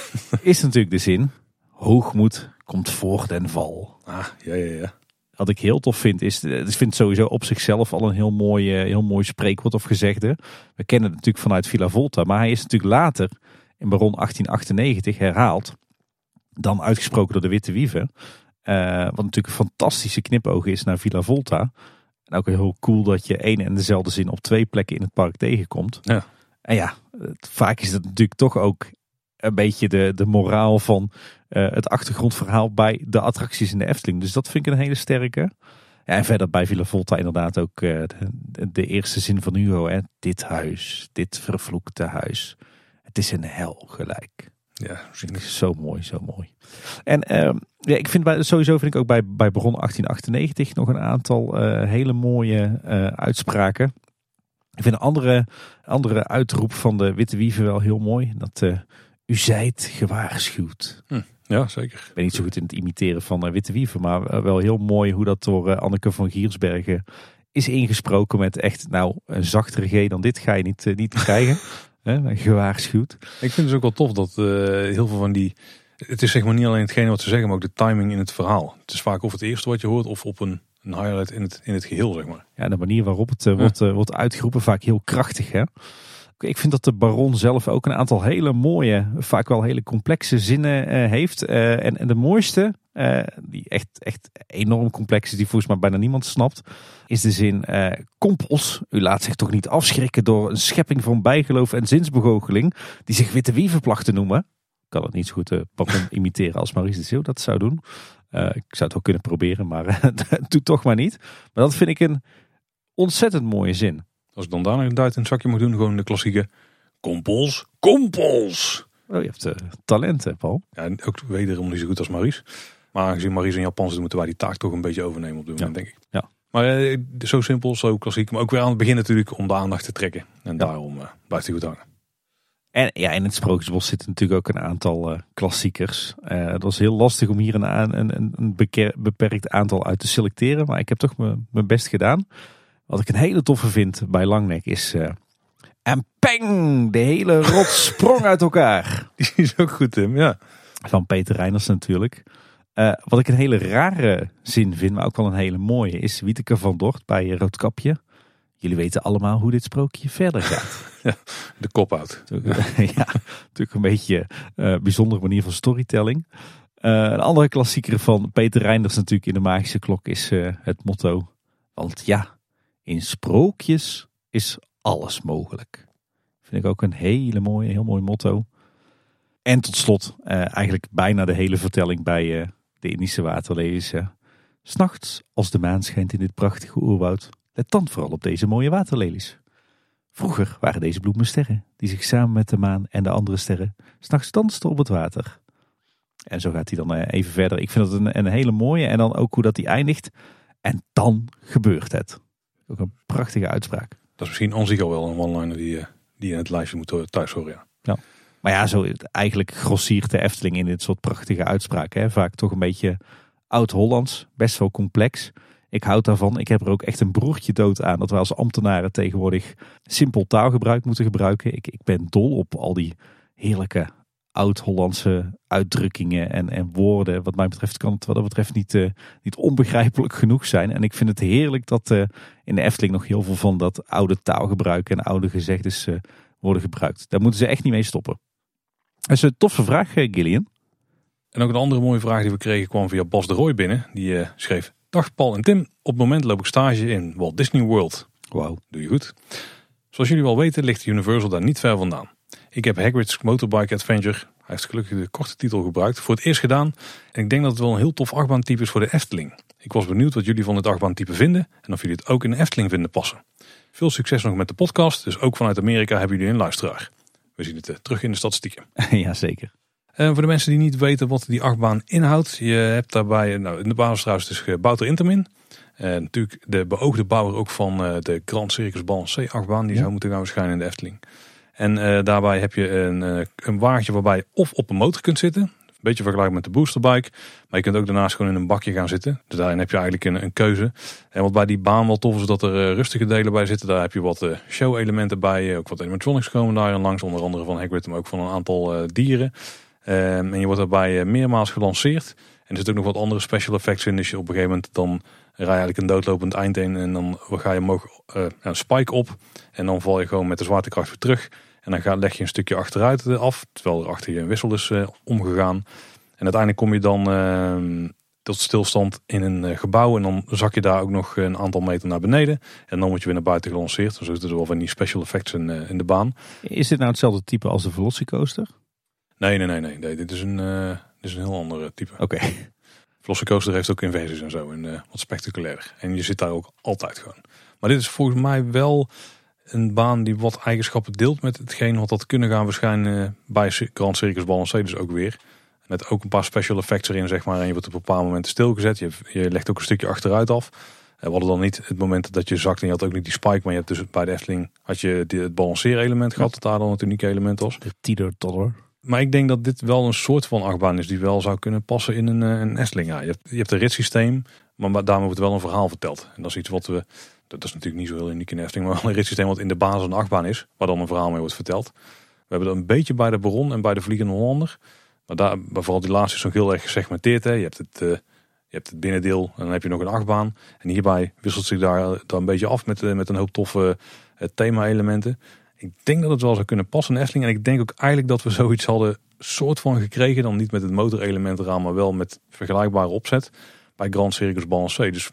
Is natuurlijk de zin: hoogmoed komt voor den val. Ah, ja, ja, ja. Wat ik heel tof vind is, ik vind het sowieso op zichzelf al een heel mooi, heel mooi spreekwoord of gezegde. We kennen het natuurlijk vanuit Villa Volta, maar hij is natuurlijk later in Baron achttien achtennegentig herhaald. Dan uitgesproken door de Witte Wieven. Uh, wat natuurlijk een fantastische knipoog is naar Villa Volta. En ook heel cool dat je één en dezelfde zin op twee plekken in het park tegenkomt. Ja. En ja, vaak is dat natuurlijk toch ook een beetje de, de moraal van uh, het achtergrondverhaal bij de attracties in de Efteling. Dus dat vind ik een hele sterke. Ja, en verder bij Villa Volta inderdaad ook uh, de, de eerste zin van Hugo. Hè. Dit huis, dit vervloekte huis. Het is een hel gelijk. Ja, zo mooi, zo mooi. En uh, ja, ik vind bij, sowieso vind ik ook bij, bij Baron achttien achtennegentig nog een aantal uh, hele mooie uh, uitspraken. Ik vind een andere, andere uitroep van de Witte Wieven wel heel mooi. Dat uh, u zijt gewaarschuwd. Hm, ja, zeker. Ik ben niet zo goed in het imiteren van uh, Witte Wieven, maar uh, wel heel mooi hoe dat door uh, Anneke van Giersbergen is ingesproken met echt, nou, een zachtere G dan dit ga je niet, uh, niet krijgen. He, gewaarschuwd. Ik vind het dus ook wel tof dat uh, heel veel van die... Het is zeg maar niet alleen hetgene wat ze zeggen, maar ook de timing in het verhaal. Het is vaak of het eerste wat je hoort of op een, een highlight in het, in het geheel, zeg maar. Ja, de manier waarop het uh, ja. wordt, uh, wordt uitgeroepen vaak heel krachtig, hè. Ik vind dat de Baron zelf ook een aantal hele mooie, vaak wel hele complexe zinnen uh, heeft. Uh, en, en de mooiste, uh, die echt, echt enorm complex is, die volgens mij bijna niemand snapt, is de zin: uh, Kompels, u laat zich toch niet afschrikken door een schepping van bijgeloof en zinsbegoocheling, die zich Witte Wieven placht te noemen. Ik kan het niet zo goed uh, Baron imiteren als Maurice de Zeeuw dat zou doen. Uh, ik zou het wel kunnen proberen, maar uh, doe toch maar niet. Maar dat vind ik een ontzettend mooie zin. Als ik dan daarna een duit in het zakje mag doen, gewoon de klassieke: Kompels, kompels! Oh, je hebt uh, talent, hè, Paul? Ja, ook wederom niet zo goed als Maurice. Maar aangezien Maurice in Japan zit, moeten wij die taak toch een beetje overnemen op dit moment, ja. denk ik. Ja. Maar uh, zo simpel, zo klassiek. Maar ook weer aan het begin natuurlijk om de aandacht te trekken. En ja. daarom uh, blijft hij goed hangen. En ja, in het Sprookjesbos zitten natuurlijk ook een aantal uh, klassiekers. Uh, het was heel lastig om hier een, een, een beker, beperkt aantal uit te selecteren. Maar ik heb toch mijn best gedaan. Wat ik een hele toffe vind bij Langnek is... Uh, en peng! De hele rots sprong uit elkaar. Die is ook goed, Tim, ja. Van Peter Reiners natuurlijk. Uh, wat ik een hele rare zin vind, maar ook wel een hele mooie, is Wieteke van Dort bij Roodkapje. Jullie weten allemaal hoe dit sprookje verder gaat. Ja, de kop uit. Ja, natuurlijk een beetje een uh, bijzondere manier van storytelling. Uh, een andere klassieker van Peter Reiners natuurlijk in de Magische Klok is uh, het motto. Want ja, in sprookjes is alles mogelijk. Vind ik ook een hele mooie, heel mooi motto. En tot slot uh, eigenlijk bijna de hele vertelling bij uh, de Indische waterlelies. Uh. 'S Nachts als de maan schijnt in dit prachtige oerwoud, let dan vooral op deze mooie waterlelies. Vroeger waren deze bloemen sterren, die zich samen met de maan en de andere sterren 's nachts dansten op het water. En zo gaat hij dan uh, even verder. Ik vind dat een, een hele mooie. En dan ook hoe dat hij eindigt. En dan gebeurt het. Ook een prachtige uitspraak. Dat is misschien aan zich al wel een one-liner die, uh, die in het lijstje moet thuis horen. Ja. Ja. Maar ja, zo eigenlijk grossiert de Efteling in dit soort prachtige uitspraken. Hè. Vaak toch een beetje oud-Hollands. Best wel complex. Ik houd daarvan. Ik heb er ook echt een broertje dood aan. Dat wij als ambtenaren tegenwoordig simpel taalgebruik moeten gebruiken. Ik, ik ben dol op al die heerlijke oud-Hollandse uitdrukkingen en, en woorden. Wat mij betreft kan het wat dat betreft niet, uh, niet onbegrijpelijk genoeg zijn. En ik vind het heerlijk dat uh, in de Efteling nog heel veel van dat oude taalgebruik en oude gezegdes uh, worden gebruikt. Daar moeten ze echt niet mee stoppen. Dat is een toffe vraag, uh, Gillian. En ook een andere mooie vraag die we kregen kwam via Bas de Rooij binnen. Die uh, schreef: Dag Paul en Tim, op het moment loop ik stage in Walt Disney World. Wauw. Doe je goed. Zoals jullie wel weten ligt Universal daar niet ver vandaan. Ik heb Hagrid's Motorbike Adventure, hij heeft gelukkig de korte titel gebruikt, voor het eerst gedaan. En ik denk dat het wel een heel tof achtbaantype is voor de Efteling. Ik was benieuwd wat jullie van dit achtbaantype vinden en of jullie het ook in de Efteling vinden passen. Veel succes nog met de podcast, dus ook vanuit Amerika hebben jullie een luisteraar. We zien het uh, terug in de statistieken. Jazeker. En voor de mensen die niet weten wat die achtbaan inhoudt. Je hebt daarbij, nou in de basis trouwens dus gebouwd door Intamin. En natuurlijk de beoogde bouwer ook van uh, de Grand Circus Balancé achtbaan. Die ja. zou moeten gaan verschijnen in de Efteling. En uh, daarbij heb je een, uh, een wagentje waarbij je of op een motor kunt zitten. Een beetje vergelijkbaar met de boosterbike. Maar je kunt ook daarnaast gewoon in een bakje gaan zitten. Dus daarin heb je eigenlijk een, een keuze. En wat bij die baan wel tof is, dat er uh, rustige delen bij zitten. Daar heb je wat uh, show elementen bij. Ook wat animatronics komen daarin langs. Onder andere van Hagrid, maar ook van een aantal uh, dieren. Um, en je wordt daarbij uh, meermaals gelanceerd. En er zitten ook nog wat andere special effects in. Dus je op een gegeven moment dan rij je eigenlijk een doodlopend eind in. En dan ga je omhoog uh, een spike op. En dan val je gewoon met de zwaartekracht weer terug. En dan ga, leg je een stukje achteruit af. Terwijl er achter je een wissel is uh, omgegaan. En uiteindelijk kom je dan uh, tot stilstand in een uh, gebouw. En dan zak je daar ook nog een aantal meter naar beneden. En dan word je weer naar buiten gelanceerd. Dus er zitten wel van die special effects in, uh, in de baan. Is dit nou hetzelfde type als de Velocicoaster? Nee, nee, nee, nee. nee dit, is een, uh, dit is een heel ander type. Oké. Okay. Velocicoaster heeft ook inversies en zo. En uh, wat spectaculairder. En je zit daar ook altijd gewoon. Maar dit is volgens mij wel een baan die wat eigenschappen deelt met hetgeen wat dat kunnen gaan verschijnen bij Grand Circus Balancé. Dus ook weer. Met ook een paar special effects erin, zeg maar. En je wordt op een paar momenten stilgezet. Je, je legt ook een stukje achteruit af. We hadden dan niet het moment dat je zakt en je had ook niet die spike. Maar je hebt dus bij de Efteling had je die, het balanceerelement gehad. Dat daar dan het unieke element was. De teeter-totter. Maar ik denk dat dit wel een soort van achtbaan is die wel zou kunnen passen in een, een Efteling. Ja, je hebt, je hebt een ritssysteem, maar daarmee wordt wel een verhaal verteld. En dat is iets wat we, dat is natuurlijk niet zo heel uniek in de Efteling, maar wel een ritssysteem wat in de basis een achtbaan is, waar dan een verhaal mee wordt verteld. We hebben dat een beetje bij de Baron en bij de Vliegende Hollander. Maar daar, vooral die laatste is nog heel erg gesegmenteerd. Hè. Je hebt het, uh, je hebt het binnendeel en dan heb je nog een achtbaan. En hierbij wisselt zich daar, daar een beetje af met, uh, met een hoop toffe uh, thema-elementen. Ik denk dat het wel zou kunnen passen in Efteling. En ik denk ook eigenlijk dat we zoiets hadden soort van gekregen. Dan niet met het motorelement eraan, maar wel met vergelijkbare opzet. Bij Grand Circus Balancé. Dus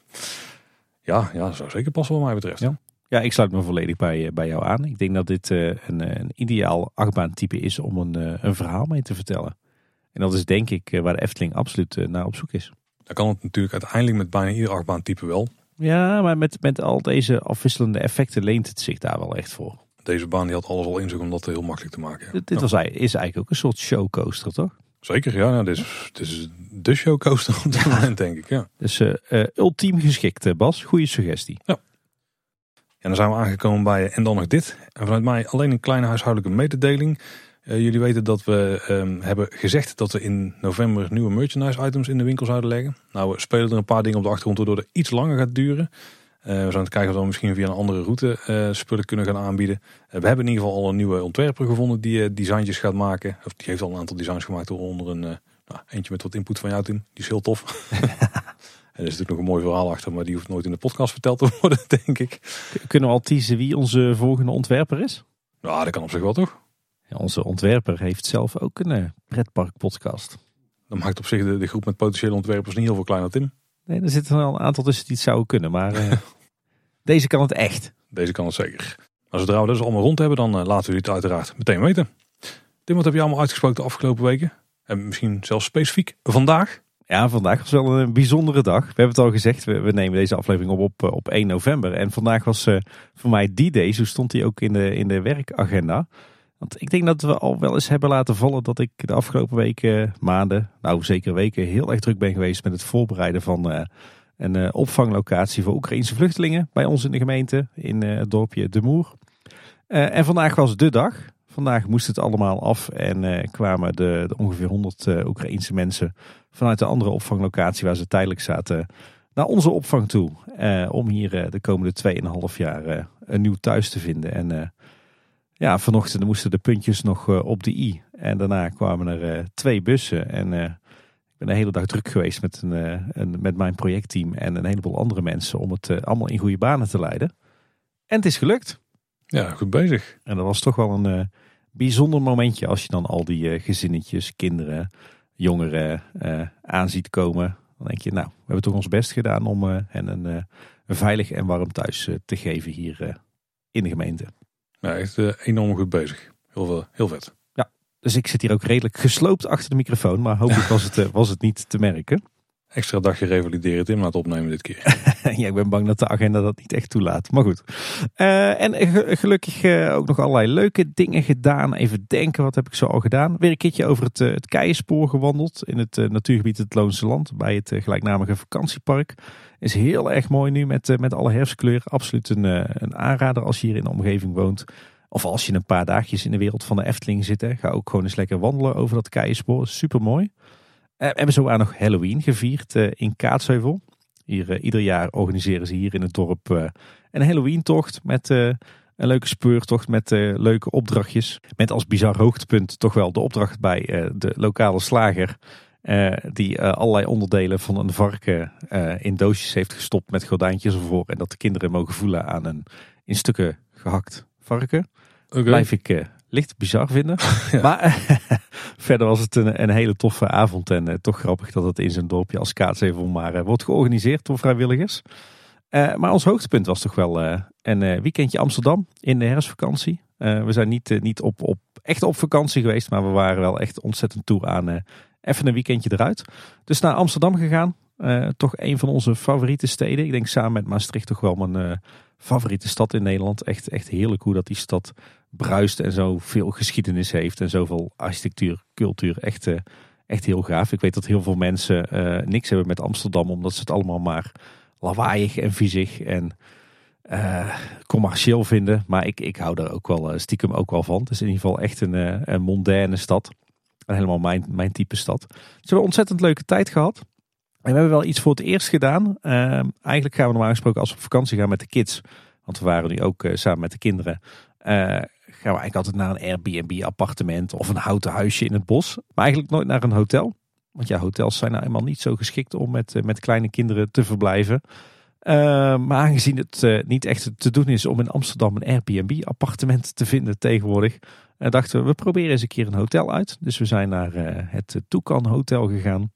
ja, ja, dat zou zeker passen wat mij betreft. Ja, ja ik sluit me volledig bij, bij jou aan. Ik denk dat dit uh, een, een ideaal achtbaantype is om een, uh, een verhaal mee te vertellen. En dat is denk ik uh, waar de Efteling absoluut uh, naar op zoek is. Dan kan het natuurlijk uiteindelijk met bijna ieder achtbaantype wel. Ja, maar met, met al deze afwisselende effecten leent het zich daar wel echt voor. Deze baan die had alles al in zich om dat heel makkelijk te maken. Ja. Dit, dit ja. was, is eigenlijk ook een soort showcoaster, toch? Zeker, ja. Nou, dit, is, dit is de showcoaster op dit moment, denk ik. Ja. Dus uh, uh, ultiem geschikt, Bas. Goeie suggestie. Ja. En dan zijn we aangekomen bij En dan nog dit. En vanuit mij alleen een kleine huishoudelijke mededeling. Uh, jullie weten dat we um, hebben gezegd dat we in november nieuwe merchandise items in de winkel zouden leggen. Nou, we spelen er een paar dingen op de achtergrond waardoor het iets langer gaat duren. Uh, we zijn te kijken of we misschien via een andere route uh, spullen kunnen gaan aanbieden. Uh, we hebben in ieder geval al een nieuwe ontwerper gevonden die uh, designtjes gaat maken. Of die heeft al een aantal designs gemaakt, onder een uh, nou, eentje met wat input van jou, Tim. Die is heel tof. En er is natuurlijk nog een mooi verhaal achter, maar die hoeft nooit in de podcast verteld te worden, denk ik. Kunnen we al teasen wie onze volgende ontwerper is? Nou, dat kan op zich wel, toch? Ja, onze ontwerper heeft zelf ook een uh, pretparkpodcast. Dan maakt op zich de, de groep met potentiële ontwerpers niet heel veel kleiner, Tim. Nee, er zitten wel een aantal tussen die het zouden kunnen, maar uh, deze kan het echt. Deze kan het zeker. Maar zodra we dat dus allemaal rond hebben, dan uh, laten we jullie het uiteraard meteen weten. Tim, wat heb je allemaal uitgesproken de afgelopen weken? En misschien zelfs specifiek vandaag? Ja, vandaag was wel een bijzondere dag. We hebben het al gezegd, we, we nemen deze aflevering op op, op één november. En vandaag was uh, voor mij die day, zo stond hij ook in de, in de werkagenda. Want ik denk dat we al wel eens hebben laten vallen dat ik de afgelopen weken, maanden, nou zeker weken, heel erg druk ben geweest met het voorbereiden van uh, een uh, opvanglocatie voor Oekraïense vluchtelingen bij ons in de gemeente, in uh, het dorpje De Moer. Uh, en vandaag was de dag. Vandaag moest het allemaal af en uh, kwamen de, de ongeveer honderd uh, Oekraïense mensen vanuit de andere opvanglocatie waar ze tijdelijk zaten naar onze opvang toe. Uh, om hier uh, de komende tweeënhalf jaar uh, een nieuw thuis te vinden. En uh, ja, vanochtend moesten de puntjes nog uh, op de i. En daarna kwamen er uh, twee bussen. En uh, ik ben de hele dag druk geweest met, een, uh, een, met mijn projectteam en een heleboel andere mensen om het uh, allemaal in goede banen te leiden. En het is gelukt. Ja, goed bezig. En dat was toch wel een uh, bijzonder momentje als je dan al die uh, gezinnetjes, kinderen, jongeren uh, aan ziet komen. Dan denk je, nou, we hebben toch ons best gedaan om uh, hen een, uh, een veilig en warm thuis uh, te geven hier uh, in de gemeente. Ja, echt uh, enorm goed bezig. Heel, heel vet. Ja, dus ik zit hier ook redelijk gesloopt achter de microfoon, maar hopelijk was het, uh, was het niet te merken. Extra dagje revalideren, Tim, laat opnemen dit keer. Ja, ik ben bang dat de agenda dat niet echt toelaat. Maar goed. Uh, en gelukkig uh, ook nog allerlei leuke dingen gedaan. Even denken, wat heb ik zo al gedaan? Weer een keertje over het, uh, het Keienspoor gewandeld. In het uh, natuurgebied Het Loonse Land. Bij het uh, gelijknamige vakantiepark. Is heel erg mooi nu met, uh, met alle herfstkleuren. Absoluut een, uh, een aanrader als je hier in de omgeving woont. Of als je een paar dagjes in de wereld van de Efteling zit. Hè. Ga ook gewoon eens lekker wandelen over dat Keienspoor. Super mooi. We uh, hebben zo aan nog Halloween gevierd uh, in Kaatsheuvel. Hier, uh, ieder jaar organiseren ze hier in het dorp uh, een Halloween-tocht met uh, een leuke speurtocht met uh, leuke opdrachtjes. Met als bizar hoogtepunt toch wel de opdracht bij uh, de lokale slager. Uh, die uh, allerlei onderdelen van een varken uh, in doosjes heeft gestopt met gordijntjes ervoor. En dat de kinderen mogen voelen aan een in stukken gehakt varken. Okay. Blijf ik uh, licht bizar vinden. Ja. Maar uh, verder was het een, een hele toffe avond. En uh, toch grappig dat het in zijn dorpje als Kaatsheuvel maar uh, wordt georganiseerd door vrijwilligers. Uh, maar ons hoogtepunt was toch wel uh, een uh, weekendje Amsterdam in de herfstvakantie. Uh, we zijn niet, uh, niet op, op, echt op vakantie geweest, maar we waren wel echt ontzettend toe aan uh, even een weekendje eruit. Dus naar Amsterdam gegaan. Uh, toch een van onze favoriete steden. Ik denk samen met Maastricht toch wel mijn uh, favoriete stad in Nederland. Echt, echt heerlijk hoe dat die stad bruist en zo veel geschiedenis heeft. En zoveel architectuur, cultuur. Echt, uh, echt heel gaaf. Ik weet dat heel veel mensen uh, niks hebben met Amsterdam. Omdat ze het allemaal maar lawaaiig en viezig en uh, commercieel vinden. Maar ik, ik hou daar ook wel uh, stiekem ook wel van. Het is in ieder geval echt een, uh, een mondaine stad. En helemaal mijn, mijn type stad. Dus we hebben een ontzettend leuke tijd gehad. En we hebben wel iets voor het eerst gedaan. Uh, eigenlijk gaan we normaal gesproken als we op vakantie gaan met de kids. Want we waren nu ook uh, samen met de kinderen. Uh, gaan we eigenlijk altijd naar een Airbnb appartement of een houten huisje in het bos. Maar eigenlijk nooit naar een hotel. Want ja, hotels zijn nou eenmaal niet zo geschikt om met, uh, met kleine kinderen te verblijven. Uh, maar aangezien het uh, niet echt te doen is om in Amsterdam een Airbnb appartement te vinden tegenwoordig. Uh, dachten we, we proberen eens een keer een hotel uit. Dus we zijn naar uh, het Toucan Hotel gegaan.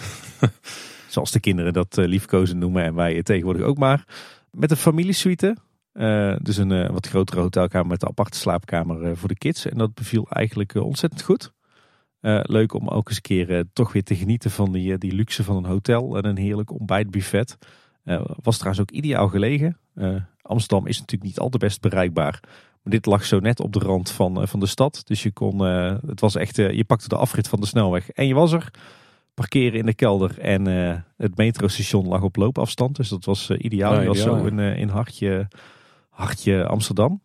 Zoals de kinderen dat uh, liefkozen noemen en wij tegenwoordig ook maar. Met een familiesuite. Uh, dus een uh, wat grotere hotelkamer met een aparte slaapkamer uh, voor de kids. En dat beviel eigenlijk uh, ontzettend goed. Uh, leuk om ook eens een keer uh, toch weer te genieten van die, uh, die luxe van een hotel. En een heerlijk ontbijtbuffet. Uh, was trouwens ook ideaal gelegen. Uh, Amsterdam is natuurlijk niet al te best bereikbaar. Maar dit lag zo net op de rand van, uh, van de stad. Dus je kon, uh, het was echt, uh, je pakte de afrit van de snelweg en je was er. Parkeren in de kelder en uh, het metrostation lag op loopafstand. Dus dat was uh, ideaal. Ja, je was ideaal, zo ja. in, uh, in hartje, hartje Amsterdam.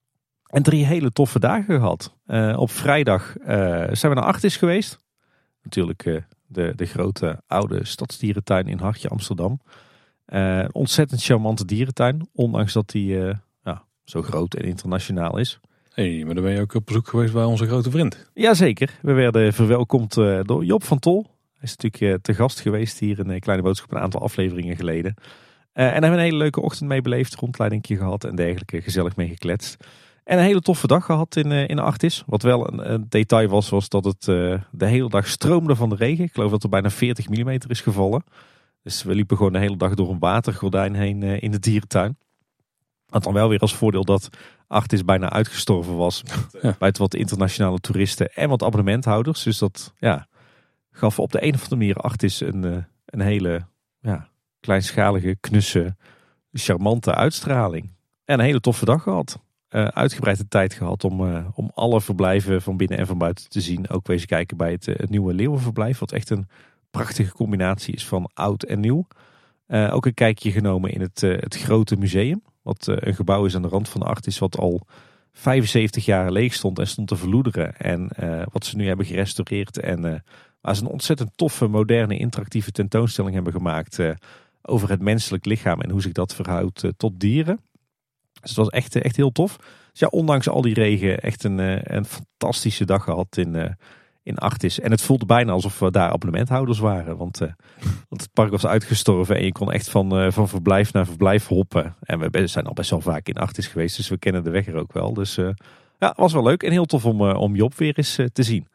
En drie hele toffe dagen gehad. Uh, op vrijdag uh, zijn we naar Artis geweest. Natuurlijk uh, de, de grote oude stadsdierentuin in hartje Amsterdam. Uh, een ontzettend charmante dierentuin. Ondanks dat die uh, ja, zo groot en internationaal is. Hé, maar dan ben je ook op bezoek geweest bij onze grote vriend. Jazeker. We werden verwelkomd uh, door Job van Tol. Hij is natuurlijk uh, te gast geweest hier in een Kleine Boodschap een aantal afleveringen geleden. Uh, en hebben we een hele leuke ochtend mee beleefd. Rondleidingje gehad en dergelijke. Gezellig mee gekletst. En een hele toffe dag gehad in, uh, in Artis. Wat wel een, een detail was, was dat het uh, de hele dag stroomde van de regen. Ik geloof dat er bijna veertig millimeter is gevallen. Dus we liepen gewoon de hele dag door een watergordijn heen uh, in de dierentuin. Had dan wel weer als voordeel dat Artis bijna uitgestorven was. Ja. Buiten wat internationale toeristen en wat abonnementhouders. Dus dat ja, gaf op de een of andere manier Artis een, uh, een hele ja, kleinschalige, knusse, charmante uitstraling. En een hele toffe dag gehad. Uh, uitgebreide tijd gehad om, uh, om alle verblijven van binnen en van buiten te zien. Ook wezen kijken bij het, uh, het nieuwe Leeuwenverblijf. Wat echt een prachtige combinatie is van oud en nieuw. Uh, ook een kijkje genomen in het, uh, het grote museum. Wat uh, een gebouw is aan de rand van de Artis. Wat al vijfenzeventig jaar leeg stond en stond te verloederen. En uh, wat ze nu hebben gerestaureerd. En uh, waar ze een ontzettend toffe, moderne, interactieve tentoonstelling hebben gemaakt. Uh, over het menselijk lichaam en hoe zich dat verhoudt uh, tot dieren. Dus het was echt, echt heel tof. Dus ja, ondanks al die regen echt een, een fantastische dag gehad in, uh, in Artis. En het voelde bijna alsof we daar abonnementhouders waren. Want, uh, want het park was uitgestorven en je kon echt van, uh, van verblijf naar verblijf hoppen. En we zijn al best wel vaak in Artis geweest, dus we kennen de weg er ook wel. Dus uh, ja, het was wel leuk en heel tof om, uh, om Job weer eens uh, te zien.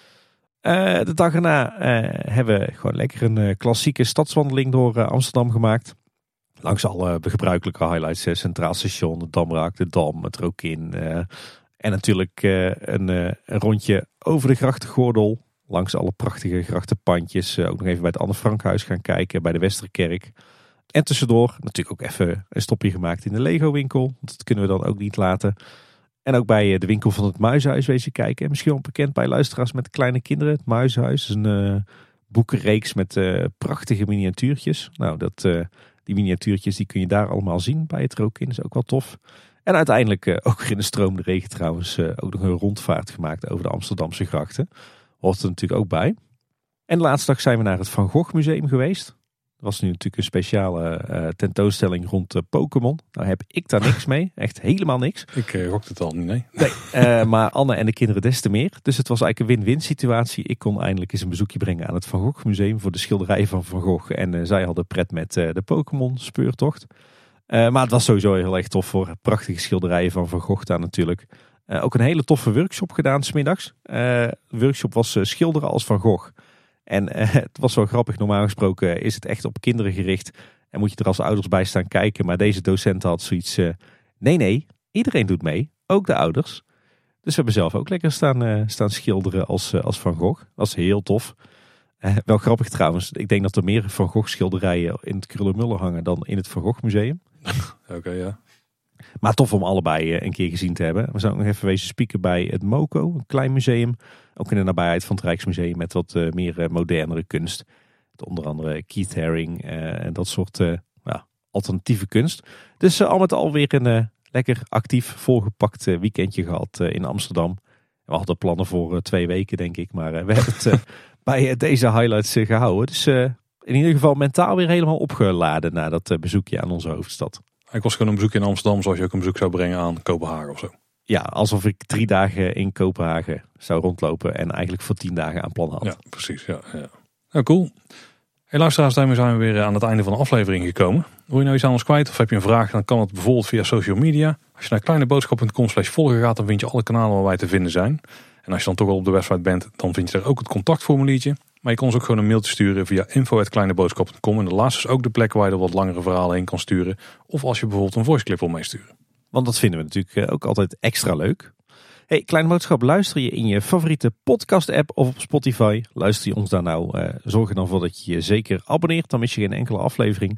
Uh, de dag erna uh, hebben we gewoon lekker een uh, klassieke stadswandeling door uh, Amsterdam gemaakt. Langs alle gebruikelijke highlights. Centraal Station, de Damrak, de Dam, het Rokin. Uh, en natuurlijk uh, een, uh, een rondje over de grachtengordel. Langs alle prachtige grachtenpandjes. Uh, ook nog even bij het Anne Frankhuis gaan kijken. Bij de Westerkerk. En tussendoor natuurlijk ook even een stopje gemaakt in de Lego winkel. Want dat kunnen we dan ook niet laten. En ook bij de winkel van het Muizenhuis wezen kijken. Misschien wel bekend bij luisteraars met kleine kinderen. Het Muizenhuis is een uh, boekenreeks met uh, prachtige miniatuurtjes. Nou, dat... Uh, Die miniatuurtjes die kun je daar allemaal zien bij het Rokin. Dat is ook wel tof. En uiteindelijk, uh, ook in de stromende regen trouwens, uh, ook nog een rondvaart gemaakt over de Amsterdamse grachten. Hoort er natuurlijk ook bij. En de laatste dag zijn we naar het Van Gogh Museum geweest. Er was nu natuurlijk een speciale uh, tentoonstelling rond uh, Pokémon. Nou heb ik daar niks mee. Echt helemaal niks. Ik uh, gokte het al niet, nee. nee uh, maar Anne en de kinderen des te meer. Dus het was eigenlijk een win-win situatie. Ik kon eindelijk eens een bezoekje brengen aan het Van Gogh Museum voor de schilderijen van Van Gogh. En uh, zij hadden pret met uh, de Pokémon speurtocht. Uh, maar het was sowieso heel erg tof voor prachtige schilderijen van Van Gogh daar natuurlijk. Uh, ook een hele toffe workshop gedaan 's middags. Uh, de workshop was uh, schilderen als Van Gogh. En uh, het was wel grappig, normaal gesproken is het echt op kinderen gericht. En moet je er als ouders bij staan kijken. Maar deze docent had zoiets, uh, nee nee, iedereen doet mee, ook de ouders. Dus we hebben zelf ook lekker staan, uh, staan schilderen als, uh, als Van Gogh. Dat was heel tof. Uh, wel grappig trouwens, ik denk dat er meer Van Gogh schilderijen in het Krullenmuller hangen dan in het Van Gogh Museum. Oké, okay, ja. Maar tof om allebei een keer gezien te hebben. We zijn ook nog even wezen spieken bij het MoCo, een klein museum. Ook in de nabijheid van het Rijksmuseum met wat uh, meer uh, modernere kunst. Onder andere Keith Haring uh, en dat soort uh, ja, alternatieve kunst. Dus uh, al met al weer een uh, lekker actief volgepakt uh, weekendje gehad uh, in Amsterdam. We hadden plannen voor uh, twee weken denk ik. Maar uh, we hebben het uh, bij uh, deze highlights uh, gehouden. Dus uh, in ieder geval mentaal weer helemaal opgeladen na dat uh, bezoekje aan onze hoofdstad. Ik was gewoon een bezoek in Amsterdam zoals je ook een bezoek zou brengen aan Kopenhagen of zo. Ja, alsof ik drie dagen in Kopenhagen zou rondlopen en eigenlijk voor tien dagen aan plan had. Ja, precies. Ja, ja. Nou, cool. Hey, luisteraars, daarmee zijn we weer aan het einde van de aflevering gekomen. Wil je nou iets aan ons kwijt of heb je een vraag, dan kan het bijvoorbeeld via social media. Als je naar kleineboodschap punt com slash volgen gaat, dan vind je alle kanalen waar wij te vinden zijn. En als je dan toch al op de website bent, dan vind je daar ook het contactformuliertje. Maar je kan ons ook gewoon een mailtje sturen via info at kleineboodschap punt com. En de laatste is ook de plek waar je er wat langere verhalen heen kan sturen. Of als je bijvoorbeeld een voiceclip wil meesturen. Want dat vinden we natuurlijk ook altijd extra leuk. Hey, Kleine Boodschap, luister je in je favoriete podcast app of op Spotify. Luister je ons daar nou, uh, zorg er dan voor dat je je zeker abonneert. Dan mis je geen enkele aflevering.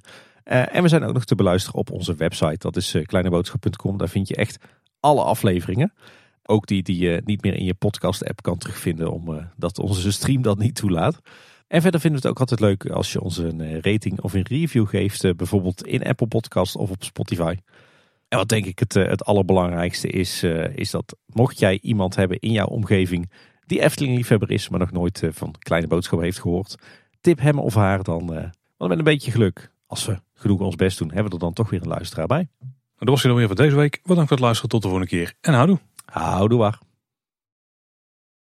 Uh, en we zijn ook nog te beluisteren op onze website. Dat is uh, kleineboodschap punt com. Daar vind je echt alle afleveringen. Ook die die je niet meer in je podcast app kan terugvinden. Omdat uh, onze stream dat niet toelaat. En verder vinden we het ook altijd leuk als je ons een rating of een review geeft. Uh, bijvoorbeeld in Apple Podcast of op Spotify. En wat denk ik het, uh, het allerbelangrijkste is. Uh, is dat mocht jij iemand hebben in jouw omgeving die Efteling-liefhebber is. Maar nog nooit uh, van Kleine Boodschap heeft gehoord. Tip hem of haar dan. Uh, want met een beetje geluk. Als we genoeg ons best doen, hebben we er dan toch weer een luisteraar bij. Dat was het dan weer voor deze week. Bedankt voor het luisteren. Tot de volgende keer. En houdoe. Houdoe waar.